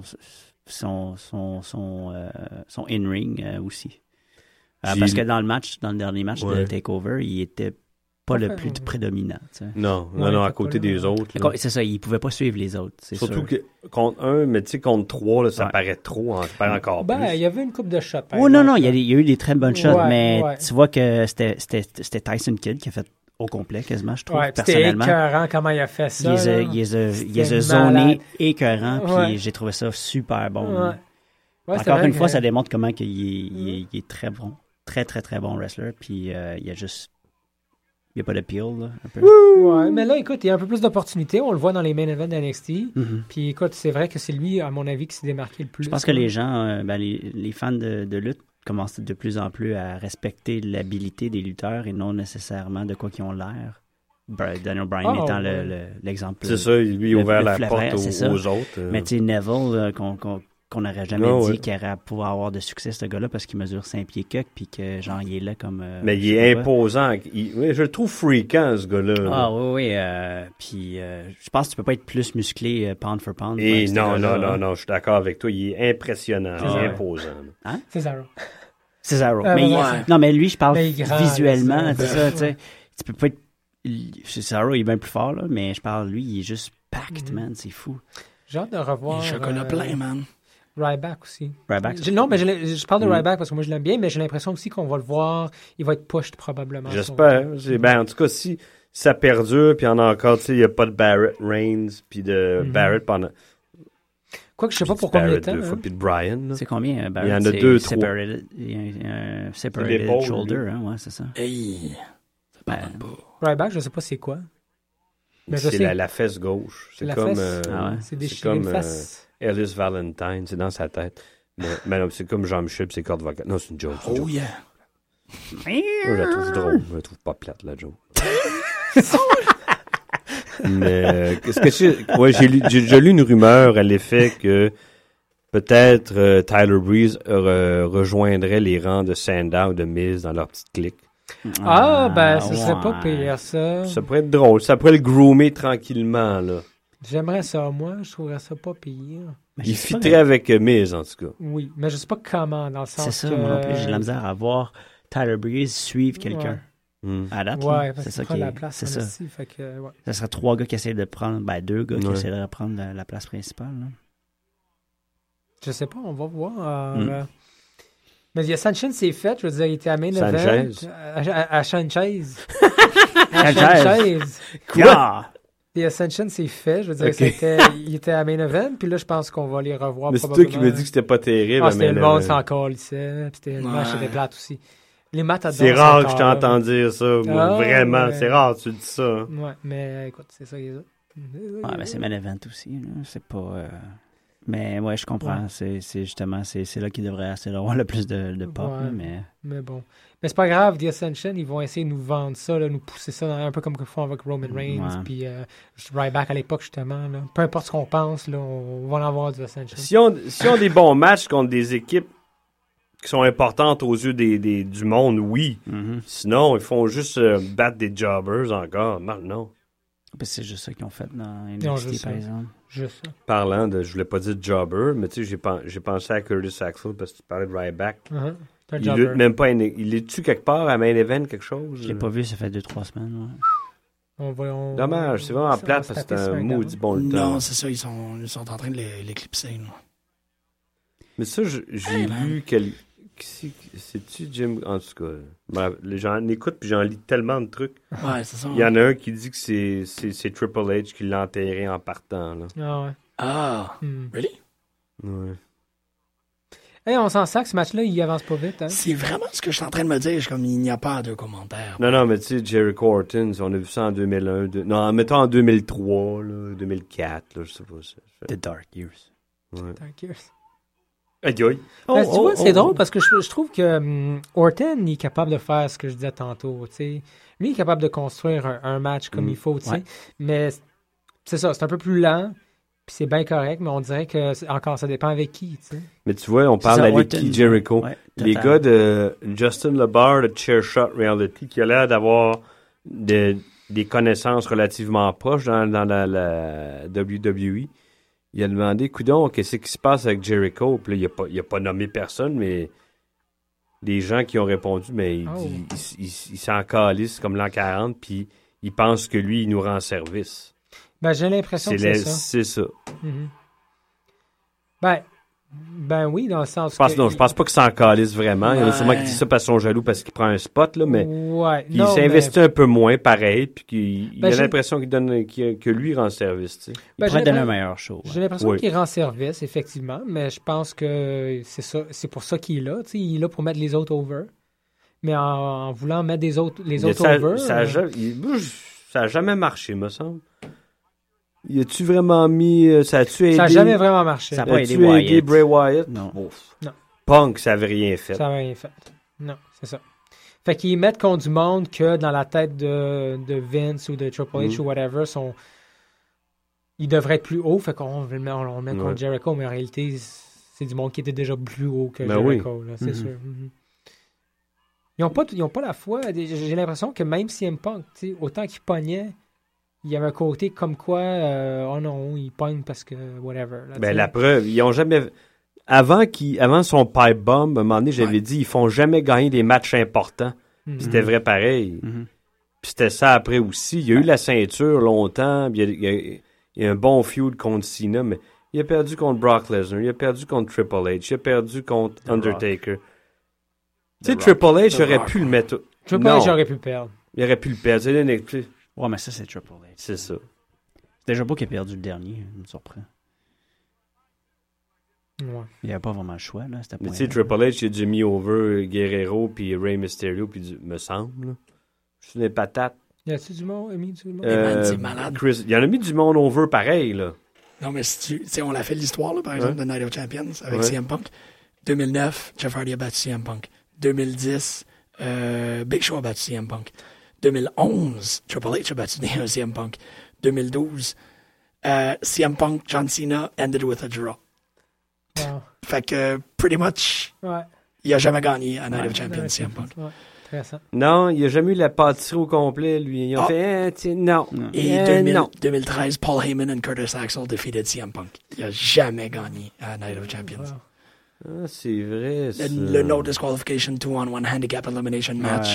in-ring aussi. J'ai- Parce que dans le dernier match de Ouais. TakeOver, il était pas le plus prédominant. Tu sais. Non, Ouais, à t'as côté pas des le- autres. là. C'est ça, il pouvait pas suivre les autres. C'est Surtout sûr. que contre 1, mais tu sais, contre 3, là, ça Ouais. paraît trop. Ça paraît encore ben, plus. il y avait une coupe de shots. par Oh non, exemple, non, il y là. a eu des très bonnes shots, Ouais, mais ouais. tu vois que c'était Tyson Kidd qui a fait au complet, quasiment, je trouve, Ouais, puis c'était personnellement. écœurant comment il a fait ça. là. Il les a C'était zoné malade. écœurant, puis Ouais. j'ai trouvé ça super bon. Ouais. Ouais, c'était Encore vrai une fois, que- ça démontre comment il est très bon. Très, très, très bon wrestler, puis il y a juste... Il n'y a pas de peel, là, un peu. Ouais, mais là, écoute, il y a un peu plus d'opportunités. On le voit dans les main events d'NXT. Mhm. Puis écoute, c'est vrai que c'est lui, à mon avis, qui s'est démarqué le plus. Je pense que les gens, les fans de lutte commencent de plus en plus à respecter l'habilité des lutteurs et non nécessairement de quoi qu'ils ont l'air. Daniel Bryan Ah, étant ouais. l'exemple. C'est ça, lui, il a le- ouvert le la flavor, porte c'est ça. aux autres. Mais tu sais, Neville, qu'on n'aurait jamais Ah, dit ouais. qu'il aurait à pouvoir avoir de succès, ce gars-là, parce qu'il mesure 5 pieds quelques, puis que, genre, il est là comme... Mais il je est sais pas. imposant. Oui, je le trouve fréquent, ce gars-là. là. Ah oui, puis je pense que tu peux pas être plus musclé pound for pound. Et avec ce non, gars-là. non, je suis d'accord avec toi. Il est impressionnant, il est imposant. là. Cesaro. Cesaro. Ah, mais ouais. non, mais lui, je parle Mais il est grand, visuellement, là, c'est c'est- ça, tu sais. Tu peux pas être... Cesaro, il est bien plus fort, là, mais je parle, lui, il est juste packed, man, c'est fou. J'ai hâte de revoir. Il est chocolat plein, man. Ryback aussi. Ryback, c'est Non, mais je parle de Mm. Ryback parce que moi je l'aime bien, mais j'ai l'impression aussi qu'on va le voir. Il va être pushed probablement. J'espère. Ben, en tout cas, si ça perdure, puis il y en a encore, tu sais, il n'y a pas de Barrett Reigns, puis de Barrett pendant... Quoique je sais pas puis pour de combien de Barrett temps. deux fois, hein. puis de Brian. là. C'est combien, Barrett? Il y en a C'est 2, 3. separated, il y a un separated l'épaule, shoulder, lui. hein, ouais, c'est ça. Hey, ça Ben, pardonne pas. Ryback, je sais pas c'est quoi. Mais je C'est sais. la fesse gauche. C'est La comme, fesse. Ah ouais? C'est déchiré une comme face. Ellis Valentine, c'est dans sa tête. Mais non, c'est comme Jean-Michel, puis c'est cordes vocales. Non, c'est une joke. c'est une Oh joke. yeah. Moi, je la trouve drôle. Je la trouve pas plate, la joke. Mais qu'est-ce que c'est? Ouais, j'ai déjà lu une rumeur à l'effet que peut-être Tyler Breeze rejoindrait les rangs de Sandow ou de Miz dans leur petite clique. Ah, ben, ce serait pas ouais. pire, ça. Ça pourrait être drôle. Ça pourrait le groomer tranquillement, là. J'aimerais ça, moi. Je trouverais ça pas pire. Mais Il je sais pas, fitterait avec Miz, en tout cas. Oui, mais je sais pas comment, dans le sens C'est ça, que... moi non plus, j'ai de la misère à voir Tyler Breeze suivre quelqu'un. Hmm. À date, Ouais, là. parce c'est qu'il ça prend qui la est... place C'est en ça. esti, fait que, ouais. Ça serait 3 gars qui essaient de prendre... Ben, 2 gars qui Ouais. essaieraient de prendre la place principale, là. Je sais pas, on va voir. Mais il y a Sanchez, c'est fait. Je veux dire, il était à main Sanchez. event. À Sanchez. Sanchez. Quoi? Ah! Il y a Sanchez, c'est fait. Je veux dire, Ok. il était à main event. Puis là, je pense qu'on va les revoir Mais c'est toi probablement. qui me dis que c'était pas terrible. Ah, c'était mais le monde, là, c'est encore lycée. C'était le match, Ouais. c'était plate aussi. Les maths à c'est rare que je t'entends dire ça. Moi, Ah, vraiment, ouais. c'est rare que tu dis ça. Ouais, mais écoute, c'est ça. Ouais, mais c'est main event aussi, là. C'est pas... Mais ouais, je comprends. Ouais. C'est justement... C'est là qu'il devrait essayer d'avoir le plus de pop, Ouais. là, mais... Mais bon. Mais c'est pas grave, The Ascension, ils vont essayer de nous vendre ça, là, nous pousser ça un peu comme ils font avec Roman Reigns, puis Ryback à l'époque, justement. Là. Peu importe ce qu'on pense, là, on va en avoir The Ascension. Si on des bons matchs contre des équipes qui sont importantes aux yeux du monde, oui. Sinon, ils font juste battre des jobbers encore. Non. Ben, c'est juste ça qu'ils ont fait dans NXT, par exemple. Juste ça. Parlant de, je voulais pas dire jobber, mais tu sais, j'ai pensé à Curtis Axel parce que tu parlais de Ryback. Il lutte même pas, il est-tu quelque part à Main Event, quelque chose? Je l'ai pas vu, ça fait 2-3 semaines. Ouais. Dommage, c'est vraiment plate parce que c'est un maudit bon lutteur. Non, c'est ça, ils sont en train de l'éclipser. Mais ça, j'ai lu c'est-tu Jim? En tout cas, j'en écoute puis j'en lis tellement de trucs. Ouais, c'est ça. Il y en a un qui dit que c'est Triple H qui l'a enterré en partant. Là. Ah ouais. Ah, really? Ouais. Hey, on s'en sac, ce match-là, il avance pas vite. Hein? C'est vraiment ce que je suis en train de me dire. Je suis comme, il n'y a pas de commentaires. Non, mais tu sais, Jericho Orton, on a vu ça en 2001. Non, mettons en 2003, là, 2004, là, je sais pas. The Dark Years. Ouais. Dark Years. Aïe, aïe. Tu vois, c'est drôle parce que je trouve que Orton il est capable de faire ce que je disais tantôt. T'sais. Lui, il est capable de construire un match comme il faut. Ouais. Mais c'est ça, c'est un peu plus lent. Puis c'est bien correct, mais on dirait que encore ça dépend avec qui. T'sais. Mais tu vois, on parle avec qui Jericho. Ouais, les gars de Justin LeBar de Chairshot Reality qui a l'air d'avoir des connaissances relativement proches dans la WWE. Il a demandé, coudonc, qu'est-ce qui se passe avec Jericho? Puis là, il a pas nommé personne, mais des gens qui ont répondu, mais il s'en calisse comme l'an 40, puis il pense que lui, il nous rend service. Ben, j'ai l'impression que c'est ça. C'est ça. Mm-hmm. Ben oui, dans le sens je pense pas qu'il s'en calisse vraiment. Il y en a sûrement qui disent ça parce qu'ils sont jaloux parce qu'il prend un spot, là, mais il s'investit un peu moins, pareil, puis il a l'impression que lui, il rend service. Tu sais. Il pourrait donner un meilleur show. J'ai l'impression qu'il rend service, effectivement, mais je pense que c'est ça, c'est pour ça qu'il est là. Tu sais, il est là pour mettre les autres over. Mais en voulant mettre les autres over... Ça a jamais marché, me semble. Y a-tu vraiment mis... ça a-tu aidé... Ça n'a jamais vraiment marché. Ça n'a pas aidé Bray Wyatt? Non. Punk, ça n'avait rien fait. Ça n'avait rien fait. Non, c'est ça. Fait qu'ils mettent contre du monde que dans la tête de Vince ou de Triple H ou whatever, ils devraient être plus haut. Fait qu'on le met contre Jericho, mais en réalité, c'est du monde qui était déjà plus haut que Jericho. Là, c'est sûr. Ils n'ont pas la foi. J'ai l'impression que même CM Punk, autant qu'il pognait, il y avait un côté comme quoi, oh non, il pogne parce que whatever. Là, la preuve, ils ont jamais... Avant son pipe bomb, à un moment donné, j'avais dit, ils font jamais gagner des matchs importants. C'était vrai pareil. Puis c'était ça après aussi. Il y a eu la ceinture longtemps, il y a un bon feud contre Cena, mais il a perdu contre Brock Lesnar, il a perdu contre Triple H, il a perdu contre Undertaker. Tu sais, Triple H aurait pu le mettre... Triple H aurait pu le perdre. Il aurait pu le perdre. Ouais, mais ça, c'est Triple H. C'est ça. C'est déjà pas qu'il a perdu le dernier, ça me surprend. Ouais. Il n'y avait pas vraiment le choix, là, mais tu sais, Triple H, il a déjà mis over Guerrero puis Rey Mysterio, puis me semble, là. Je suis des patates. Y a-tu du monde? C'est malade. Il y en a mis du monde over pareil, là. Non, mais si tu sais, on a fait l'histoire, là, par exemple, de Night of Champions avec CM Punk. 2009, Jeff Hardy a battu CM Punk. 2010, Big Show a battu CM Punk. 2011, Triple H a battu CM Punk. 2012, CM Punk, John Cena ended with a draw. Wow. Fait que, pretty much, il a jamais gagné à Night of Champions, CM Punk. Non, il a jamais eu la pâtisserie au complet, lui. Ils ont fait, non. Et 2013, Paul Heyman et Curtis Axel defeated CM Punk. Il a jamais gagné à Night of Champions. Wow. Ah, c'est vrai, ça. Le no disqualification 2-on-1 handicap elimination match.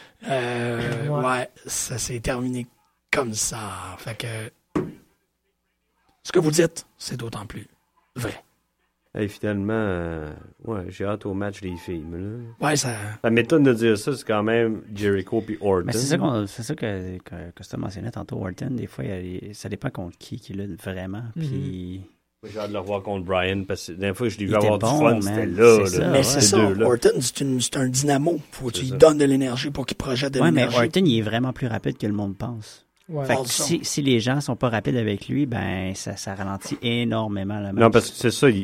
Ça s'est terminé comme ça. Fait que ce que vous dites, c'est d'autant plus vrai. Hey, finalement, j'ai hâte au match des filles. Ouais, ça... La méthode de dire ça, c'est quand même Jericho puis Orton. Mais c'est ça que tu mentionnais tantôt, Orton. Des fois, ça dépend contre qui lutte vraiment. Puis... J'ai hâte de le revoir contre Bryan parce que la dernière fois que je l'ai vu avoir du fun, c'était là. Mais c'est ça, Orton, c'est un dynamo. Faut que tu lui donnes de l'énergie pour qu'il projette de l'énergie. Ouais, mais Orton, il est vraiment plus rapide que le monde pense. Ouais. Fait que si les gens sont pas rapides avec lui, ben ça ralentit énormément la match. Non, parce que c'est ça,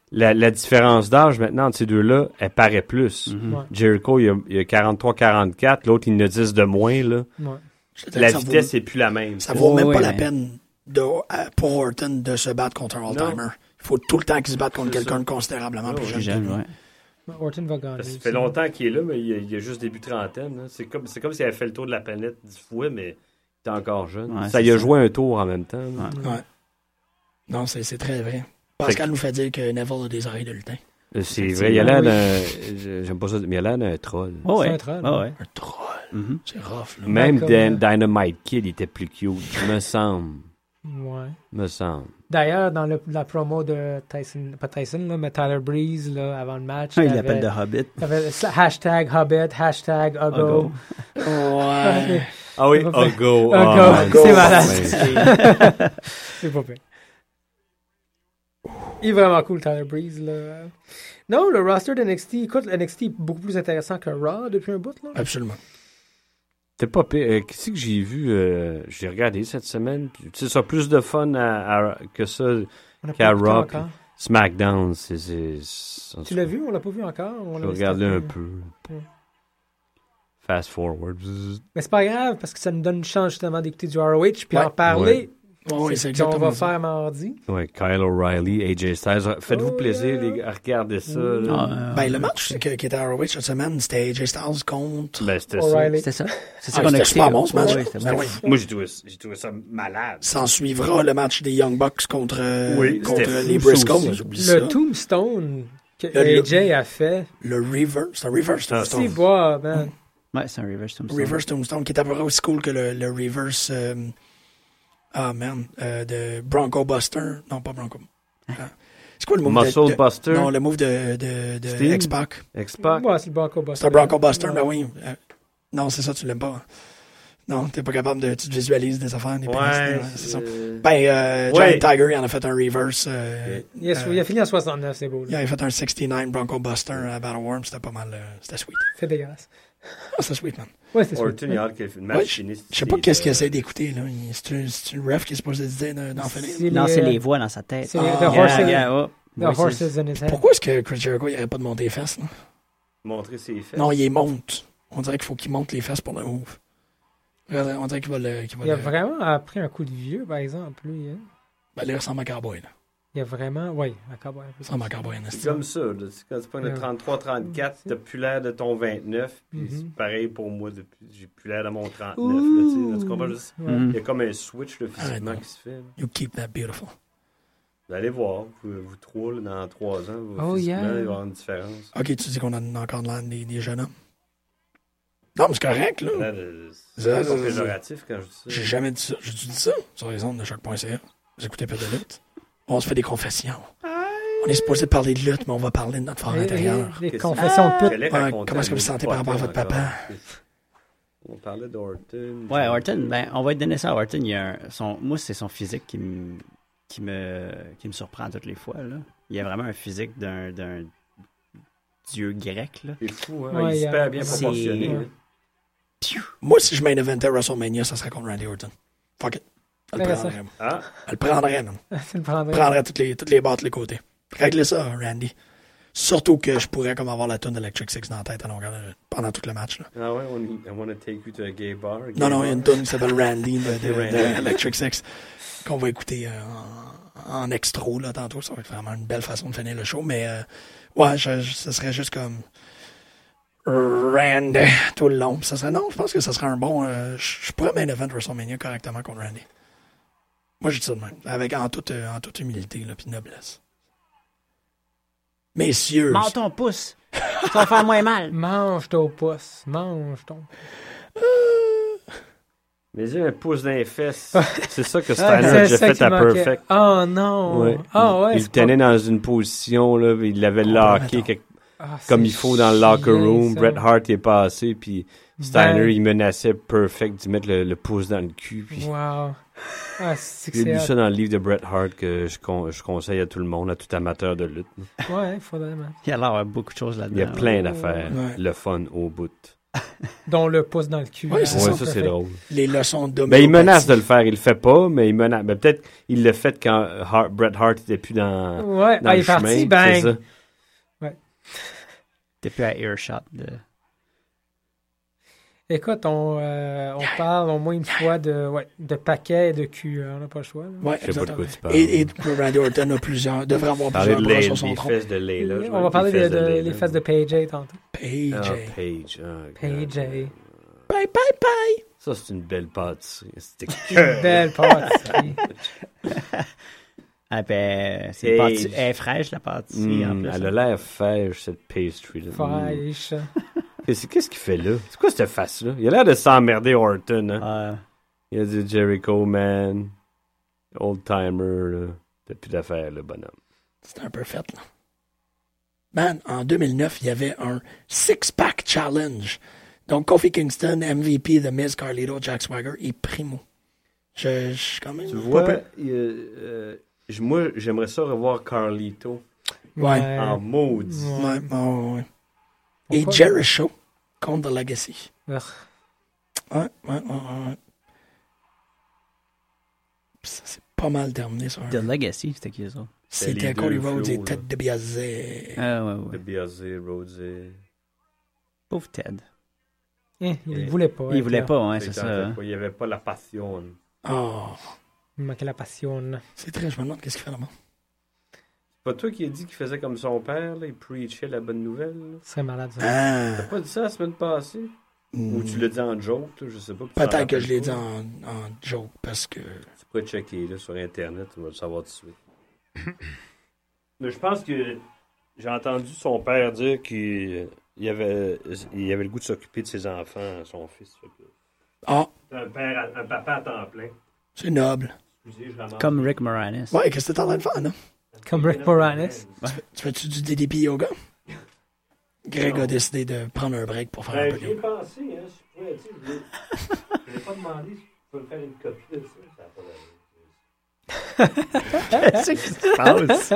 la différence d'âge maintenant entre ces deux-là, elle paraît plus. Ouais. Jericho, il a 43-44, l'autre, il en a 10 de moins, là. Ouais. La vitesse n'est plus la même. Ça vaut même Oui, pas la mais- peine pour Orton de se battre contre un all-timer. Il faut tout le temps qu'il se batte contre C'est quelqu'un ça. de considérablement plus Plus jeune. jeune, ouais. Orton va gagner. Ça fait longtemps qu'il est là, mais il a juste début trentaine. Là. C'est comme s'il avait fait le tour de la planète 10 fois, mais il est encore jeune. Ouais, ça c'est y a ça. joué un tour en même temps. là. Ouais. Ouais. Non, c'est très vrai. Pascal nous fait dire que Neville a des oreilles de lutin. C'est vrai, il a l'air Oui. d'un... J'aime pas ça, mais il a l'air d'un troll. Oh, C'est ouais. un troll, Oh, ouais. Un troll. Mhm. C'est rough, là. Même D'accord. Dynamite Kid était plus cute, me semble. Ouais. Me semble. D'ailleurs, dans la promo de Tyson, pas Tyson, là, mais Tyler Breeze, là, avant le match, Il avait- l'appelle The Hobbit. avait hashtag Hobbit, hashtag Ugo. Ouais. Ah oui, C'est pas Ugo. Ugo, c'est malade. Ouais. C'est pas pire. Il est vraiment cool, Tyler Breeze. Là. Non, le roster d'NXT, écoute, NXT est beaucoup plus intéressant que Raw depuis un bout. Là. Absolument. C'était pas pire. Qu'est-ce que j'ai vu? J'ai regardé cette semaine. Tu sais, ça a plus de fun que ça. On n'a qu'à pas écouté Raw, encore. SmackDown, Tu l'as vu? On l'a pas vu encore? On Je l'a regardais laissé un peu. Ouais. Fast forward. Bzzz. Mais c'est pas grave, parce que ça nous donne une chance justement d'écouter du ROH, puis Ouais. en parler. Ouais. Oui, c'est ce qu'on exactement va ça. faire mardi. Ouais, Kyle O'Reilly, AJ Styles. Faites-vous Oh, plaisir, yeah. les gars, regardez ça. Mm. là. Ben, le match qui était à ROH cette semaine, c'était AJ Styles contre... Ben, c'était ça. O'Reilly. C'était ça. C'est Ah, ça qu'on a c'était écouté. super bon, ce match. Ouais, c'était Ben bon. oui. Moi, j'ai trouvé ça malade. S'en suivra le match des Young Bucks contre, Oui, contre c'était les fou, ça Briscoe. aussi. J'oublie ça. Le Tombstone que Le- AJ a fait. Le Reverse. C'est un Reverse Ah, Tombstone. C'est bois, man. Ouais, c'est un reverse Tombstone. Reverse Tombstone, qui est à peu près aussi cool que le Reverse... de Bronco Buster. Non, pas Bronco. C'est quoi le move Muscle Buster. Non, le move de Sting? X-Pac. X-Pac. Ouais, c'est le Bronco Buster. C'est un Bronco Buster, Ouais. ben oui. Non, c'est ça, tu l'aimes pas. Non, t'es pas capable de... Tu te visualises des affaires, des pénis, Ouais, c'est ça. c'est... Ben, Ouais. Giant Tiger, il en a fait un reverse. Il a fini en 69, c'est beau. Il Là. avait fait un 69 Bronco Buster à Battle Worm, c'était pas mal. C'était sweet. C'est dégueulasse. Ah, c'était sweet, man. Ouais, c'est Orton, il a hâte que le match Ouais, finisse. Je sais pas qu'est-ce qu'il essaie d'écouter, là. C'est le ref qui est supposé se dire d'en finir. Non, c'est les voix dans sa tête. C'est les- Ah, The yeah, Horses, Oh. the horses in his head. Pourquoi est-ce que Chris Jericho, il arrête pas de monter les fesses, là? Montrer ses fesses. Non, il les monte. On dirait qu'il faut qu'il monte les fesses pour le move. On dirait qu'il va le... Il a vraiment pris un coup de vieux, par exemple, lui. Hein. Ben, là, il ressemble à Cowboy, là. Il a vraiment... Oui, un cowboy. Il ressemble à Cowboy, en C'est esti. comme ça. Là. C'est quand tu prends le Ouais. 33-34, t'as plus l'air de ton 29. Puis Mhm. c'est pareil pour moi. J'ai plus l'air de mon 39. Là, tu comprends? Ouais. Mm. Il y a comme un switch là, physiquement Ah, non. qui se fait. là. You keep that beautiful. Vous allez voir. Vous trois, là, dans 3 ans, Oh, physiquement, yeah. il va y avoir une différence. Ok, tu dis qu'on a encore de l'air des jeunes hommes. Non, mais c'est correct, là. Là, Ça, c'est pas péjoratif quand je dis ça. J'ai jamais dit ça. J'ai dit ça sur les ondes de choc.ca. Vous écoutez pas de lutte. On se fait des confessions. On est supposé parler de lutte, mais on va parler de notre fort intérieur. Les Qu'est-ce- confessions de pute. J'allais Ouais, raconter comment est-ce que vous un sentez par rapport à votre encore. papa? On parlait d'Orton. Ouais, Orton, ben, on va te donner ça à Orton. Moi, c'est son physique qui me surprend toutes les fois. Là. Il y a vraiment un physique d'un dieu grec. Là. C'est fou, hein? Ouais, il est super bien c'est- proportionné. Ouais. hein. Moi, si je main eventais WrestleMania, ça serait contre Randy Orton. Fuck it. Elle le Ouais, prendrait. moi. Ah, Elle le prendrait, man. Tu le prendrais. Elle prendrait toutes les barres de les côtés. Réglez ça, Randy. Surtout que je pourrais comme avoir la tune d'Electric Six dans la tête à longueur pendant tout le match. Là. ah ouais, I wanna take you to a gay bar. Non, il y a une tune qui s'appelle Randy de Randy. Electric Six qu'on va écouter en extra là, tantôt. Ça va être vraiment une belle façon de finir le show. Mais ouais, ce serait juste comme Randy tout le long. Puis ça serait, non, je pense que ça serait un bon... je pourrais main event WrestleMania correctement contre Randy. Moi, je dis ça de même. En toute humilité là, puis noblesse. Messieurs... Mords ton pouce! Ça va faire moins mal! Mange ton pouce. Mange ton... Mais j'ai un pouce dans les fesses. C'est ça que Ah, Steiner a c'est déjà ça fait qui à manquait. Perfect. Oh non! Ouais. Ah ouais, Il le c'est pas- tenait dans une position, là, il l'avait locké Ah, comme c'est il faut dans le locker chiant, room. ça. Bret Hart est passé, puis Steiner, Ben- il menaçait Perfect d'y mettre le pouce dans le cul. Puis Wow. Ah, c'est que j'ai lu c'est... ça dans le livre de Bret Hart que je conseille à tout le monde, à tout amateur de lutte. Ouais, il faudrait, man. Il y a l'air d'avoir beaucoup de choses là-dedans. Il y a plein d'affaires. Ouais. Le fun au bout. Dont le pouce dans le cul. Ouais, c'est Ouais, ça, ça, c'est drôle. Les leçons de Ben, il menace de le faire. Il le fait pas, mais il menace. Ben, peut-être il l'a fait quand Bret Hart était plus dans, Ouais, dans il le est parti, chemin. bang! C'est ça. T'es plus à earshot. Écoute, on parle au moins une fois de paquets et de cul. On n'a pas le choix. Là. Ouais, Je sais pas de exactement. quoi tu parles. Et Randy Orton devrait avoir Parler plusieurs de bras les, sur son tronc. fesses de Layla. je On vois, va parler les fesses de Layla. les fesses de PJ tantôt. PJ. Ah, Paige. Ah, PJ. Bye, bye, bye! Ça, c'est une belle pâtisserie. C'était Une belle pâtisserie. Ah ben, c'est Hey. elle est fraîche, la pâtisserie, en plus. Elle a l'air fraîche, cette pastry. Là. Fraîche. Qu'est-ce qu'il fait là? C'est quoi cette face-là? Il a l'air de s'emmerder Orton. Hein? Ah, Il a dit Jericho, man. Old timer. Là. T'as plus d'affaires, le bonhomme. C'était un peu fait, là. Man, en 2009, il y avait un six-pack challenge. Donc, Kofi Kingston, MVP, The Miz, Carlito, Jack Swagger et Primo. Je suis quand même... Tu pas vois, peu- moi, j'aimerais ça revoir Carlito Ouais. en maudit. Ouais, ouais. Et Pourquoi? Jericho contre The Legacy. Ugh. Ouais. Puis ça, c'est pas mal terminé, ça. The Legacy, c'était qui ça? C'était les Cody deux Rhodes flots, et là. Ted DiBiase. Ah, De ouais. Biazé, Rosé. Pauvre Ted. Il voulait pas. Il être voulait là. pas, ouais, c'est ça. hein. Il n'y avait pas la passion. Oh, Il manquait la passion. c'est très... Je me demande qu'est-ce qu'il fait là-bas. C'est pas toi qui as dit qu'il faisait comme son père, là? Il preachait la bonne nouvelle. Là? Ce serait malade, ça. Ah. T'as pas dit ça la semaine passée? Ou tu l'as dit en joke, là, je sais pas. puis tu t'en Peut-être que je l'ai rappelles dit pas. en joke, parce que... Tu pourrais checker là, sur Internet, tu vas le savoir tout de suite. Mais je pense que j'ai entendu son père dire qu'il avait le goût de s'occuper de ses enfants, son fils. Ah, Un papa à temps plein. c'est noble. Excusez, je ramasse. Comme Rick Moranis. Ouais, qu'est-ce que t'es en train de faire, là? Comme Rick Moranis. Tu fais-tu du DDP yoga? Greg a décidé de prendre un break pour faire un peu de J'y ai yoga. pensé, hein, je pourrais, tu sais, je n'ai pas demandé si je pouvais me faire une copie de ça. Ça n'a pas Qu'est-ce qui se passe?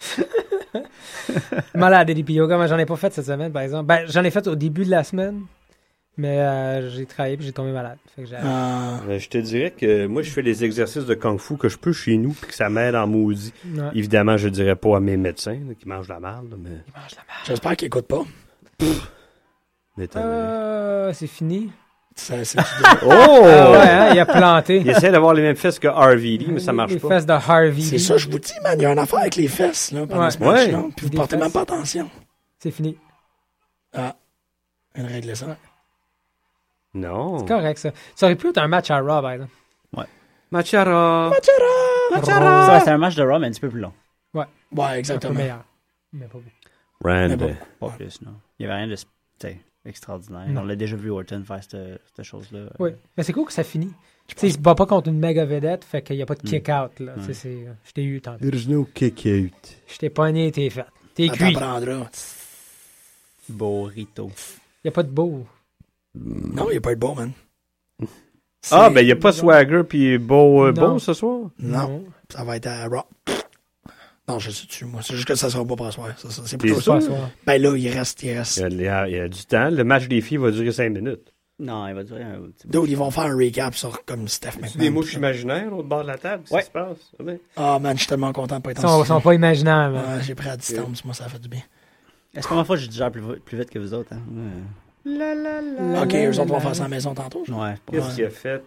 Malade, DDP Yoga, mais j'en ai pas fait cette semaine, par exemple. Ben, j'en ai fait au début de la semaine, mais j'ai travaillé et j'ai tombé malade. Fait que j'ai... Je te dirais que moi, je fais les exercices de kung-fu que je peux chez nous puis que ça m'aide en maudit. Ouais. Évidemment, je dirais pas à mes médecins là, qui mangent la merde, là, mais... J'espère qu'il écoute pas. m'étonnerait. C'est fini. C'est Oh! Ah ouais, hein, il a planté. Il essaie d'avoir les mêmes fesses que RVD, mais ça marche les pas. fesses de Harvey. c'est ça, je vous dis, man. Il y a une affaire avec les fesses, là, pendant Ouais. ce match-là. Ouais. Puis vous Des portez même fesses. pas attention. C'est fini. Ah, une règle ça. Non. C'est correct, ça. Ça aurait pu être un match à Raw, par exemple. Machara! Ça, c'était un match de Raw, mais un petit peu plus long. Ouais, Un peu exactement. meilleur. Mais pas beaucoup. Randy. Mais Pas plus, non. Il n'y avait rien de extraordinaire. Non. On l'a déjà vu Orton faire cette chose-là. Oui. Mais c'est cool que ça finit. Tu sais, il se bat pas contre une méga vedette, fait qu'il n'y a pas de kick-out, là. Tu sais, je t'ai eu tantôt. There's no kick-out. Je t'ai pogné, t'es fait. T'es Ça cuit. t'apprendra. Burrito. Il n'y a pas de beau. Non, il n'y a pas de beau, man. Ah, C'est- ben, il n'y a pas Swagger puis Beau, Non. Beau ce soir? Non, ça va être à Raw. Non, je sais dessus, moi. C'est juste que ça sera pas pour soir. C'est T'es plutôt sûr? ça. Pas soir. Ben là, il reste. Il y a du temps. Le match des filles va durer 5 minutes. Non, il va durer un petit peu. D'autres, ils vont faire un recap sur comme Steph C'est McMahon. des mouches imaginaires au bord de la table? Ouais. Qu'est-ce qui se passe? Ah, ben. Ah, man, je suis tellement content de pas être Ils sont pas imaginaires, man. Ouais, j'ai pris à distance, moi, ça fait du bien. Est-ce qu'on fois je digère plus vite que vous autres? Hein? Ok, eux autres vont faire ça à la maison tantôt. genre. Ouais, c'est pas Qu'est-ce Ouais. qu'il a fait?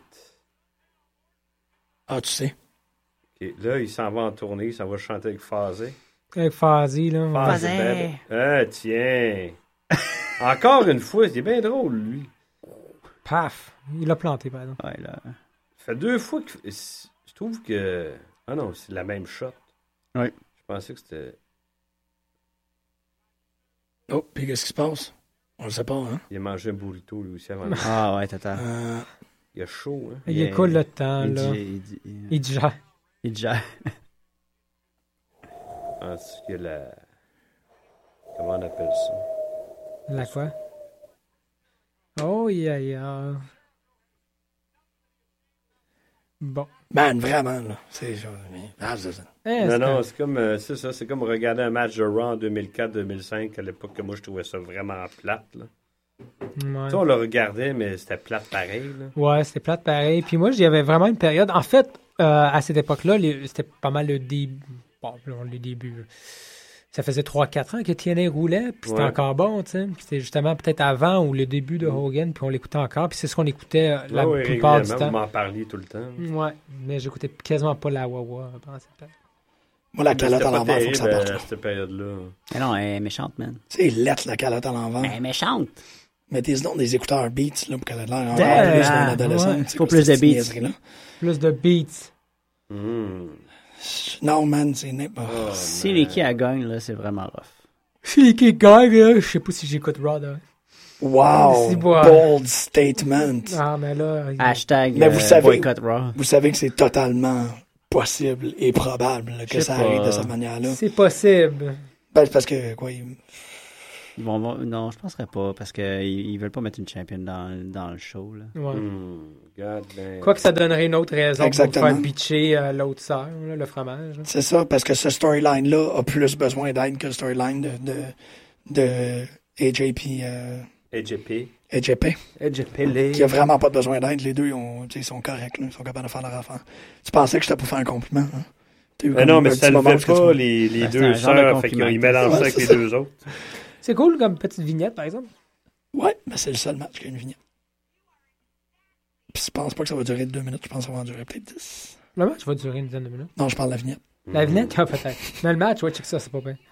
Ah, tu sais. Ok, là, il s'en va en tournée, il s'en va chanter avec Fazé. Avec Fazzy, là. ouais. Fazé, Fazé. Ah, tiens! Encore une fois, c'est bien drôle, lui. Paf. Il l'a planté, par exemple. Ouais, là. Ça fait 2 fois que... Je trouve que... Ah non, c'est la même shot. Oui. Je pensais que c'était... Oh, puis qu'est-ce qui se passe? On le sait pas, hein? Il a mangé un burrito, lui aussi, avant. Ah ouais, total. Il a chaud, hein? Il écoule le temps, Il là. Il digère. Il digère. Parce que la... Comment on appelle ça? La quoi? Oh, yeah. Bon. Man, vraiment, là. C'est genre. C'est ça. Non, c'est comme... c'est ça, c'est comme regarder un match de Raw en 2004-2005, à l'époque que moi, je trouvais ça vraiment plate, là. Ouais. Ça, on le regardait, mais c'était plate pareil. Là. Ouais, c'était plate pareil. Puis moi, j'avais vraiment une période. En fait, à cette époque-là, c'était pas mal le début. Bon, les débuts. Ça faisait 3-4 ans que TNA roulait, puis c'était encore bon, tu sais. Puis c'était justement peut-être avant ou le début de Hogan, puis on l'écoutait encore. Puis c'est ce qu'on écoutait la plupart du temps. Vous m'en parliez tout le temps. Ouais, mais j'écoutais quasiment pas la Wawa pendant cette période. Moi, la calotte à l'envers, faut que ça parte. À cette période-là. Mais non, elle est méchante, man. C'est lettre, la calotte à l'envers. Elle est méchante. Mettez-y donc des écouteurs Beats, là, pour qu'elle ait l'air encore plus d'un adolescent. Ouais. C'est Faut quoi plus cette de beats. niaiserie-là? Plus de beats. Non, man, c'est n'importe quoi. Si Nikki a gagne, là, c'est vraiment rough. Si qui gagne, je sais pas si j'écoute Raw, là. Wow! C'est bon. Bold statement. Ah, mais là... Hashtag Mais vous savez- boycott Raw. Vous savez que c'est totalement possible et probable là, que Je sais ça pas. arrive de cette manière-là. C'est possible. Ben, c'est parce que, quoi, Non, je penserais pas, parce qu'ils veulent pas mettre une championne dans le show, là. Ouais. God damn. Quoi que ça donnerait une autre raison Exactement. pour faire bitcher l'autre sœur, là, le fromage. Là. c'est ça, parce que ce storyline-là a plus besoin d'aide que le storyline de AJ puis AJP. AJP, AJP. qui a vraiment pas besoin d'aide. Les deux, ils sont corrects, là, ils sont capables de faire leur affaire. Tu pensais que j'étais pour faire un compliment, hein? T'as eu Mais comme non, un mais petit ça le moment fait où est-ce que pas, tu- les Ben, c'est deux un genre de sœurs, fait compliment. qu'ils mélangent ça Ouais, avec c'est les ça. deux autres. C'est cool comme petite vignette, par exemple. Ouais, mais c'est le seul match qui a une vignette. Puis je pense pas que ça va durer 2 minutes, je pense que ça va en durer peut-être 10. Le match va durer une dizaine de minutes. Non, je parle de la vignette. La vignette, peut-être. Mais le match, ouais, check ça, c'est pas bien.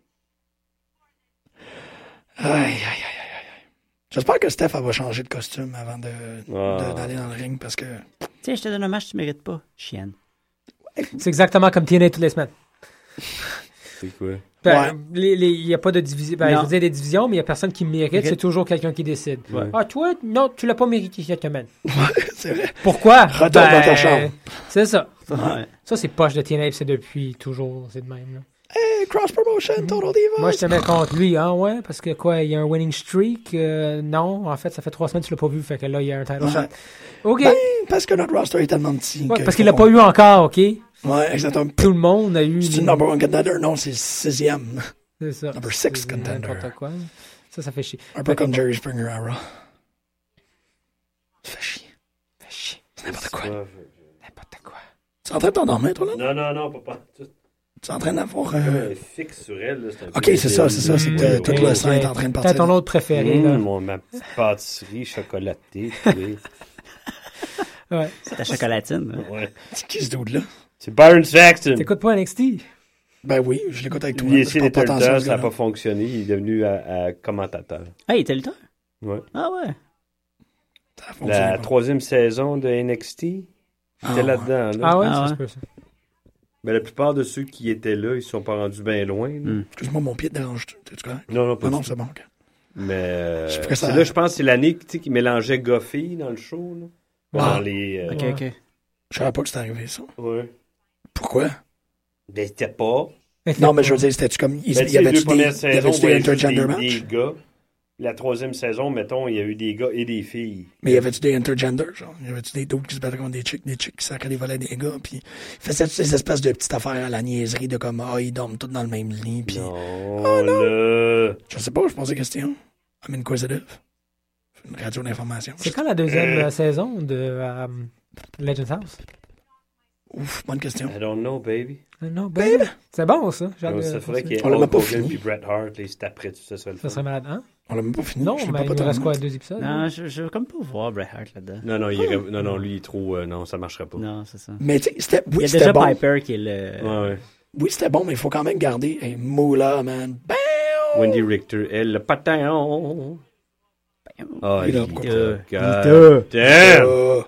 Aïe, aïe, aïe, aïe, aïe. J'espère que Steph elle va changer de costume avant d'aller dans le ring parce que. Tiens, je te donne un match que tu mérites pas, chienne. C'est exactement comme TNA toutes les semaines. C'est quoi? Ben, il n'y a pas de division. Ben, Non. je veux dire des divisions, mais il n'y a personne qui mérite. C'est toujours quelqu'un qui décide. Ouais. Ah, toi, non, tu l'as pas mérité cette semaine. C'est vrai. Pourquoi? Retourne dans ta chambre. C'est ça. Ouais. Ça, c'est poche de TNA, c'est depuis toujours. C'est de même. Là. Hey, cross promotion, Total Divas. Moi, je te mets contre lui. Ah ouais? Parce que quoi, il y a un winning streak? Non, en fait, ça fait 3 semaines que tu l'as pas vu. Fait que là, il y a un title Ouais. shot. OK. Ben, parce que notre roster est tellement petit. Ouais, que parce faut qu'il l'a qu'on- pas eu encore, OK? Ouais, exactement. Tout le monde a eu... C'est le number one contender. Non, c'est le 6e. C'est ça. number 6 C'est contender. n'importe quoi. Ça fait chier. Un peu comme Jerry Springer à Raw. Ça fait chier. Ça fait chier. C'est n'importe quoi. N'importe quoi. Tu es en train de t'endormir, toi, là? Non, pas. Tu es en train d'avoir... Elle est fixe sur elle. Là, un Ok, peu c'est ça. C'est que tout le sang est en train de partir. T'as ton autre préféré, là. Ma petite pâtisserie chocolatée. tu sais. Ouais. C'est ta chocolatine, là. Ouais. C'est qui ce dude-là? C'est Byron Saxton. T'écoutes pas NXT? Ben oui, je l'écoute avec toi. Il a Je essayé d'être porte pas attention à lutteur, ce ça n'a gars-là. pas fonctionné. Il est devenu commentateur. Ah, il était lutteur? Ouais. Ah ouais. Ça a fonctionné La pas. 3e saison de NXT, il Ah, était ouais. là-dedans. Là. Ah ouais, Ah ça ouais. se peut, ça. Mais la plupart de ceux qui étaient là, ils ne sont pas rendus bien loin. là. Excuse-moi, mon pied te dérange. T'es-tu correct? Non, pas Non, du tout. c'est bon. ok. Mais Je ferais ça- c'est là, je pense, c'est l'année tu sais, qu'ils mélangeaient Goffey dans le show. Là. Ah. Dans les. Ok, Ouais. ok. Je savais pas que c'était arrivé, ça. Ouais. Pourquoi? Ben, c'était pas. Non, mais je veux dire, c'était-tu comme... Il Ben, tu y sais, les avait-tu deux premières des saisons, il y avait juste intergender des matchs? gars. La 3e saison, mettons, il y a eu des gars et des filles. Mais y avait-tu des intergender, genre? Y avait-tu des d'autres qui se battaient contre des chicks qui sacraient des volets des gars, puis ils faisaient toutes ces espèces de petites affaires à la niaiserie de comme, ils dorment tous dans le même lit, puis... Non, là. Je sais pas, je pose des questions. I'm inquisitive. C'est une radio d'information. C'est quand la deuxième saison de Legends House? Ouf, bonne question. I don't know, baby. Non, babe. C'est bon, ça. Ça ferait qu'il y ait On l'a Hulk pas Hogan fini. puis Bret Hart, là, c'est après tout ça, ça serait le Ça fun. serait malade, hein? On l'a même pas fini. Non, je l'ai mais pas il nous reste totalement. quoi, 2 épisodes? Non, je veux comme pas voir Bret Hart là-dedans. Non, lui, il est trop... non, ça marcherait pas. Non, c'est ça. Mais tu sais, Il y oui, a c'était déjà bon. Piper qui est le... Ouais. Oui, c'était bon, mais il faut quand même garder un moula, man. Bam! Wendy Richter, elle, le patin. Oh, Il a- God damn!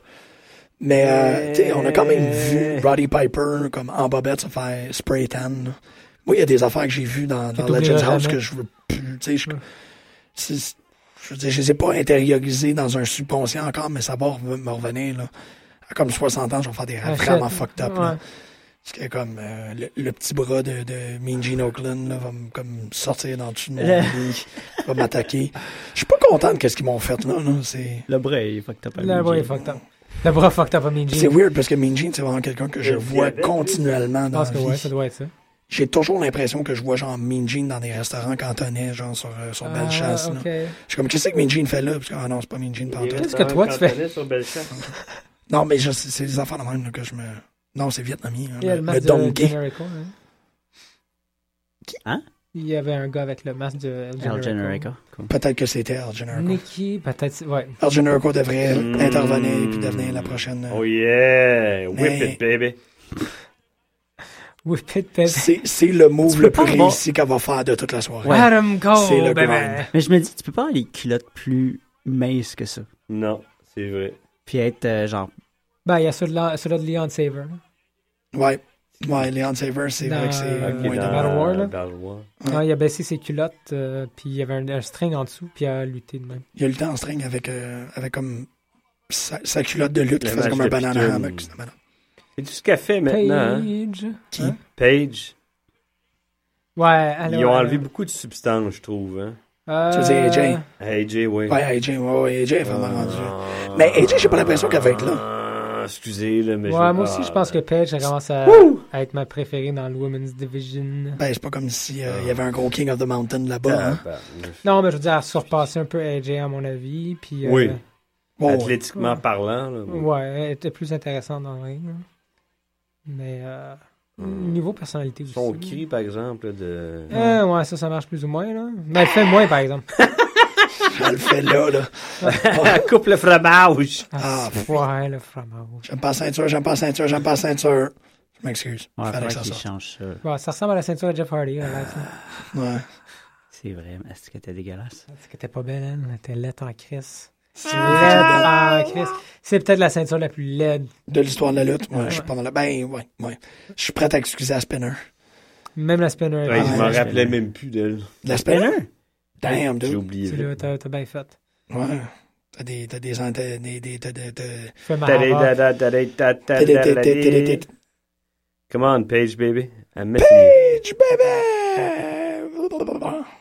Mais, tu sais, on a quand même vu Roddy Piper comme en bobette se faire spray tan. là. Moi, il y a des affaires que j'ai vues dans t'oublieras Legends House jamais. que je veux plus. Tu sais, je veux dire, je les ai pas intériorisées dans un subconscient encore, mais ça va me revenir, là. À comme 60 ans, je vais faire des rêves vraiment fucked up, là. Ouais. Parce que comme le petit bras de Mean Gene Oakland là, va me comme sortir dans le dessous de mon lit, va m'attaquer. Je suis pas content de ce qu'ils m'ont fait là. C'est Le bras, il est fucked up. Le bras est fucked up. Le bras fucked up à Mean c'est Gene. weird parce que Mean Gene, c'est vraiment quelqu'un que je Le vois diabète, continuellement Je dans pense la que vie. ouais, ça doit être ça. j'ai toujours l'impression que je vois genre Mean Gene dans des restaurants cantonais, genre sur Bellechasse. OK. Là. Je suis comme, qu'est-ce que Mean Gene fait là? Parce que, ah non, c'est pas Mean Gene pantoute. Qu'est-ce que toi, tu fais? Sur Bellechasse. Non, mais c'est des affaires de même là, que je me... Non, c'est vietnamien. Hein, Il y a le masque de donkey. Generico. Hein? Il y avait un gars avec le masque de El Generico. Cool. Peut-être que c'était El Generico. Nikki, peut-être, ouais. El Generico devrait intervenir puis devenir la prochaine... Oh yeah! Whip Mais- it, baby! Whip it, baby. C'est le move le plus pas avoir- réussi qu'elle va faire de toute la soirée. Ouais. Adam Cole, C'est le baby. grind. Mais je me dis, tu peux pas avoir les culottes plus minces que ça. Non, c'est vrai. Puis être genre. Ben, il y a ceux-là de Leon Saver. Ouais. Ouais, Leon Saver, c'est Dans- vrai que c'est Ok, moins dans de... Battle War, là. Battle War. Ouais. Ah, il a baissé ses culottes, puis il y avait un string en dessous, puis il a lutté de même. Il a lutté en string avec comme sa culotte de lutte qui Le faisait match comme un de banana Pitoune. hammock. C'était malade. C'est tout ce qu'elle fait maintenant, hein? Paige. Qui? Hein? Paige. Ouais, alors, Ils ont enlevé beaucoup de substances, je trouve. Hein? Tu veux dire AJ? AJ, oui. Ouais, AJ, ouais, AJ est vraiment rendu. Mais AJ, j'ai pas l'impression qu'elle va être là. Excusez, là, mais Ouais, moi aussi, je pense que Paige, elle commence à être ma préférée dans le Women's Division. Ben, c'est pas comme si il y avait un gros King of the Mountain là-bas. Hein? Non, mais je veux dire, elle a surpassé un peu AJ, à mon avis, puis... Oui. Ouais, Athlétiquement parlant. Là, Ouais, elle était plus intéressante dans le ring. Là. Mais niveau personnalité aussi. Son cri, par exemple, de... Ouais, ça marche plus ou moins, là. Mais elle fait moins, par exemple. Elle le fait là. Elle coupe le fromage! Ah, Ouais, le fromage. j'aime pas la ceinture, j'aime pas la ceinture, j'aime pas la ceinture. Je m'excuse. Ouais, Fallait faudrait que ça qu'il sorte. change ça. Ouais, ça ressemble à la ceinture de Jeff Hardy, là, ça. Ouais. C'est vrai, mais est-ce que t'es dégueulasse? Parce qu'elle était pas belle, elle. Elle était laide en crise. C'est Laide en crise. C'est peut-être la ceinture la plus laide. de l'histoire de la lutte. Ouais, je suis pas mal. Ben, ouais. Je suis prêt à excuser la Spinner. Même la spinner. Ouais, je m'en ouais, rappelais même plus d'elle. La Spinner? Damn, J'ai dude. oublié. C'est là, t'as bien fait. Ouais. T'as des Fais ma harpe. Come on, Paige, baby. I miss Page, baby!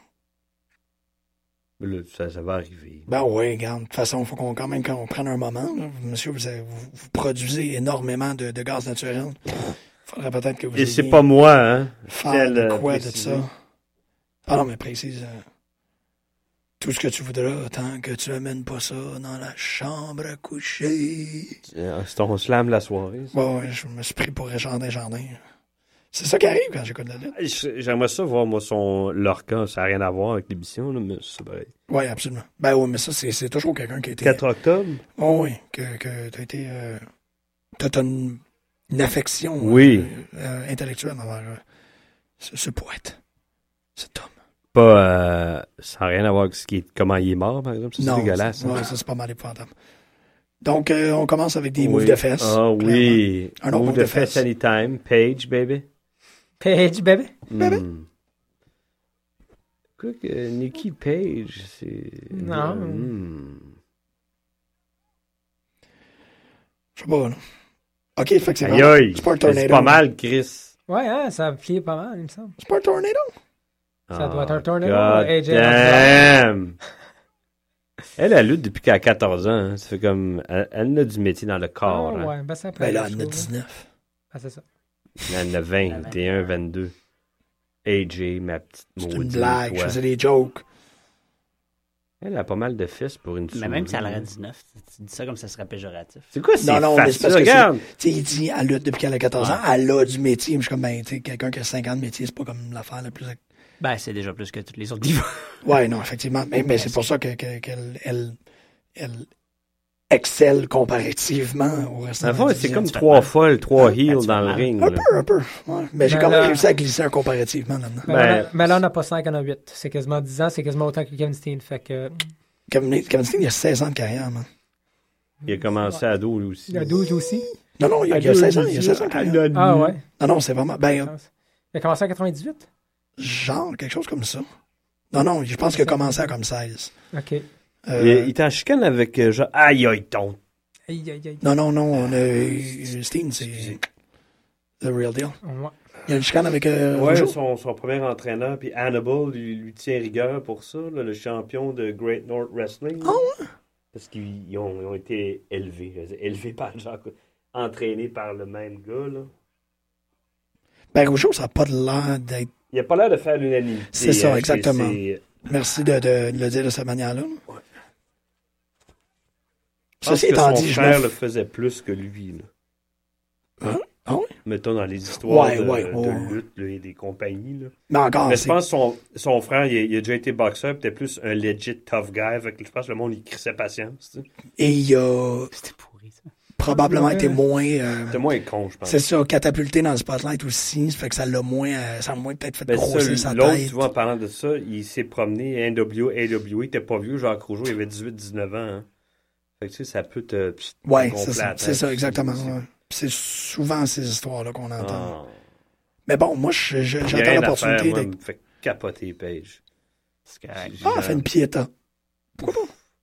you. Là, ça va arriver. Ben oui, regarde. De toute façon, il faut qu'on prenne un moment. Là. Monsieur, vous produisez énormément de gaz naturel. Faudrait peut-être que vous Et c'est ayez pas moi, hein. faire de Tel, quoi de préciser. ça. Ah non, mais précise. Tout ce que tu voudras, tant que tu amènes pas ça dans la chambre à coucher. C'est ton slam la soirée. ça. Ouais, je me suis pris pour Richard Desjardins. C'est ça qui arrive quand j'écoute la lutte. J'aimerais ça voir, moi, leur cas. Ça n'a rien à voir avec l'émission, là, mais c'est pareil. Oui, absolument. Ben oui, mais ça, c'est toujours quelqu'un qui a été... 4 octobre? Oh, oui, que t'as été... t'as une affection Oui. intellectuelle envers ce poète, cet homme. Pas, ça n'a rien à voir avec comment il est mort, par exemple. Ça, c'est dégueulasse. Ouais, hein. ça, c'est pas mal épouvantable. Donc, on commence avec des moves Oui. de fesses. Ah oui. Un autre Move de fesses anytime. Paige, baby. Page, baby. Quoi que Nikki Page, c'est... Non. Je sais pas, là. OK, fait que c'est Aïe aïe. Sport C'est Tornado. pas mal, Chris. Ouais, hein, ça a plié pas mal, il me semble. Sport Tornado. Ça doit être un tornado, God AJ damn. Elle a lutte depuis qu'elle a 14 ans. Hein. Ça fait comme... Elle a du métier dans le corps. Ah, hein. ouais, ben ça peut Ben là, être elle en a chaud, là. 19. Ah, c'est ça. Elle en a 20, 21, 22. AJ, ma petite C'est maudite. une blague, je ouais. faisais des jokes. Elle a pas mal de fils pour une souris. Mais même si elle aurait 19, tu dis ça comme ça serait péjoratif. C'est quoi ces Non, mais c'est parce que regarde. tu sais, il dit, elle lutte depuis qu'elle a 14 ans, elle a du métier. Je suis comme, ben, tu sais, quelqu'un qui a 50 de métier, c'est pas comme l'affaire la plus... Ben, c'est déjà plus que toutes les autres divas. Ouais, non, effectivement. Mais c'est pour ça qu'elle excelle comparativement au reste En de fait, la c'est division. comme 3 folles, 3 tu heels fais dans le mal. ring. Un là. peu. Ouais. Mais j'ai Ben quand même là- réussi à glisser un comparativement là-dedans. Mais là, on n'a pas 5, on a 8. C'est quasiment 10 ans, c'est quasiment autant que Kevin Steen. Fait que. Kevin Steen, il a 16 ans de carrière, man. Il a commencé à dos, lui aussi. Il y a 12 aussi. Non, il a 16 ans, il a 16 ans de carrière. Ah ouais. Non, c'est vraiment... Ben, Il a commencé en 98. genre, quelque chose comme ça. Non, je pense qu'il a commencé à comme 16. Ok. Il était en chicane avec genre, aïe, ton. Aïe, aïe, aïe. Non, Steen, c'est the real deal. Ouais. Il y a une chicane avec Ouais, Rougeau. son premier entraîneur, puis Hannibal lui tient rigueur pour ça, là, le champion de Great North Wrestling. Ah ouais? Parce qu'ils ont été élevés. Élevés par genre, entraînés par le même gars, là. Ben, Rougeau, ça n'a pas l'air d'être... Il a pas l'air de faire l'unanimité. C'est ça, hein, exactement. Merci de le dire de cette manière-là. Ouais. Ceci que étant son dit, frère le faisait plus que lui. Là. Hein? Ah oui? Mettons dans les histoires de lutte là, et des compagnies. Là. Mais encore, Mais je pense que son frère, il a déjà été boxeur, peut-être plus un legit tough guy. Fait que je pense que le monde, il crissait patience. Tu sais. Et il a C'était pourri, ça. probablement été moins... C'était moins con, je pense. c'est ça, catapulté dans le spotlight aussi. Ça fait que ça l'a moins peut-être fait grossir sa l'autre, tête. tu vois, en parlant de ça, il s'est promené à NWA, il était pas vieux, Jacques Rougeau, il avait 18-19 ans. Hein. Fait que tu sais, ça peut te... Ouais, gonfler c'est la ça, tête. c'est ça, exactement. Ouais. C'est souvent ces histoires-là qu'on entend. Ah. Mais bon, moi, Il y a j'attends rien à l'opportunité faire, moi, d'être... me fait capoter, Paige. C'est correct. Ah, fait une piéta. Pourquoi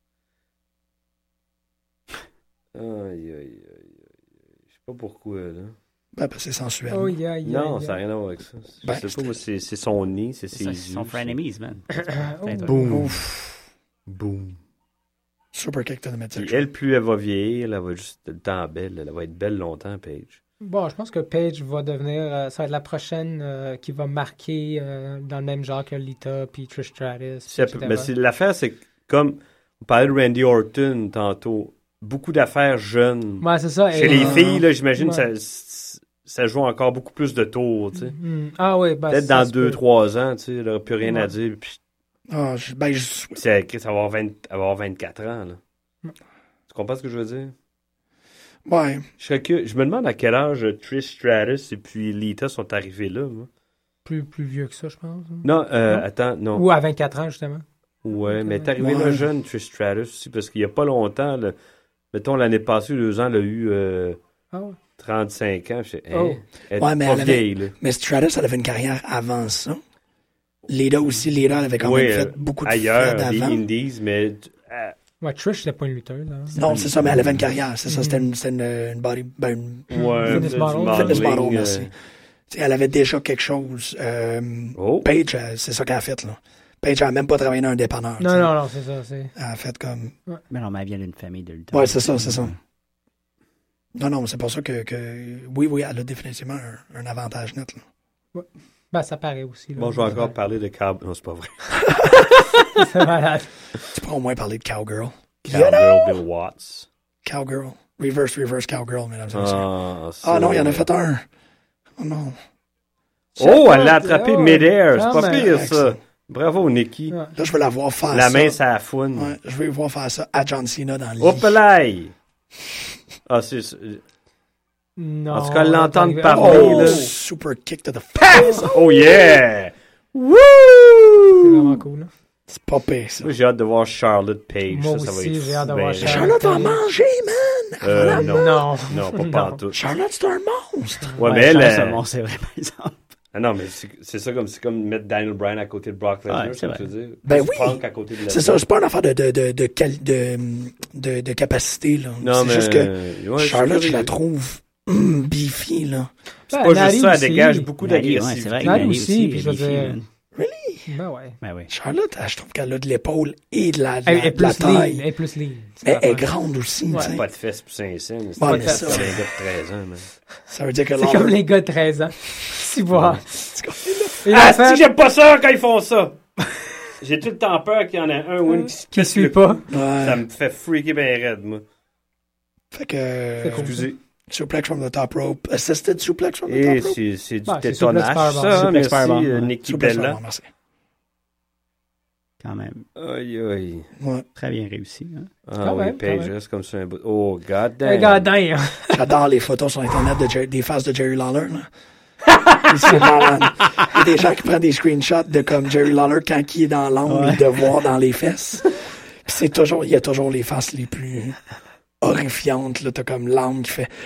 pas? Aïe, aïe, aïe. Je sais pas pourquoi, là. Ben, c'est sensuel. Oh, yeah, yeah, Non, yeah. ça n'a rien à voir avec ça. Je Ben, sais pas, moi, c'est son nez, c'est ses C'est yeux. son frenemies, man. Oh. Boum. Ouf. Boum. Super kick to the Puis midsection. elle, plus elle va vieillir, elle va juste tout le temps belle. Elle va être belle longtemps, Paige. Bon, je pense que Paige va devenir... ça va être la prochaine qui va marquer dans le même genre que Lita puis Trish Stratus. Si elle peut- mais l'affaire, c'est que, comme on parlait de Randy Orton tantôt, beaucoup d'affaires jeunes. Ouais, c'est ça. Chez et- les filles, là, j'imagine, Ouais. ça joue encore beaucoup plus de tours, tu sais. Ah oui, ben, Peut-être ça dans se peut. 2-3 ans, tu sais, elle n'aura plus rien à Ouais. dire. Puis, Ah, ça va avoir 24 ans, là. Tu comprends ce que je veux dire? ouais. Je me demande à quel âge Trish Stratus et puis Lita sont arrivés là, moi. Plus vieux que ça, je pense. Non, Non. attends, non. Ou à 24 ans, justement. Ouais, mais ouais. t'es arrivé là Ouais. jeune, Trish Stratus aussi, parce qu'il y a pas longtemps, là, mettons l'année passée, 2 ans, elle a eu Ah ouais. 35 ans. Je sais, Oh. elle est Ouais, mais pas elle avait- vieille, là. Mais Stratus, elle avait une carrière avant ça. Lita aussi, Lita, elle avait quand Oui, même fait beaucoup de ailleurs, frais des d'avant. indies, mais Ouais, Trish, c'était pas une lutteuse. Hein. Non, c'est ça, mais elle avait une carrière. C'est ça, c'était une body... Ben, ouais, Fitness du model. fitness modeling, model, merci. Tu sais, elle avait déjà quelque chose. Oh. Paige, c'est ça qu'elle a fait, là. Paige, elle a même pas travaillé dans un dépanneur. tu Non, sais. non, c'est ça. C'est... Elle a fait comme... Mais non, mais elle vient d'une famille de lutteurs. Ouais, c'est ça, c'est ça. Non, c'est pour ça que oui, elle a définitivement un avantage net, là. Ben, ça paraît aussi. Là. Bon, je vais encore parler de Cowgirl. Non, c'est pas vrai. C'est malade. Tu pourras au moins parler de Cowgirl. Cowgirl, Bill Watts. Cowgirl. Reverse Cowgirl, mesdames et messieurs. Ah, Non, il y en a fait un. Oh non. Oh, elle l'a attrapé mid-air. C'est quand pas même. pire, ça. Bravo, Nikki. Ouais. Là, je veux la voir faire La ça. main, ça la foune. Ouais, je vais voir faire ça à John Cena dans le lit. Hop là! Ah, c'est... Non. En tout cas, l'entendre t'arrives- parler, Oh, là. super kick to the face. Oh yeah! C'est Woo! vraiment cool. Là. C'est pas pire, ça. Moi, j'ai hâte de voir Charlotte Page. Moi ça va aussi, être j'ai hâte de fou, voir ben, Charlotte. Charlotte va manger, man! Non. Non. Non, pas Non. pantoute. Charlotte, c'est un monstre! Ouais, mais Ouais, elle... c'est bon, c'est vrai, par exemple. Ah non, mais c'est ça comme, c'est comme mettre Daniel Bryan à côté de Brock Lesnar, Ouais, c'est c'est ce que vrai. tu veux dire. Ben Du oui. Punk à côté de Lesnar. C'est ça, c'est pas une affaire de capacité, là. Non, c'est mais... juste que ouais, Charlotte, c'est je la curieux. trouve beefy, là. C'est pas juste ça, elle dégage beaucoup Nali, ouais, d'agressivité. c'est vrai. Nali Nali aussi, est puis je veux beefy, dire- man. Ben ouais. Ben oui. Charlotte, je trouve qu'elle a de l'épaule et de la Elle est de la plus lean. taille. Elle est plus lean. C'est Mais la elle est affaire. grande aussi, Ouais. tu sais. Pas de fesses pour Saint-Saëns. C'est Ouais, pas mais de ça- fesses pour un gars de 13 ans, man. Ça veut dire que C'est comme les gars de 13 ans. Si voir. Et Ah, en fait, si j'aime pas ça quand ils font ça! J'ai tout le temps peur qu'il y en ait un ou une qui suit pas. Ça Ouais. me fait freaker bien raide, moi. Fait que... C'est cool. Excusez. Suplex from the top rope. Assisted suplex from the Et top rope. c'est du Ouais, c'est tétonnage, suplex powerbomb. ça, hein, Suplex merci, powerbomb, ouais. Nikki Suplex Bella. powerbomb, merci. Quand même. Aïe, aïe. Ouais. Très bien réussi. Hein? Ah Quand oui, même, Paige quand même. reste comme ça un bout. Oh, god damn. Regarde, hein. J'adore les photos sur Internet des faces de Jerry Lawler, là. C'est malade. Il y a des gens qui prennent des screenshots de comme Jerry Lawler quand il est dans l'angle et de voir dans les fesses. Puis il y a toujours les faces les plus horrifiantes, là. T'as comme l'angle qui fait...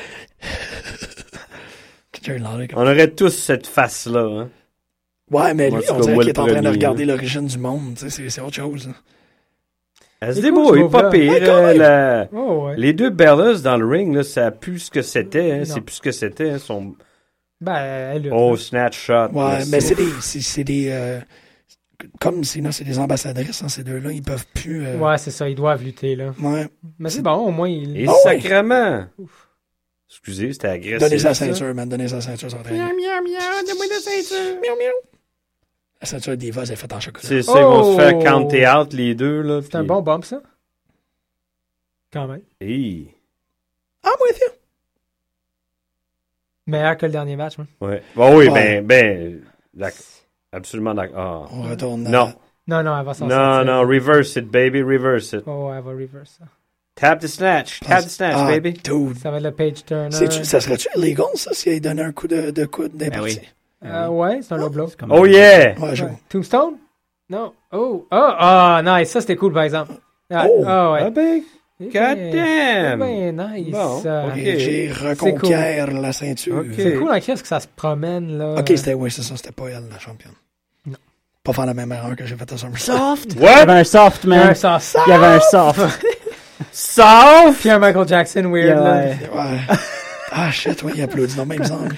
Jerry Lawler, comme... On aurait tous cette face-là, hein. Ouais, mais Moi, lui, c'est on comme dirait moi qu'il est le en train de premier, regarder là. l'origine du monde, tu sais, c'est autre chose, là. Elle se C'est cool, débrouille, ce pas move-là. pire. Ouais, quand même. Oh, ouais. Les deux Bellas dans le ring, là, ça a plus ce que c'était. Hein. Non. C'est plus ce que c'était. Hein. Son... Ben, elle lutte, Oh, là. snatch shot. Ouais, là, mais c'est des comme sinon c'est des ambassadrices, hein, ces deux-là, ils peuvent plus... Ouais, c'est ça, ils doivent lutter, là. Ouais. Mais c'est bon, au moins, Et ils... Oh, sacrément! Excusez, c'était agressif. Donnez sa ça. ceinture, man. Donnez sa ceinture, ça va très bien. donne-moi la ceinture. Miaou, miaou. La ceinture Divas est faite en chocolat. C'est ça, ils vont se faire Oh! counter out les deux, là. C'est un bon bump, ça. Quand même. Hey. Ah, moi, tiens. Meilleur que le dernier match, moi. Ouais. Bon, oui, Ouais. d'accord. Absolument d'accord. Ah. On retourne. Non. Non, elle va s'en Non, sortir. non, reverse it, baby, reverse it. Oh, elle va reverse ça. Tap the snatch, baby. Dude. Ça va être le page turner. Ça serait-tu illegal, ça, s'il avait donné un coup de coude des Ben oui. parties? Ouais, c'est un low blow. Oh yeah! Ouais, je Ouais. Tombstone? Non. Nice. Ça, c'était cool, par exemple. Ah, Oh. ouais. Ah ben, God damn! Ben, nice. Bon, ok. J'ai reconquiert la ceinture. Ok. C'est cool en qu'est-ce que ça se promène, là. Ok, c'était pas elle, la championne. Non. Pas faire la même erreur que j'ai faite à SummerSlam. Soft. Il y What? avait un soft, man. Un sauce. Il y avait un soft. Sauf! Puis un Michael Jackson weird, là. Ouais. Ouais. Ah, shit, ouais, il applaudit dans le même semble.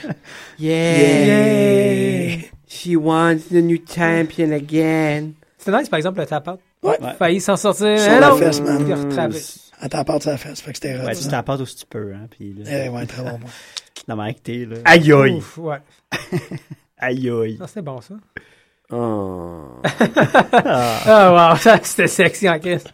Yeah! She wants the new champion again. C'était nice, par exemple, le tap-out. Ouais. Failli s'en sortir. Sur Hein, la non. fesse, man. Puis retrapé. À ta part de sa fesse, fait que c'était Ouais, raide. tu t'apportes aussi tu peux, hein. Puis là, Ouais, très bon. la manière que t'es, là. Aïe aïe! Ouf, ouais. Aïe, aïe. Non, c'était bon, ça. Oh. Ah, wow, ça, c'était sexy en caisse.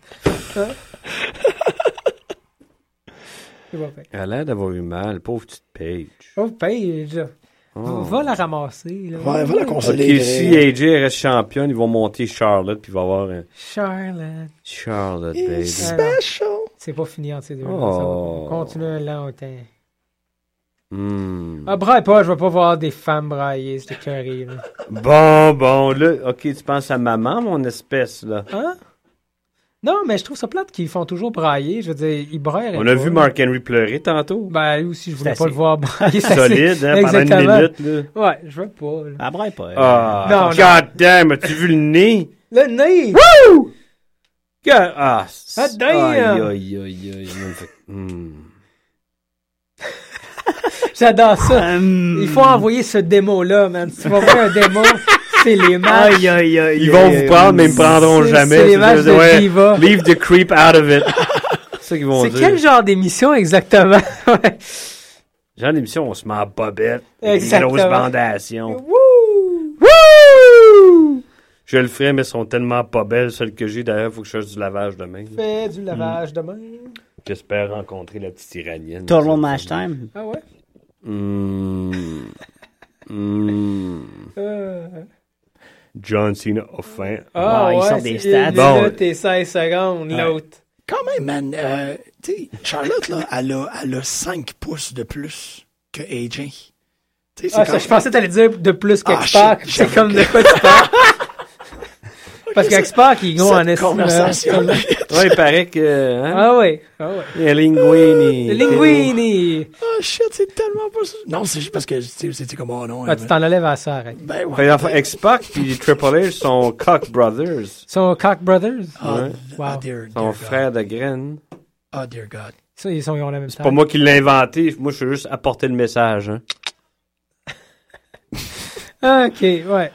C'est bon, fait. Elle a l'air d'avoir eu mal, pauvre petite Paige. Oh, Paige. Oh. Va la ramasser, là. Ouais, va la Ok, consoler. si AJ reste championne, ils vont monter Charlotte, puis il va y avoir un Charlotte. Charlotte, It's baby. special. C'est pas fini entre ces deux. Oh. Ça va continuer longtemps. Hmm. Ah, braille pas, je vais pas voir des femmes brailler, c'est écœuré, là. Bon, là, ok, tu penses à maman, mon espèce, là. Hein? Non, mais je trouve ça plate qu'ils font toujours brailler. Je veux dire, ils braillent. On a vu Mark Henry pleurer tantôt. Ben, lui aussi, je voulais C'est pas le assez voir brailler. c'est Solide, hein, pendant une Exactement. minute, là. Ouais, je veux pas, là. Elle braille pas. Ah, Non, god damn, as-tu vu le nez? Le nez! Ah, Ah, damn! aïe, aïe, aïe. J'adore ça. Il faut envoyer ce démo-là, man. Si tu vas voir un démo, c'est les matchs. Aïe, aïe, aïe. Ils vont vous prendre, mais ils me prendront jamais. C'est les matchs de Ouais, Diva. leave the creep out of it. C'est ça qu'ils vont C'est dire. quel genre d'émission exactement? Ouais. Genre d'émission, on se met en bobette. Avec des Exactement. grosses bandations. Wouh! Wouh! Je le ferai, mais elles sont tellement pas belles. Celles que j'ai, d'ailleurs, il faut que je fasse du lavage demain. Fais du lavage demain. J'espère rencontrer la petite iranienne. Total Match Time. Ah ouais? John Cena a faim. Ah, ils ouais, sortent des c'est stats. une Bon. minute et 16 secondes, l'autre. Quand même, man. Tu sais, Charlotte, là, elle a 5 pouces de plus que AJ. Tu sais, c'est Ah, quand ça, je pensais que t'allais dire de plus Ah, qu'X-Pac. shit, C'est j'avoue comme que- de quoi tu parles. Parce Ok, qu'X-Pac, il est gros en cette estime. conversation. Ouais, il paraît que. Hein? Ah ouais. Ah ouais. Il y a Linguini. Le Linguini. Oh shit, c'est tellement pas ça. Non, c'est juste parce que c'était comme, oh non. Ah, tu t'en enlèves à ça, arrête. Ben Par ouais. exemple, X-Pac puis Triple H sont Koch Brothers. Son Cock Brothers. Oh, Ouais. oh, Wow. dear Son God. frère de graine. Oh, dear God. Ça, ils ont la même C'est pas taille. moi qui l'ai inventé. Moi, je veux juste apporter le message. Hein. Ah, ok, ouais.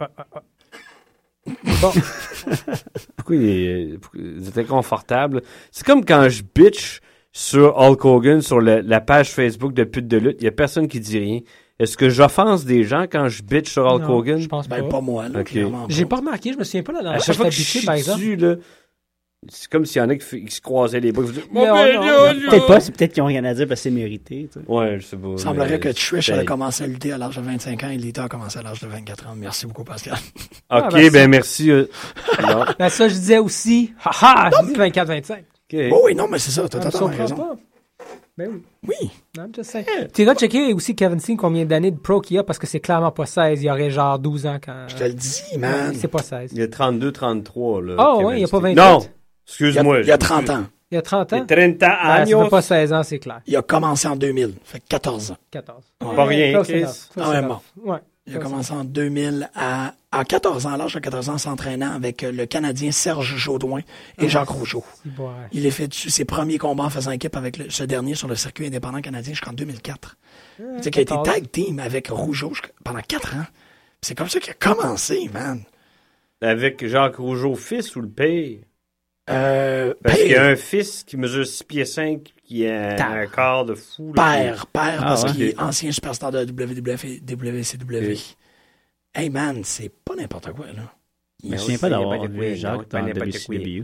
Bon. Pourquoi vous êtes inconfortable? C'est comme quand je bitch sur Hulk Hogan sur la page Facebook de pute de lutte. Il y a personne qui dit rien. Est-ce que j'offense des gens quand je bitch sur Hulk Non, Hogan? je pense Ben, pas. pas moi, là. Ok. Clairement J'ai pas remarqué, je me souviens pas là dans À chaque fois que je habitué, chie par exemple. dessus, là, c'est comme s'il y en a qui se croisaient les bras. Ils disaient, Non, Peut-être pas, c'est peut-être qu'ils ont rien à dire parce que c'est mérité. Tu sais. Ouais, je sais pas. Il semblerait mais que Trish c'est- a commencé à lutter à l'âge de 25 ans et Lita a commencé à l'âge de 24 ans. Merci beaucoup, Pascal. Ok, ben, ben merci. Non. Ben, ça, je disais aussi. Haha, je dis 24-25. Ok. Oh oui, non, mais c'est ça, t'as Ça me totalement surprend raison. pas. Ben oui. Oui. Non, I'm just saying. Tu iras checker aussi Kevin Steen combien d'années de pro qu'il y a parce que c'est clairement pas 16. Il y aurait genre 12 ans quand. Je te le dis, man. C'est pas 16. Il y a 32, 33, là. Oh, Kevin ouais, il y a pas Steen. 28. Non! Il y Excuse-moi. a 30 ans. Il y a 30 Il y ans. a 30 ans, Ah, ça años. fait pas 16 ans, c'est clair. Il a commencé en 2000. Fait que 14 ans. 14. Pas rien, Close Chris. enough. Close Ah ouais, enough. Ouais. Il a commencé en 2000 à 14 ans, à l'âge de 14 ans, s'entraînant avec le Canadien Serge Jaudoin et Jacques Rougeau. C'est bon, ouais. Il a fait ses premiers combats en faisant équipe avec ce dernier sur le circuit indépendant canadien jusqu'en 2004. C'est qu'il a été 14. tag team avec Rougeau pendant 4 ans. C'est comme ça qu'il a commencé, man. Avec Jacques Rougeau, fils ou le père? Parce qu'il y a un fils qui mesure 6 pieds 5 qui a un corps de fou. Là, Père, parce ouais. qu'il est ancien superstar de WWF et WCW. Oui. Hey man, c'est pas n'importe quoi, là. Je me souviens pas d'avoir n'importe vu quoi, Jacques dans n'importe quoi. WCW.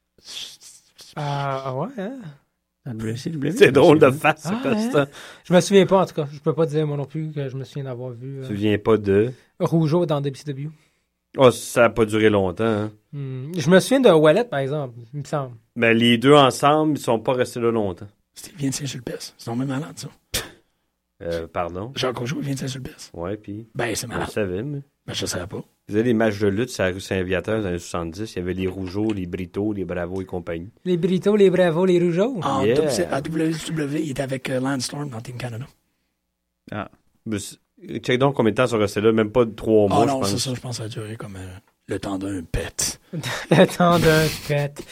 Ah ouais, hein? Dans WCW? C'est drôle de face, Ah, comme ça. Je me souviens pas, en tout cas. Je peux pas dire, moi non plus, que je me souviens d'avoir vu Tu te souviens pas de... Rougeau dans WCW. Oh, ça a pas duré longtemps, hein. Je me souviens de Wallet, par exemple, il me semble. Ben, les deux ensemble, ils sont pas restés là longtemps. Steve vient de Saint-Sulpice. C'est même malade, ça. Pardon? Jacques Rougeau vient de Saint-Sulpice. Ouais, puis... Ben, c'est Je le malade. savais, mais... Ben, je savais pas. Ils faisaient des matchs de lutte sur la rue Saint-Viateur dans les années 70. Il y avait les Rougeaux, les Britos, les Bravos et compagnie. Les Britos, les Bravos, les Rougeaux. En Yeah. à WCW, il était avec Lance Storm dans Team Canada. Mais check donc combien de temps ils sont restés là. Même pas de 3 mois, Oh je non, pense. c'est ça, je pense que ça a duré comme le temps d'un pet. Le temps d'un pet.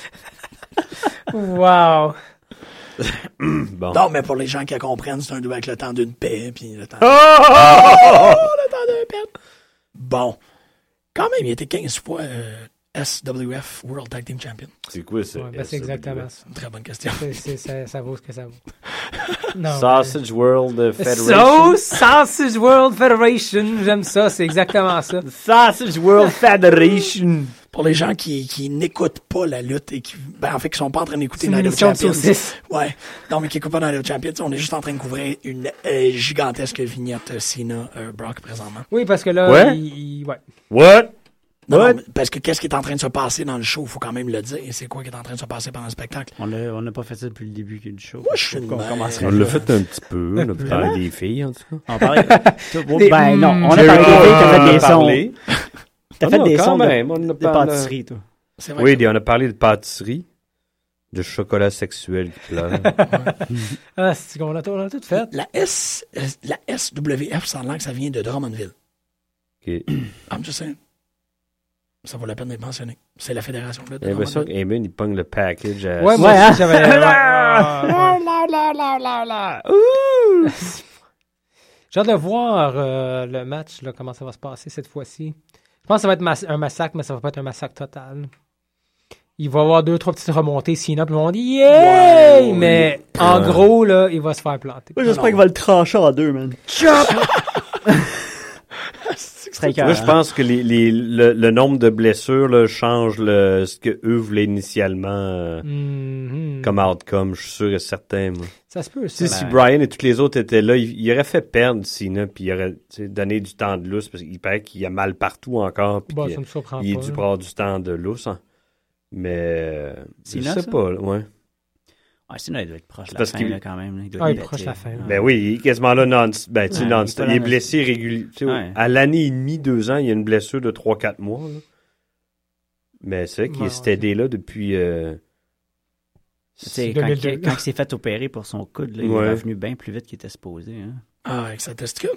Wow. Bon. Non, mais pour les gens qui comprennent, c'est un double avec le temps d'une paix, puis le temps... Oh! le temps d'un pet! Bon. Quand même, il était 15 fois SWF World Tag Team Champion. C'est quoi ça? Ouais, ben, c'est exactement ça. Une très bonne question. Ça vaut ce que ça vaut. Non, Sausage World Federation. Sausage World Federation, j'aime ça, c'est exactement ça. Sausage World Federation. Pour les gens qui n'écoutent pas la lutte et qui, ben, en fait, qui sont pas en train d'écouter C'est une Night of émission de Champions. saucisses. Ouais. Non, mais qui écoutent pas Night of Champions, on est juste en train de couvrir une gigantesque vignette Cena Brock présentement. Oui, parce que là, Ouais. ouais. What? Non, What? mais parce que qu'est-ce qui est en train de se passer dans le show, faut quand même le dire. C'est quoi qui est en train de se passer pendant le spectacle? On n'a pas fait ça depuis le début du show. Moi, je suis une Qu'on merde. commencerait On là. l'a fait un petit peu. On a parlé des filles, en tout cas. On parlait... Des- ben non, on a Jerry parlé des filles, t'as on fait en a des sons. parlé. T'as Ah fait non, des quand sons même, on en a de parlé. pâtisserie, toi. C'est vrai Oui, que- on a parlé de pâtisserie, de chocolat sexuel qui pleure. Ah, c'est qu'on a tout fait. la SWF, ça a l'air que ça vient de Drummondville. OK. I'm just saying. Ça vaut la peine d'être mentionné. C'est la fédération de J'ai l'impression Drummondville. qu'Eamon, il pogne le package à... Ouais, moi Ouais, hein? aussi, j'avais... J'ai hâte de voir le match, là, comment ça va se passer cette fois-ci. Je pense que ça va être un massacre, mais ça va pas être un massacre total. Il va y avoir 2-3 petites remontées, sinon, puis ils vont dire « Yeah! Ouais, mais en gros, là, il va se faire planter. Moi, j'espère qu'il va le trancher en deux, man. Moi, je pense que le nombre de blessures là, change ce que eux voulaient initialement Mhm. comme outcome. Je suis sûr et certain. Moi. Ça se peut, ça. Si Brian et tous les autres étaient là, il aurait fait perdre Cena, puis il aurait donné du temps de lousse, parce qu'il paraît qu'il a mal partout encore, puis Bon, qu'il ça me surprend il est pas. dû là. prendre du temps de lousse. Hein. Mais je Cena, sais ça? pas, là, ouais. Ouais, sinon, il doit être proche de la Parce fin, qu'il- là, quand même. Là. Il doit Ah, il est péter. proche de la fin, là. Ben oui, il est quasiment là non-stop. Ben, tu sais, Ouais, non-stop. il est Il est pas là, blessé régulièrement. Ouais. À l'année et demie, 2 ans, il y a une blessure de 3-4 mois. Là. Mais c'est vrai qu'il Ouais, s'était aidé là depuis... Tu sais, quand 2002. il s'est fait opérer pour son coude, là, il Ouais. est revenu bien plus vite qu'il était supposé. Hein. Ah, avec sa testicule.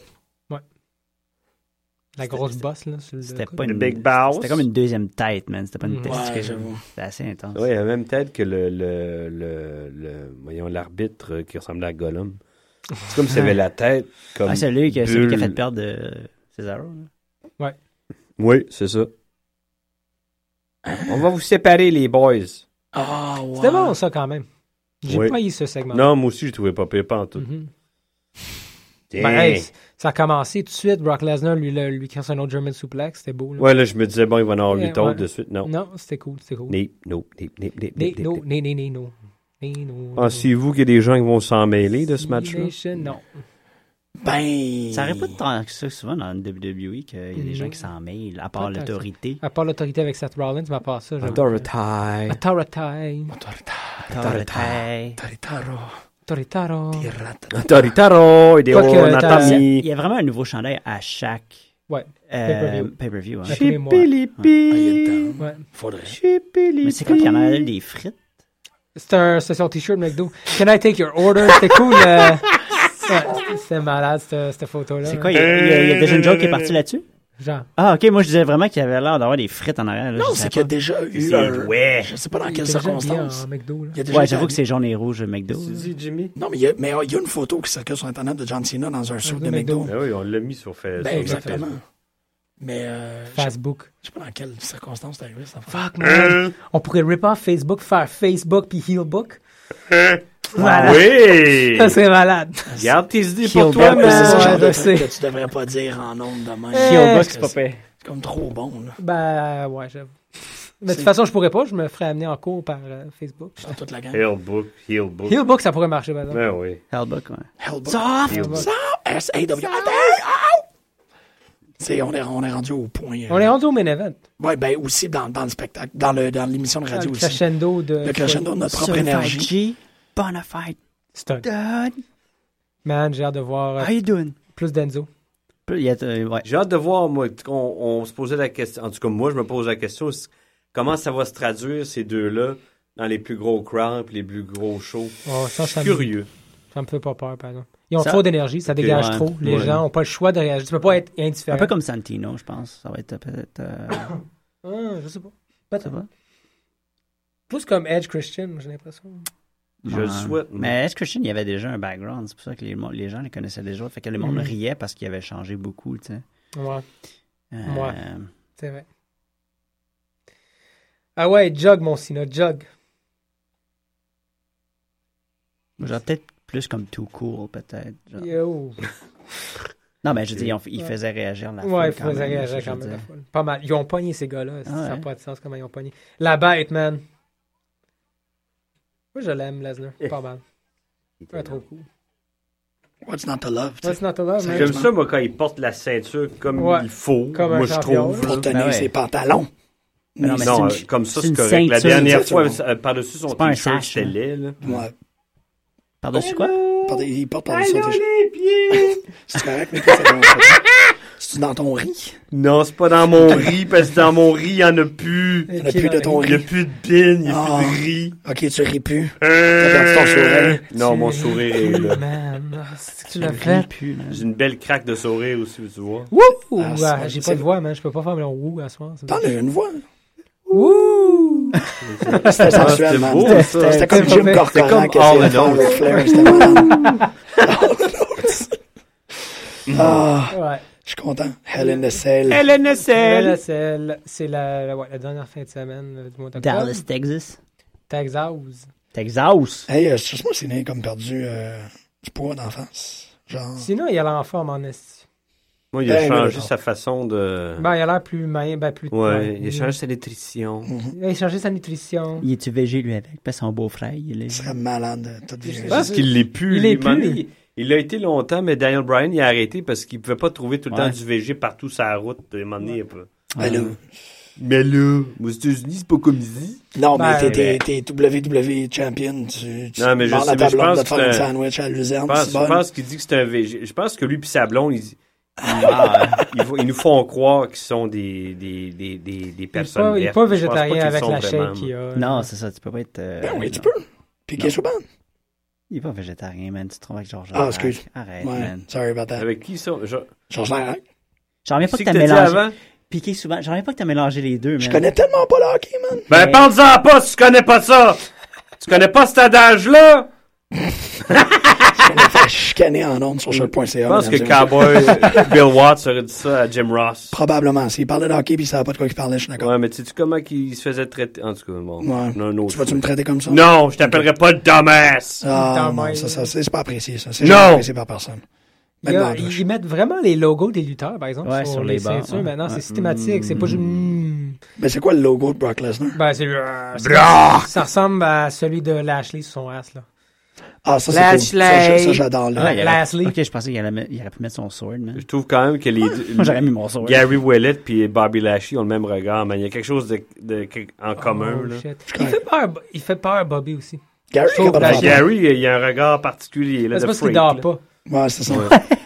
La grosse bosse, là, sur le C'était coude. pas Le une... Big Boss. C'était comme une deuxième tête, man. C'était pas une Ouais, testicule. j'avoue. C'était assez intense. Oui, il y a la même tête que voyons, l'arbitre qui ressemblait à Gollum. C'est comme s'il avait la tête comme... Ah, celui qui a bulle. fait perdre Cesaro. là. Oui, c'est ça. On va vous séparer, les boys. Ah, ouais. C'était bon, ça, quand même. J'ai Oui. pas eu ce segment. Non, moi aussi, je trouvais pas pire, pas en tout. Mhm. Tiens. Ben, hey, ça a commencé tout de suite. Brock Lesnar lui casse un autre German suplex. C'était beau. Là. Ouais, là, je me disais, bon, il va en avoir 8 Ouais. autres de suite. Non. Non, c'était cool. C'était cool. Nip. Non. Ah, c'est vous qu'il y a des gens qui vont s'en mêler de ce match-là? Non. Ben. Ça arrive pas tant que ça souvent dans le WWE qu'il y a des gens qui s'en mêlent, à part Pas tant que ça. l'autorité. À part l'autorité avec Seth Rollins, mais à part ça. Autority. Autority. Autorité. Taritaro. Autoritaro. Tirata. Autoritaro, Quoique, Il Natami. y a vraiment un nouveau chandail à chaque Ouais. pay-per-view. Hein. À tous les mois. Ah, il y a le temps. Ouais. Faudrait. Mais c'est comme qu'il y en a des frites. C'est son t-shirt McDo. Can I take your order? C'était cool. C'était malade, cette photo-là. C'est quoi? Il y a déjà une joke qui est partie là-dessus? Genre. Ah, ok, moi je disais vraiment qu'il y avait l'air d'avoir des frites en arrière. Là, Non, je c'est savais qu'il y a pas. déjà eu C'est- un... ouais. Je sais pas dans Il quelles était déjà bien circonstances. en McDo, là. Il y a déjà Ouais, été j'avoue à- que c'est jaune et rouge McDo. Tu dis, Jimmy? Non, mais il y a une photo qui circule sur Internet de John Cena dans un suit de McDo. McDo. Ben oui, on l'a mis sur Facebook. Ben, exactement. Mais Facebook. je sais pas dans quelles circonstances c'est arrivé, cette affaire. Fuck, man. On pourrait rip off Facebook, faire Facebook puis Healbook. Malade. Oui! Ça serait malade. Garde tes idées Kill pour toi, Bob, C'est ça, ouais, genre je de sais. truc que tu devrais pas dire en ondes de même. Healbook, Parce c'est que pas pire. C'est comme trop bon, là. Ben, ouais, j'avoue. Mais de toute façon, je pourrais pas. Je me ferais amener en cours par Facebook. Dans toute la gang. Healbook. Healbook, ça pourrait marcher, par exemple. Ben oui. Hellbook, ouais. Hellbook. Soft! Healbook. S-A-W. On est rendu au point. On est rendu au main event. Ouais, ben aussi dans le spectacle, dans l'émission de radio Le aussi. crescendo de... Le crescendo de notre propre énergie. G, Bonafide, Stud. Dad, Man, j'ai hâte de voir how you doing? plus d'Enzo. Ouais. J'ai hâte de voir, moi, on se posait la question, en tout cas, moi, je me pose la question, comment ça va se traduire, ces deux-là, dans les plus gros crowds et les plus gros shows. Oh, Je suis curieux. Ça me fait pas peur, par exemple. Ils ont Ça- trop d'énergie, ça dégage ouais. trop. Les Ouais. gens ont pas le choix de réagir. Tu peux pas être indifférent. Un peu comme Santino, je pense. Ça va être peut-être... Je sais pas. ça va? Plus comme Edge Christian, j'ai l'impression. Je le souhaite. Mais est-ce que Christian, il y avait déjà un background? C'est pour ça que les gens les connaissaient déjà. Fait que le monde riait parce qu'il avait changé beaucoup, tu sais. Ouais, Euh, Ouais. c'est vrai. Ah ouais, Jug, mon Cena, Jug. Genre peut-être plus comme Too Cool, peut-être. genre. Yo. Non, mais je veux dire, ils faisaient réagir la foule Ouais, il quand faisait même, réagir je quand veux même la dire. foule. Pas mal. Ils ont pogné ces gars-là. Ça Ah n'a ouais. pas de sens comment ils ont pogné. La bête, man. Moi, je l'aime, Lesnar. Pas mal. Ouais, trop cool. What's not to love? tu sais. What's not to love, man? J'aime ça, moi, quand il porte la ceinture comme Ouais. il faut. Comme un moi, je champion. trouve. Pour tenir Ben ouais. ses pantalons. Mais non, mais Non, c'est une- comme ça, c'est c'est une correct. La ceinture, dernière tu sais, fois, tu par-dessus son C'est pas un t-shirt, sash, c'était hein. laid, là. Ouais. Par-dessus quoi? Il porte par-dessus Allons son les pieds! C'est correct, mais toi, c'est dans ton riz. Non, c'est pas dans mon riz, parce que dans mon riz, il y en a plus. Il n'y en a plus de ton Il y a riz. plus de pin, il y a Ah. plus de riz. Ok, tu ris plus. T'as perdu ton sourire. Non, mon sourire est là. Man, c'est que tu l'as Ris fait. plus, man. J'ai une belle craque de sourire aussi, tu vois. Wouh! Ah, c'est- J'ai c'est- pas de voix, man. Je peux pas faire mon wouh à soir. T'en as une voix. Wouh! C'était sensuel, c'était man. beau, C'était- ça. C'était comme C'était Jim pas- Corcoran c'était comme qui essayait de All faire in Ric All. Flair. C'était malade. Ah, Ouais. je suis content. Hell in the Cell. Là, c'est la dernière fin de semaine du mois d'octobre. Dallas, Texas. Texas. Texas. Hey, excuse-moi, c'est né comme perdu du poids d'enfance. Genre. Sinon, il a l'air en forme en esti. Moi, il a Ben, changé mais- sa façon de... Ben, il a l'air plus humain, plus... Ouais, il a changé sa nutrition. Il a changé sa nutrition. Il est-tu végé, lui, avec? Parce que son beau-frère, il est... Il serait malade, toute vie. Je pense qu'il l'est plus. Il l'est Un moment plus. donné, Il l'a été longtemps, mais Daniel Bryan, il a arrêté parce qu'il pouvait pas trouver tout le temps Ouais. du VG partout sur la route. À un moment donné, il a pas- Ben là, Mais là, aux États-Unis, c'est pas comme ici. non, Ben, mais t'es WWE champion. Tu Non, mais je mords sais, la mais je table pense de te que faire un c'est un- sandwich à luzerne. Je c'est bon. pense qu'il dit que c'est un VG. Je pense que lui et sa blonde, ils nous font croire qu'ils sont des personnes Il n'est vertes. pas Je pense végétarien qu'ils avec sont la vraiment. shake qu'il a. Non, c'est ça, tu peux pas être... Ben oui, tu non. peux. Puis Non. Keisuban. Il est pas végétarien, man. Tu te trouves avec Georges Ah, Larac. excuse. Arrête, Ouais, man. sorry about that. Avec qui ça? Georges Larac. J'en reviens pas Qui que que t'as t'as dit mélangé... avant? Piqué souvent. J'en reviens pas que t'as mélangé les deux, man. Je connais tellement pas le hockey, man. Ben, pense-en pas si tu connais pas ça! Tu connais pas cet adage-là? Je connais fait chicaner en ondes sur Shirt.ca. Je pense que mesdames et messieurs. Cowboy Bill Watts aurait dit ça à Jim Ross. Probablement. S'il parlait de hockey puis il savait pas de quoi il parlait, je suis d'accord. Ouais, mais tu sais comment il se faisait traiter? En tout cas, bon. Ouais. Non, non, Tu vas-tu me traiter comme ça? Non, je t'appellerai pas dumbass! Ah, Putain, non, ouais. ça, c'est pas apprécié, ça. C'est Non! jamais apprécié par personne. Même dans la douche. Ils mettent vraiment les logos des lutteurs, par exemple, Ouais, sur les bancs, ceintures. ouais. Maintenant, Ouais. c'est systématique. C'est pas juste... Mais c'est quoi le logo de Brock Lesnar? Ben, c'est... Brock! Ça ressemble à celui de Lashley sur son ass, là. Ah, ça, c'est cool. Lashley. Ça, j'adore, là. Ah, il aurait- Lashley. Ok, je pensais qu'il aurait pu mettre son sword, man. Je trouve quand même que les Moi, j'aurais mis mon sword. Gary Ouellet puis Bobby Lashley ont le même regard, mais il y a quelque chose en commun, Oh, là. shit. correct. Il fait peur, Bobby, aussi. Gary, Je trouve capable de la faire Ben, Gary, il y a un regard particulier, là, C'est de parce qu'il freak, dort là. pas. Ouais, c'est ça.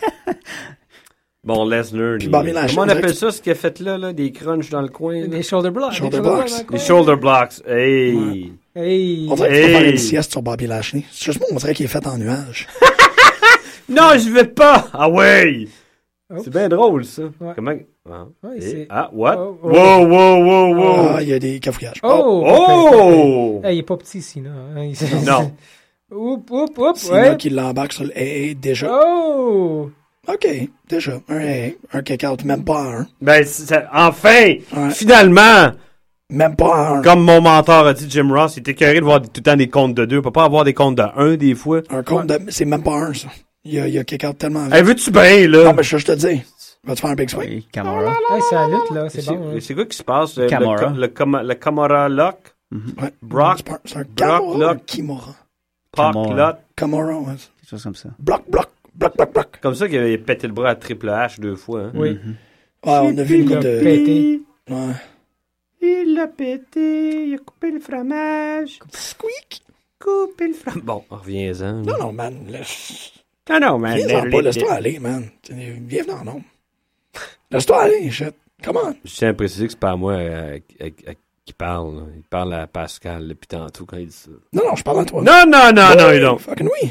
Bon, Lesnar, Puis Bobby Lashley, comment on on dirait appelle que- ça, ce qu'il a fait là, des crunchs dans le coin? là? Des shoulder blocks. Shoulder blocks. Des shoulder blocks. Hey! Hey. On dirait que tu peux faire Hey. une sieste sur Bobby Lashley. C'est juste moi, on dirait qu'il est fait en nuage. Non, je vais pas! Ah ouais! Oh. C'est bien drôle, ça. Ouais. Comment... Ah, Ouais, et- c'est- ah, what? Oh, oh. Wow! Ah, il y a des cafouillages. Oh! Oh! Hey, il est pas petit, Sina. Hein. Non. Oup, oup, oup. C'est Ouais. là qu'il l'embarque sur le AA déjà. Oh! OK, déjà. Un kick-out, même pas un. Ben, enfin! Ouais. Finalement! Même pas un. Comme mon mentor a dit, Jim Ross, il était carré de voir tout le temps des comptes de 2. On peut pas avoir des comptes de 1 des fois. Un compte de... C'est même pas un, ça. Il y a kick-out tellement vite. Hey, veux-tu bien, là? Non, mais je te dis. Vas-tu faire un big swing? Oui, Camara. Hey, c'est la lutte, là. C'est bon. Hein. C'est quoi qui se passe? Camara. Le Camara Lock? Ouais. Brock? C'est un Brock, Camara ou un Lock. Kimura? Park Camara. Lot? Camara, ouais. Quelque chose comme ça. Bloc. Comme ça qu'il avait pété le bras à Triple H 2 fois. Hein? Oui. Ouais, on a vu une Il couple a de... pété. Ouais. Il l'a pété, il a coupé le fromage. Squeak! Coupé le fromage. Bon, reviens-en. Non, man. Non, man. Viens-en pas, laisse-toi aller, man. Bienvenue en nombre. Laisse-toi aller, shit. Come on. Je tiens à préciser que c'est pas à moi qui parle. Là. Il parle à Pascal depuis tantôt quand il dit ça. Non, je parle à toi. Non, Oui, il don't. Fucking oui.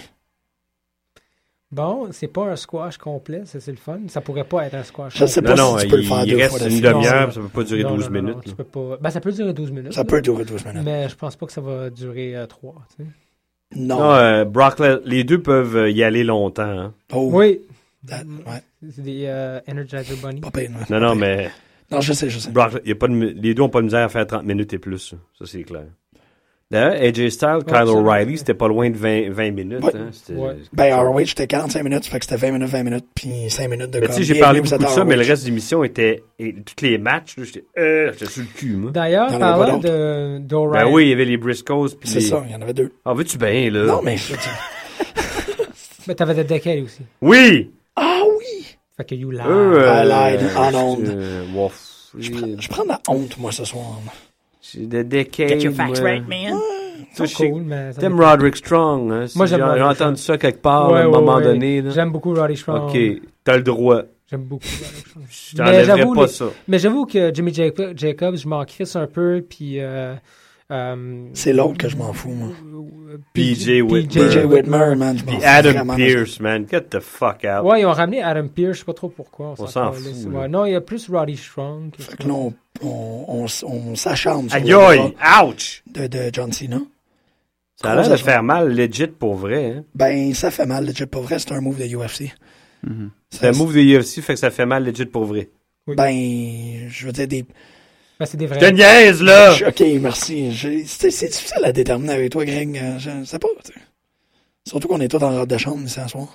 Bon, c'est pas un squash complet, ça c'est le fun. Ça pourrait pas être un squash Je sais complet. pas si tu peux le faire il deux reste fois une d'affilée. demi-heure, Non, ça peut pas durer 12 minutes. tu là. peux pas... Ben, ça peut durer 12 minutes. Ça là. peut durer 12 minutes. Mais je pense pas que ça va durer 3. Tu sais. Non. Non, Brock, les deux peuvent y aller longtemps. Hein. Oh, Oui. ouais. C'est des Energizer Bunny. Pas pire, ouais. Non, mais Non, je sais. Brock, les deux ont pas de misère à faire 30 minutes et plus. Ça c'est clair. D'ailleurs, AJ Styles, Kyle ça, O'Reilly, ouais. c'était pas loin de 20 minutes. Ouais. Hein. C'était- Ouais. Ben, ROH, c'était 45 minutes, fait que c'était 20 minutes, puis 5 minutes de Mais tu sais, com. j'ai parlé Bienvenue, beaucoup de vous êtes ça, à mais le ROH. reste de l'émission était... Et tous les matchs, là, j'étais sur le cul, moi. D'ailleurs, Y'en avait parlant pas d'O'Reilly. Ben oui, il y avait les Briscoes. Puis C'est les... ça, il y en avait 2. Ah, veux-tu bien, là? Non, mais... Mais t'avais The Decade aussi. Oui! Ah oui! Fait que you lie. lied en ondes. Wouf. Je prends la honte, moi, ce soir. C'est de Decade. Get your facts moi. right, man. Ça, C'est je cool, mais... ça T'aimes dépend. Roderick Strong, hein? Moi, j'aime J'ai Roderick entendu Strong. ça quelque part, Ouais, à un ouais, moment ouais. donné, là. J'aime beaucoup Roddy Strong. OK, t'as le droit. J'aime beaucoup Roddy Strong. Je t'enlèverai j'avoue, pas ça. Mais j'avoue que Jimmy Jacobs, je m'en crisse un peu, puis... C'est l'autre que je m'en fous, moi. PJ Whitmer. PJ Whitmer, man, je m'en Puis fous Adam vraiment. Pierce, man. Get the fuck out. Ouais, ils ont ramené Adam Pearce, je sais pas trop pourquoi. On s'en fout, là. Ouais, non, il y a plus Roddy Strong. que- Fait que là, on s'acharne sur Aïe, le aïe! bras Ouch! de John Cena. Ça a l'air de Gros faire mal, legit, pour vrai, hein? Ben, ça fait mal, legit, pour vrai, c'est un move de UFC. C'est un move de UFC, fait que ça fait mal, legit, pour vrai. Ben, je veux dire, Ben, c'est des Je te vrais. niaise, là! Ok, merci. C'est difficile à déterminer avec toi, Greg. Je sais pas, tu sais. Surtout qu'on est tous en robe de chambre ici ce soir.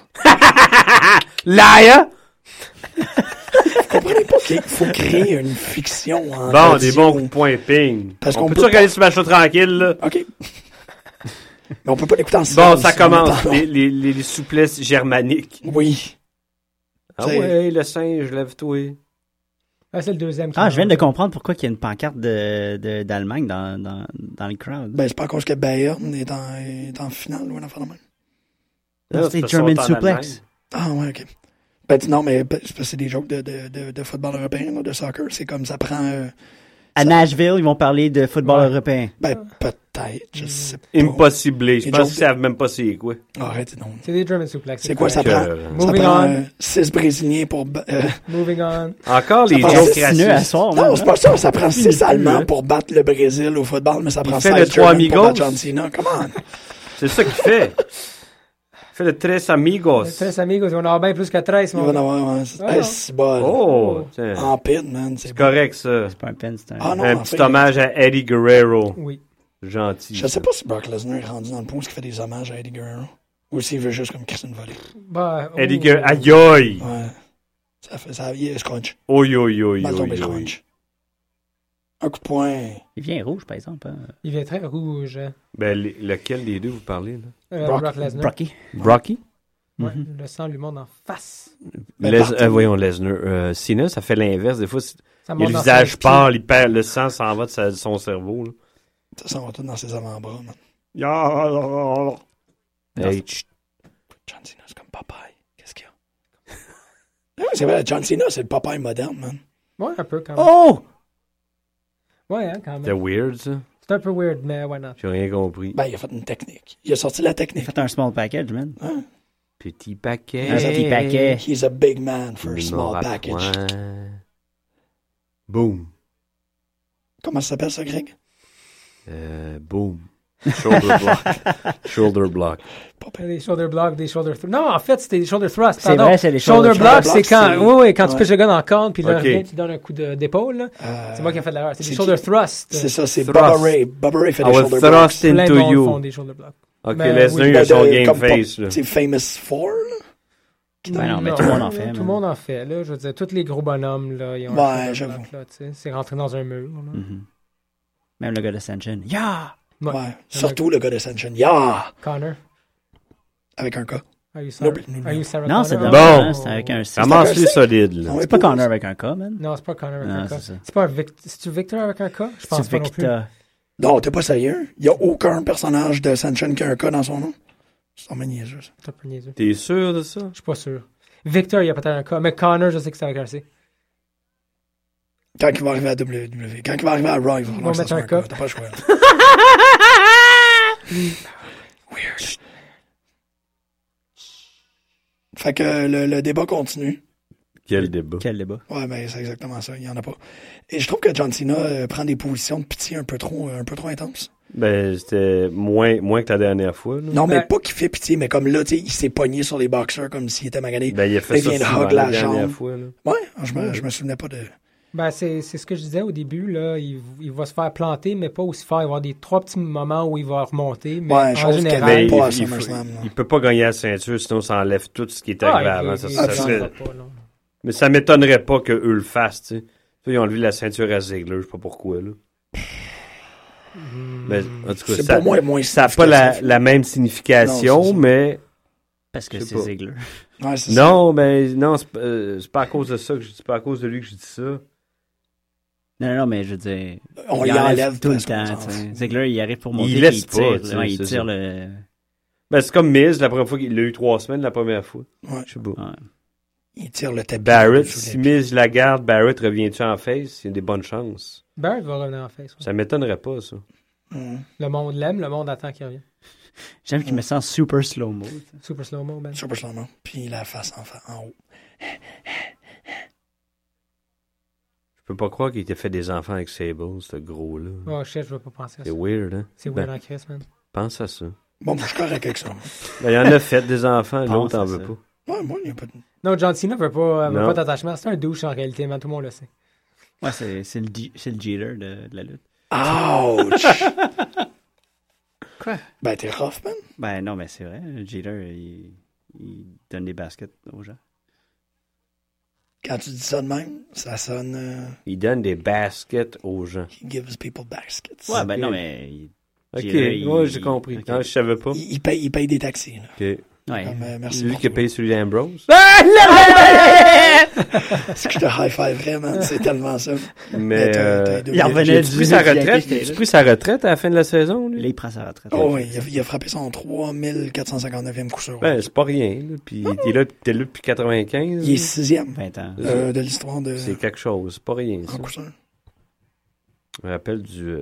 Liar! Vous comprenez pas qu'il faut créer une fiction en Bon, audio. des bons coups de poing ping. Parce On qu'on peut-tu peut regarder ce match-là tranquille, là? OK. Mais on peut pas l'écouter en Bon, silence. ça commence. Pardon. Les souplesses germaniques. Oui. Ah C'est- ouais, le singe, lève-toi. Ah, c'est le deuxième. Ah, je viens de comprendre pourquoi il y a une pancarte d'Allemagne dans le crowd. Ben, c'est pas à cause que Bayern est en finale ou une affaire de même. C'était German Suplex. Ah, ouais, OK. Ben, non, mais c'est parce que c'est des jokes de football européen, là, de soccer. C'est comme ça prend... À Nashville, ils vont parler de football Ouais. européen. ben, peut-être, je sais pas. Impossible. Je Les pense jokes qu'ils savent même pas c'est quoi. Arrête, non. C'est des German suplex. C'est quoi, ça correct. prend? Euh, Ça Moving prend on. 6 Brésiliens pour... Moving on. Encore les Ça prend jokes six C'est nul à racistes. soir, Non, man, c'est hein? pas ça. Ça prend 6 plus, Allemands hein. pour battre le Brésil au football, mais ça prend fait 16 le trois Germans pour amigos. battre John Cena. Come on. C'est ça qu'il fait. Il fait le tres amigos. 13 amigos, ils vont en avoir bien plus que 13, Il va mon en gars. avoir un. Ah. Hey, c'est bon. Oh, tiens. En pin, man. C'est correct, ça. C'est pas un pen, c'est un... Ah non, Un en petit fait, hommage à Eddie Guerrero. Oui. Gentil. Je sais pas si Brock Lesnar est rendu dans le point où il fait des hommages à Eddie Guerrero. Ou s'il veut juste comme Christian Volley. Bah, Eddie oh. Guerrero. Aïe aïe. Ouais. Il est scrunch. Oi, oi, oi, Mal tombé oi, oi. scrunch. Un coup de poing. Il vient rouge, par exemple. Hein? Il vient très rouge. Ben, lequel des deux vous parlez, là? Brock Lesnar. Brocky. Brocky? Ouais, le sang lui monte en face. Ben, partout. Voyons, Lesnar. Cena, ça fait l'inverse. Des fois, Ça il a monte le dans visage ses pieds. pâle, il perd le sang, s'en va de son cerveau, là. Ça s'en va tout dans ses avant-bras, man. Hey, chut. John Cena, c'est comme Popeye. Qu'est-ce qu'il y a? Ah oui, c'est vrai, John Cena, c'est le Popeye moderne, man. Ouais, un peu quand même. Oh! Ouais, hein, quand C'était même. weird, ça. C'est un peu weird, mais why not? J'ai rien compris. Ben, il a fait une technique. Il a sorti la Il a technique. fait un small package, man. Petit paquet. Un petit paquet. He's a big man for a Il small m'aura package. point. Boom. Comment ça s'appelle ça, Greg? Boom. Shoulder block. Shoulder block. Des shoulder blocks, des shoulder thrusts. Non, en fait, c'était des shoulder thrusts. C'est vrai, c'est les shoulder blocks, c'est quand, c'est- quand tu pêches le gars dans le corps, puis là, Ok. revient, tu donnes un coup d'épaule, là. C'est moi qui ai fait l'erreur. C'est des c'est shoulder qui- thrusts. C'est ça, c'est Thrust. Bubba Ray. Bubba Ray fait I des will shoulder blocks. thrust Plein de into monde font you. des shoulder blocks. Ok, Ben, Lesnar, oui. il a son de- game comme face, là. C'est Famous Four, là. Ben non, mais tout le monde en fait. Tout le monde en fait, là. Je veux dire, tous les gros bonhommes, là, ils ont Ouais, un shoulder j'avoue. block, là, tu sais. C'est rentré dans un mur, là. Mhm. Même le gars d'Ascension. Yeah! Ouais. Ouais. Surtout le gars d'Ascension. Yeah! Connor. Avec un cas. Are you Sarah, Nope. are you Sarah Non, c'est Connor? Bon. hein, c'est avec un. C'est Commence les c'est- solides, là. Ouais, pas pour- Connor avec un K, man. Non, c'est pas Connor avec Non, un K. c'est ça. C'est pas un C'est-tu Victor avec un K? Je pense C'est pas non plus. Victor. Non, t'es pas sérieux? Il y a aucun personnage d'Ascension qui a un cas dans son nom? C'est en niaiseux, ça. C'est un peu niaiseux. T'es sûr de ça? Je suis pas sûr. Victor, il y a peut-être un K. Mais Connor, je sais que c'est avec un C. Quand il va arriver à WWE. Quand il va arriver à Raw, il va falloir que ça mettre soit un un cas. cas. T'as pas le choix. là. Weird. Fait que le débat continue. Quel débat. Quel débat? Ouais, ben c'est exactement ça. Il y en a pas. Et je trouve que John Cena prend des positions de pitié un peu trop intenses. Ben, c'était moins que la dernière fois, là. Non, mais Ben- pas qu'il fait pitié, mais comme là, tu sais, il s'est pogné sur les boxers comme s'il était magané. Ben, il a fait Il ça vient de souvent hug la la dernière jambe. fois, là. Ouais, je me souvenais pas de. Ben, c'est ce que je disais au début, là. Il va se faire planter, mais pas aussi fort. Il va y avoir des 3 petits moments où il va remonter. Mais Ouais, en chose qu'il général, avait Mais pas à il SummerSlam, non. il peut pas gagner la ceinture, sinon ça enlève tout ce qui est arrivé avant. Ça serait- pas, non. Mais ça m'étonnerait pas qu'eux le fassent, tu sais. Ils ont enlevé la ceinture à Ziggler, je sais pas pourquoi, là. Mais, en tout cas, C'est ça pour moi moins ça n'a pas significatif. la même signification, Non, c'est ça. mais... Parce que Je sais c'est pas. Ziggler. Ouais, c'est ça. Non, mais non, c'est pas à cause de ça que c'est pas à cause de lui que je dis ça. Non, mais je veux dire. On il y enlève tout le presque, on temps. s'en tu sais. fout. Ziggler, il arrive pour monter. Il puis laisse tire, pas, là. tu sais, Ouais, il c'est tire ça. le. Ben, c'est comme Miz, la première fois qu'il l'a eu 3 semaines, la première fois. Ouais. Je sais pas. Ouais. Il tire le tapis. Barrett, sous si les pieds. Miz la garde, Barrett revient-tu en face? Il y a des bonnes chances. Barrett va revenir en face. ouais. Ça m'étonnerait pas, ça. Le monde l'aime, le monde attend qu'il revienne. J'aime qu'il me sent super slow-mo. tu sais. Super slow-mo, Ben. Super slow-mo. Puis la face en haut. Je peux pas croire qu'il était fait des enfants avec Sable, ce gros-là. Oh shit, je veux pas penser à C'est ça. weird, hein? C'est Ben, weird en Chris, man. pense à ça. Bon, moi, je suis correct avec ça. Ben, il y en a fait des enfants, Pense l'autre à en veut ça. pas. Ouais, moi, il n'y a pas de. Non, John Cena veut Non. pas d'attachement. C'est un douche en réalité, man. Tout le monde le sait. Ouais, c'est le Jeter de la lutte. Ouch! Quoi? Ben, t'es rough, man. Ben non, mais c'est vrai. Le Jeter, il donne des baskets aux gens. Quand tu dis ça de même, ça sonne. Il donne des baskets aux gens. He gives people baskets. Ouais, ben Ok. non, mais. Ok, Jeter, ouais, j'ai compris. ok. Non, je savais pas. Il paye des taxis, là. Ok. Ouais. Comme, merci C'est lui pour qui a ça. payé celui d'Ambrose. C'est que je te high-fiverais, man. C'est tellement ça. Mais, il revenait j'ai pris sa du- retraite. du- J'ai pris sa retraite à la fin de la saison, lui. Là, il prend sa retraite. Oh, oui, il a frappé son 3459e coup sur. Ben, c'est pas rien, là. Puis, t'es là depuis 95. Il est 6e 20 ans. de l'histoire de. C'est quelque chose. C'est pas rien, ça. En coup sûr. Je me rappelle du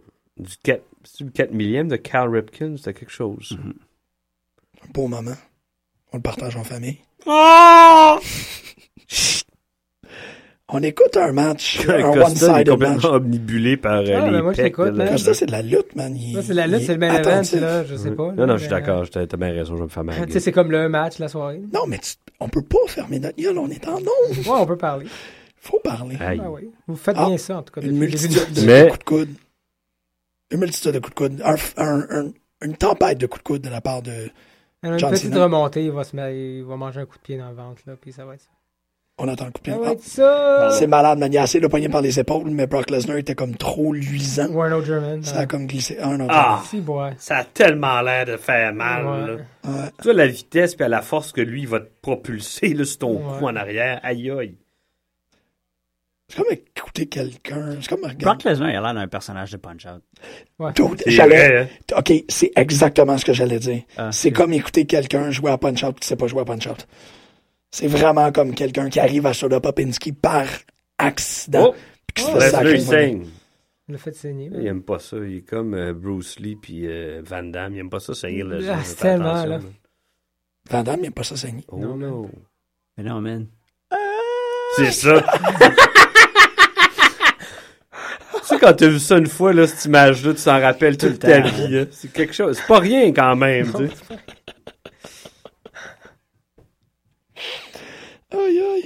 4 millième de Cal Ripken. C'était quelque chose. Mhm. Un beau moment. On le partage en famille. On écoute un match, un Costa est one-sided match. complètement omnibulé par Ah, les ben moi, je pecs. l'écoute, man. Costa, c'est de la lutte, man. Là, c'est la lutte, c'est le main event, là. Je sais pas. Non, là, je suis d'accord. T'as bien raison. Je vais me faire mal. Tu sais, c'est comme le match, la soirée. Non, mais on peut pas fermer notre gueule, on est en ondes. Ouais, on peut parler. Faut parler. Aïe. Ah oui. Vous faites Ah, bien ça, en tout cas. Une depuis le début multitude de Mais- coups de coude. Une multitude de coups de coude. Une tempête de coups de coude de la part de... Une John petite Cena. remontée, il va manger un coup de pied dans le ventre, là, puis ça va être ça. On entend le coup de pied. Ça va Ah, être ça! c'est malade, man. Il a assez le poignet par les épaules, mais Brock Lesnar était comme trop luisant. Warno German. Ça a comme glissé. Ah, non, Ah! Si, boy. Ça a tellement l'air de faire mal. Ouais. Là. ouais. Tu vois, la vitesse et la force que lui, il va te propulser là, sur ton Ouais. cou en arrière. Aïe, aïe. C'est comme écouter quelqu'un. C'est comme regarder. Brock Lesnar, il a l'air d'un personnage de Punch-Out. Dude, C'est j'allais. vrai, hein? OK, c'est exactement ce que j'allais dire. Ah, C'est comme écouter quelqu'un jouer à Punch-Out qui sait pas jouer à Punch-Out. C'est vraiment comme quelqu'un qui arrive à Soda Popinski par accident. Oh! Puis qui se Oh, fait Lesnar, sacrer il une volée. saigne. Il l'a fait saigner. Il aime pas ça. Il est comme Bruce Lee puis Van Damme. Il aime pas ça saigner le Ah, sang. c'est Fais tellement, attention, là. Van Damme, il aime pas ça saigner. Oh Non, non. Mais non, man. C'est ça. sais, quand t'as vu ça une fois, là, cette image-là, tu s'en rappelles toute ta temps, vie. Là. C'est quelque chose. C'est pas rien quand même, tu sais. Aïe, aïe.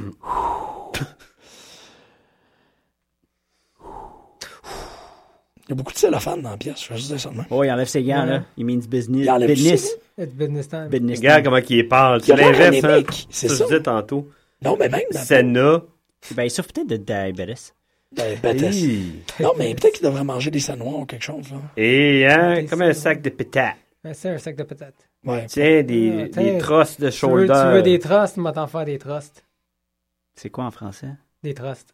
Il y a beaucoup de cellophane dans la pièce, je vais juste dire ça de même. Oh, il enlève ses gants, Ouais. là. Il means business. Il enlève Business. It's business time. Business. Regarde comment il parle. Il C'est a l'air l'inverse, hein. anémique, c'est Ça, ça. je disais tantôt. Non, mais même dans Senna. Ben, il souffre peut-être de diabetes. bêtesse. Hi. Non, mais peut-être qu'il devrait manger des sanois ou quelque chose. Là. Et, hein, comme un sac de pétates. C'est un sac de patates. Ouais. Tiens, des tiens, trosses de Tu veux shoulder. des trusts, moi t'en faire des trusts. C'est quoi en français? Des trusts.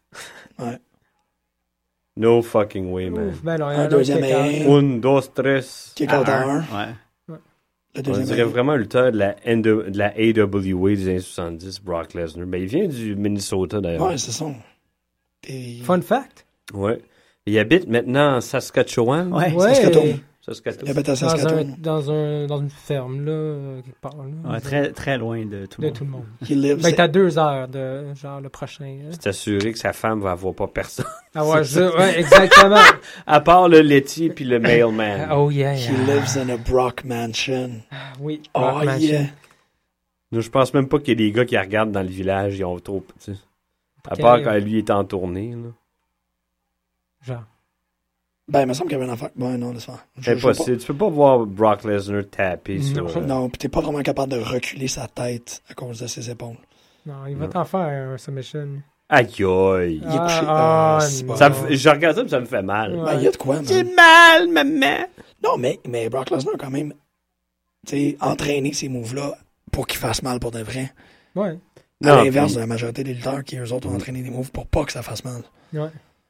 No fucking way, man. Ouf, ben non, il y a Un un autre deuxième kick-out. et- Un, deux, trois. Kick out à un. Ouais. Le On deuxième dirait vraiment le lutteur de la AWA des années 70, Brock Lesnar. Ben, il vient du Minnesota, d'ailleurs. Ouais, c'est ça. Et... Fun fact. Ouais. Il habite maintenant en Saskatchewan. Ouais. Saskatoon. Il Saskatoon. habite à Saskatoon. Dans une ferme, là, quelque part. Là, Ouais, très, très loin de tout le de monde. tout le monde. He lives... Ben, t'as 2 heures de, genre, le prochain. Hein. C'est assuré que sa femme va avoir pas personne. Ah ouais, ouais, exactement. À part le laitier puis le mailman. Oh yeah. He lives in a Brock mansion. Oui. Oh Rock Mansion. yeah. Nous, je pense même pas qu'il y ait des gars qui regardent dans le village, ils ont trop. Tu sais. À Quel- part quand lui est en tournée. Là. Genre. Ben, il me semble qu'il y avait une affaire. Ben, non, laisse faire. Je- je Impossible. Tu peux pas voir Brock Lesnar taper Non. sur. Non, pis t'es pas vraiment capable de reculer sa tête à cause de ses épaules. Non, il va t'en faire un submission. Aïe aïe. Il est couché. Ah, bon. Ça me fait- je regarde ça et ça me fait mal. Ouais. Ben, il y a de quoi, man. J'ai mal, maman. Non, mais Brock Lesnar, quand même, tu sais, entraîner ces moves-là pour qu'ils fassent mal pour de vrai. Ouais. À Non, l'inverse puis- de la majorité des lutteurs qui, eux autres, ont entraîné des moves pour pas que ça fasse mal. Ouais.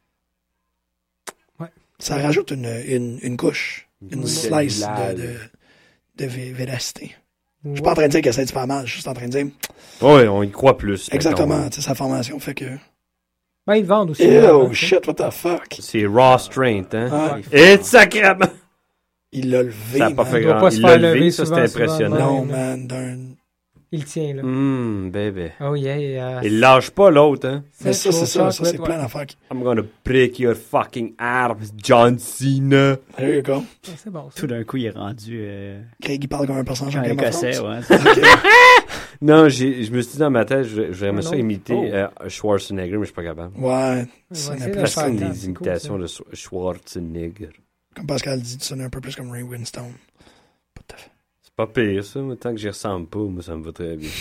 Ça rajoute une couche, une Ouais. slice de véracité. Je suis pas en train de dire que ça te fait mal, je suis juste en train de dire Ouais, on y croit plus. exactement, mettons. tu sais, sa formation fait que... Ben, ils le vendent aussi. Oh hein, shit, what the fuck? C'est raw strength, hein. Ah, Et sacrément. il l'a levé, Ça a pas man. fait doit grand. pas se Il faire l'a levé, lever ça, souvent, c'était souvent, impressionnant. Non, Ouais, man, d'un... Il tient, là. Bébé. Oh yeah. Il lâche pas l'autre, hein. Mais ça, c'est ça, ça, c'est chocolate, plein ouais. d'affaires qui... I'm gonna break your fucking arms, John Cena. There you go. Ouais, c'est bon. ça. Tout d'un coup, il est rendu Craig, il parle comme un personnage en un Game of écossais, Thrones. ouais. Non, je me suis dit dans ma tête, j'aimerais ça non. imiter Schwarzenegger, mais je suis pas capable. Ouais, Ouais, ça c'est n'est le plus Personne faire, des c'est imitations cool, de Schwarzenegger. comme Pascal dit, tu sonnes un peu plus comme Ray Winstone. Pas tout à fait. C'est pas pire, ça, mais tant que j'y ressemble pas, moi, ça me va très bien.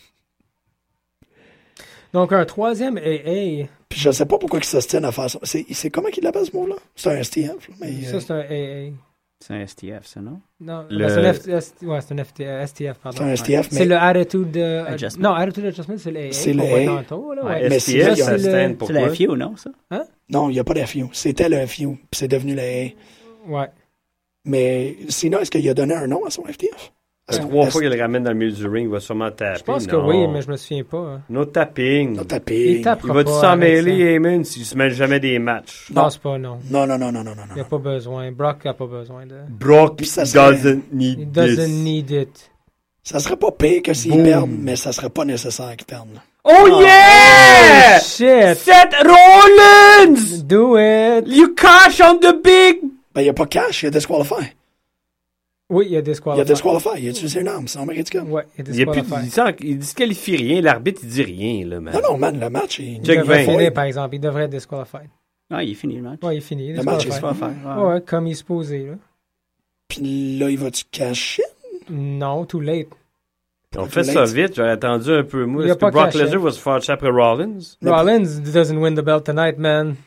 Donc, un troisième AA. Puis je sais pas pourquoi il s'ostine à faire ça. C'est comment qu'il l'appelle ce mot-là? C'est un STF, là, mais... Ça, c'est un AA. C'est un STF, ça, non? Non, Le- ben, c'est un STF, pardon. c'est un STF, C'est mais... le Attitude... Adjustment. Non, Attitude Adjustment, c'est le AA. C'est le qu'on voit AA. tantôt, là, Ouais, ouais. Mais STF, c'est- ça c'est stand le- pour C'est la quoi? FIO, non, ça? Non, il n'y a pas de FU. C'était le FU, puis c'est devenu le A. Ouais. Mais sinon, est-ce qu'il a donné un nom à son FTF? C'est 3 fois qu'il le ramène dans le milieu du ring, il va sûrement taper. Je pense que Non. oui, mais je me souviens pas. Hein. No tapping. Non, tapé. Il tape Il va-tu pas s'en avec mêler, ça. Heyman, s'il se mêle jamais des matchs? Je pense pas, non. Non. Il n'y a pas besoin. Brock a pas besoin de... Brock Puis ça serait- doesn't He need doesn't this. need it. Ça serait pas pire que s'il Boom. perde, mais ça serait pas nécessaire qu'il perde. là. Oh yeah! Shit! Seth Rollins! Do it! You cash on the big... Ben, il n'y a pas cash, il a disqualifié. Oui, il a Il a disqualifié. disqualifié, il a utilisé une arme, sinon ridicule. Ouais, il a Il, y a plus, disqualifié. il disqualifie rien, l'arbitre il dit rien, là, man. Non, man, le match, il... Il Check devrait vingt. finir, par exemple. Il devrait être disqualifié. Ah, il est fini, le match. Ouais, il est fini. Le match est disqualifié. Pas à faire. Ouais, comme il est supposé, là. Puis là, il va-tu cacher? Non, too late. On fait ça vite, j'aurais attendu un peu. Moi, Il a est-ce que pas Brock caché. Lesnar va se faire après Rollins? Mais- Rollins doesn't win the belt tonight, man.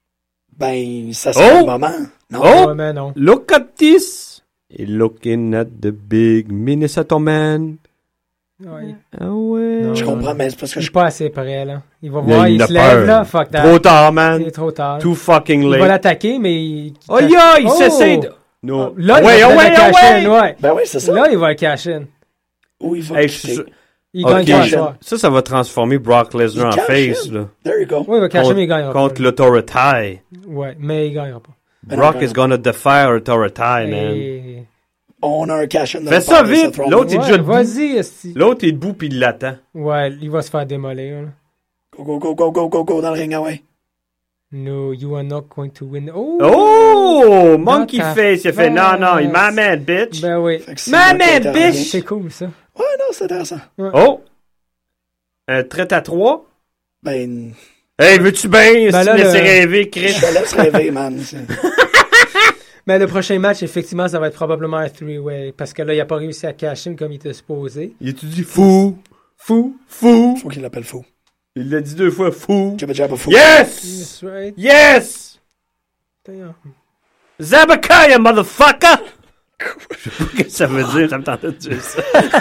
Ben, ça serait Oh! le moment. Non? Oh! Ouais, mais non. Look at this! He's looking at the big Minnesota man. Ouais. Ah ouais. Non. Je comprends, mais c'est parce que Je je... suis pas assez prêt, là. Il va Là, voir, il a se lève, peur. là. Fuck that. Trop tard, Il man. est trop tard. Too fucking Il va late. l'attaquer, mais il... Oh yeah, il Oh! s'essaie de... Non. Là, ouais, il va ouais, le cash in, ouais. ouais. Ben oui, c'est ça. Là, il va le cash in. Où il va Hey, je suis quitter. sûr- Il Ok, gagne ce soir. ça va transformer Brock Lesnar en Il cash face, in. là. There you go. Oui, il va cash in, mais il gagnera Contre pas. l'autorité. Ouais, mais il gagnera pas. Ben Brock non, is gonna defy authority, man. Et... On a un cash-in. de Fais la ça part de vite, Seth Rollins. l'autre, il est déjà Ouais, debout. vas-y, esti. L'autre est debout pis il l'attend. Ouais, il va se faire démolir, là. Go, go, go, go, go, go, go, dans le ring, ah ouais. No, you are not going to win. Oh! Oh! Monkey Dans ta face, il a fait non, non, il face. m'a man, bitch. Ben oui. Fait que c'est Man, moi qui man, interviens. bitch! C'est cool, ça. Ouais, non, c'est intéressant. Oh! Un trait à 3. Ben, Hey, veux-tu bien Ben se là, laisser le- rêver, je Chris? te laisse rêver, man. Mais le prochain match, effectivement, ça va être probablement un three-way. Parce que là, il a pas réussi à cash in comme il était supposé. Il a-tu dit fou? Fou. Fou? Faut qu'il l'appelle fou. Il l'a dit 2 fois fou. Jabba Jabba fou. Yes! That's right. Yes! Damn. Zabakaya, motherfucker! Je sais pas ce que ça veut dire, ça me tentait de dire ça.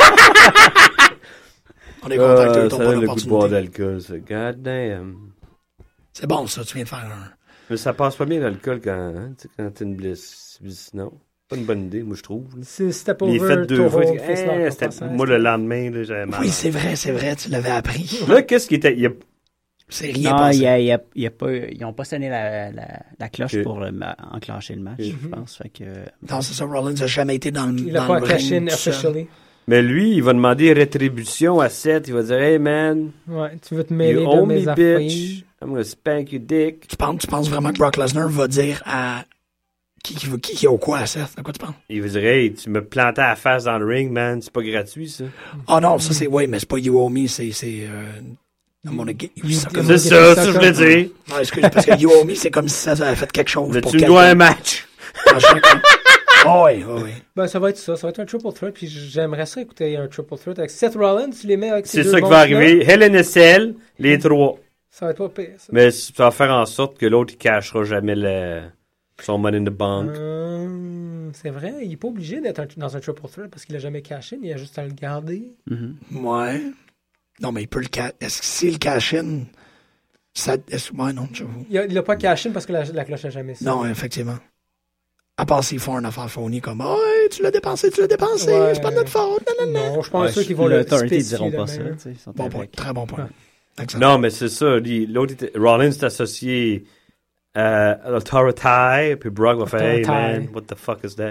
On est content que tu aies ton ça bon donne le goût de boire opportunité. d'alcool, ça. God damn. C'est bon, ça. Tu viens de faire un... Mais ça passe pas bien l'alcool quand t'es une blessure. Non. Pas une bonne idée, moi, je trouve. Là. C'est step Il est over, fait 2 toe fois. hold, face lock, C'était- en passant. moi, le lendemain, là, j'avais mal. Oui, c'est vrai. Tu l'avais appris. Là, qu'est-ce qui était. C'est rien Non, passé. il y a pas, ils n'ont pas sonné la cloche Ok. pour enclencher le match, je pense. Fait que, Non, c'est ça. Rollins a jamais été dans le Il a dans pas le cash in ring tout seul. officially. Mais lui, il va demander rétribution à Seth. Il va dire, hey man, Ouais, tu veux te mêler you de owe mes me, affaires. bitch. I'm gonna spank your dick. Tu penses vraiment que Brock Lesnar va dire à... Qui au quoi à Seth? De quoi tu penses? Il va dire, hey, tu me plantais à la face dans le ring, man. C'est pas gratuit, ça. Ah non, ça c'est... Oui, mais c'est pas You Owe Me, c'est... I'm gonna get you sucker. C'est ça, ça, je voulais dire. Non, excuse, parce que You Owe Me, c'est comme si ça avait fait quelque chose Mais pour tu me quelqu'un. dois un match. Ah, chacun. Oh, oui. Ben, ça va être ça. Ça va être un triple threat. Puis j'aimerais ça écouter un triple threat avec Seth Rollins. Tu les mets avec ces C'est deux ça qui va monstres-là. arriver. Hell in a Cell, les 3. Ça va être pas pire, ça. Mais ça va faire en sorte que l'autre, il cachera jamais son money in the bank. C'est vrai. Il est pas obligé d'être dans un triple threat parce qu'il a jamais caché. Il a juste à le garder. Ouais. Non, mais il peut le cash... Est-ce que s'il le cash in... Ça... Ouais, non, j'avoue. Il a pas caché parce que la cloche a jamais sonné. Non, effectivement. À part s'ils font une affaire phony comme « Oh, tu l'as dépensé, Ouais. c'est pas de notre faute. nanana. Non, je pense sûr qu'ils vont le l'autorité spécifier diront pas de ça. même. tu sais, ils sont Bon point, avec. très bon point. Excellent. Non, mais c'est ça. L'autre, Rollins est associé à l'autorité, puis Brock va faire « Hey, Autorité. man, what the fuck is that? »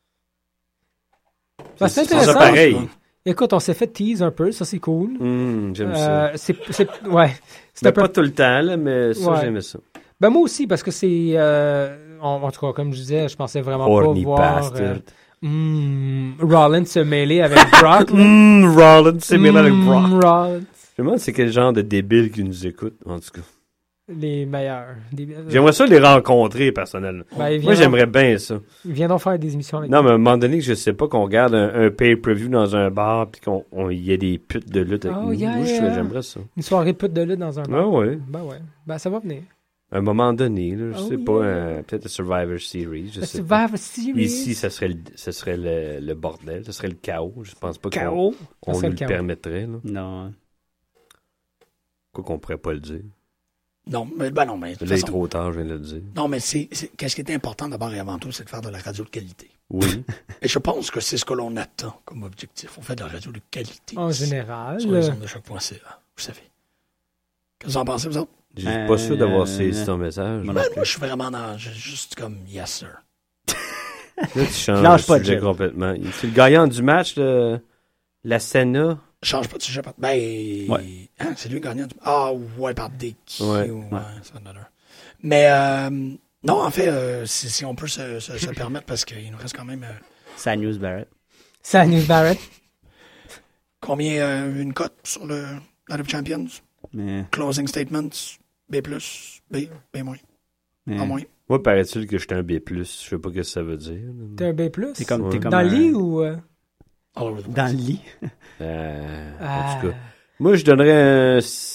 Ben, c'est ça intéressant. pareil. Écoute, on s'est fait tease un peu. Ça, c'est cool. J'aime ça. Ouais. C'est Mais un peu... pas tout le temps, là, mais ça, Ouais. j'aimais ça. Ben, moi aussi, parce que c'est... en tout cas, comme je disais, je pensais vraiment Horny pas voir... bastard. Rollins se mêler avec Brock. là. Rollins, c'est mêlé avec Brock. Rollins. Je me demande c'est quel genre de débile qui nous écoute, en tout cas. Les meilleurs. J'aimerais ça les rencontrer, personnellement. Ben, ils Moi, viendront- j'aimerais bien ça. Ils viendront faire des émissions avec Non, mais à un moment donné, que je sais pas qu'on regarde un pay-per-view dans un bar puis qu'on y ait des putes de lutte avec Oh, nous. yeah, Moi, yeah. j'aimerais ça. une soirée pute de lutte dans un Ah bar. ouais. Ben ouais. Ben ça va venir. À un moment donné, là, je Oh, sais yeah. pas, peut-être un Survivor Series, je Le sais pas. Survivor Series. Ici, ça serait le bordel, ce serait le chaos. Je pense pas qu'on Chaos. Ça on serait nous le le chaos. permettrait. Là. Non. Quoi qu'on pourrait pas le dire. Non, mais de Là, toute il est façon... trop tard, je viens de le dire. Non, mais qu'est-ce qui est important d'abord et avant tout, c'est de faire de la radio de qualité. Oui. Et je pense que c'est ce que l'on attend comme objectif. On fait de la radio de qualité. En général. Sur les ondes de choc.ca, vous savez. Qu'est-ce que vous en pensez, vous autres? Je suis pas sûr d'avoir saisi ton message. Moi Là, non Moi, je suis vraiment dans... juste comme « Yes, sir tu changes Lâche pas de de sujet Jim. complètement. C'est le gagnant du match, la Senna. ». Change pas de sujet. Ben, Ouais. hein, c'est lui le gagnant. Ah, ouais, par DQ. Ouais. Ça va donner. Mais, non, en fait, si on peut se permettre, parce qu'il nous reste quand même... Sad News Barrett. Salut Barrett. combien une cote sur le Live Champions? Mais, Closing statements, B+, B, B-, mais A-. Moi, paraît-il que j'étais un B+. Je sais pas ce que ça veut dire. T'es un B+. t'es comme, t'es Ouais. comme Dans un- le lit ou... All over the Dans place. le lit. En tout cas. Moi, je donnerais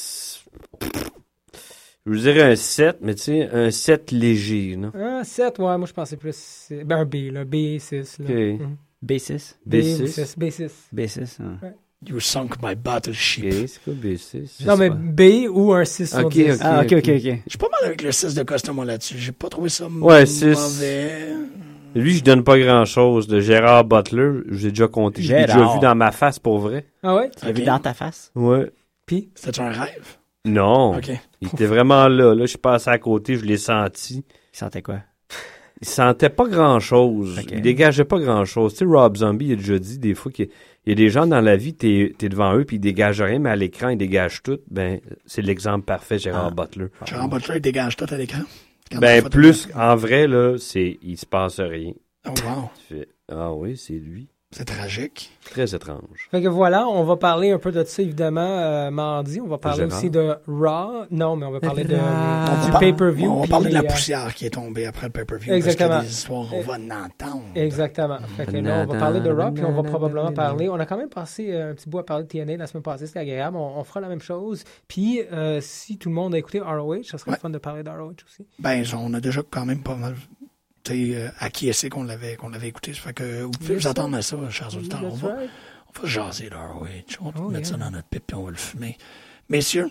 je vous dirais un 7, mais tu sais, un 7 léger, non? Un 7, ouais, moi je pensais plus... Ben un B, là. B6, là. Ok. Mhm. B6. B6. B6. B6. hein. You sunk my battleship. Ok, c'est quoi B6? Non, mais B ou un 6 sur Ok, 10. ok. Ah, ok. Je suis pas mal avec le 6 de Costa, moi, là-dessus. J'ai pas trouvé ça Ouais, 6. mauvais. Lui, je donne pas grand-chose. De Gérard Butler, j'ai déjà compté. Je l'ai déjà Gérard. vu dans ma face, pour vrai. Ah ouais? Tu l'as vu Ok. dans ta face? Ouais. Puis? C'était un rêve? Non. OK. Il était vraiment là. Là, je suis passé à côté, je l'ai senti. Il sentait quoi? Il sentait pas grand-chose. Ok. Il dégageait pas grand-chose. Tu sais, Rob Zombie, il a déjà dit des fois qu'il Il y a des gens dans la vie, t'es devant eux, puis ils dégagent rien, mais à l'écran, ils dégagent tout. Ben, c'est l'exemple parfait, Gérard Butler. Gérard Butler, il dégage tout à l'écran. Ben, plus, en vrai, là, il se passe rien. Oh, wow. Tu fais, ah oui, c'est lui. C'est tragique. Très étrange. Fait que voilà, on va parler un peu de ça, évidemment, mardi. On va parler Gérard. aussi de Raw. Non, mais on va parler du On pay-per-view. On va parler de la puis, poussière qui est tombée après le pay-per-view. Exactement. Parce que des histoires, on va en entendre. Exactement. Fait que là, on va parler de Raw, puis on va probablement parler. On a quand même passé un petit bout à parler de TNA la semaine passée, c'était agréable. On fera la même chose. Puis, si tout le monde a écouté ROH, ça serait fun de parler de ROH aussi. Ben, on a déjà quand même pas mal acquiescé qu'on l'avait écouté. Ça fait que vous pouvez vous attendre à ça, chers auditeurs. On va jaser de ROH. On va mettre ça dans notre pipe et on va le fumer. Messieurs,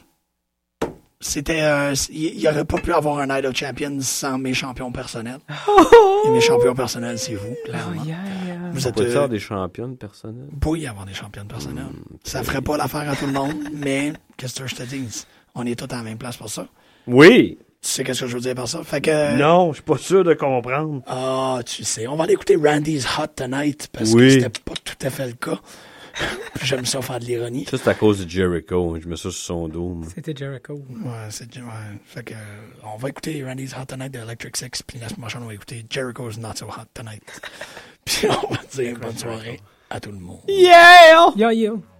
il n'y aurait pas pu avoir un Night of Champions sans mes champions personnels. Et mes champions personnels, c'est vous, clairement. Vous êtes peut-être des championnes personnelles. Pour y avoir des championnes personnelles. Ça ferait pas l'affaire à tout le monde, mais qu'est-ce que je te dis? On est tous à la même place pour ça. Oui! Tu sais qu'est-ce que je veux dire par ça? Fait que... Non, je suis pas sûr de comprendre. Ah, tu sais. On va aller écouter Randy's Hot Tonight parce que c'était pas tout à fait le cas. J'aime ça faire de l'ironie. Ça, c'est à cause de Jericho. Je mets ça sur son dos. Moi. C'était Jericho. Ouais. Fait que, on va écouter Randy's Hot Tonight de Electric Six, puis la semaine prochaine, on va écouter Jericho's Not So Hot Tonight. Puis on va dire bonne soirée à tout le monde. Yeah! Yo, yo!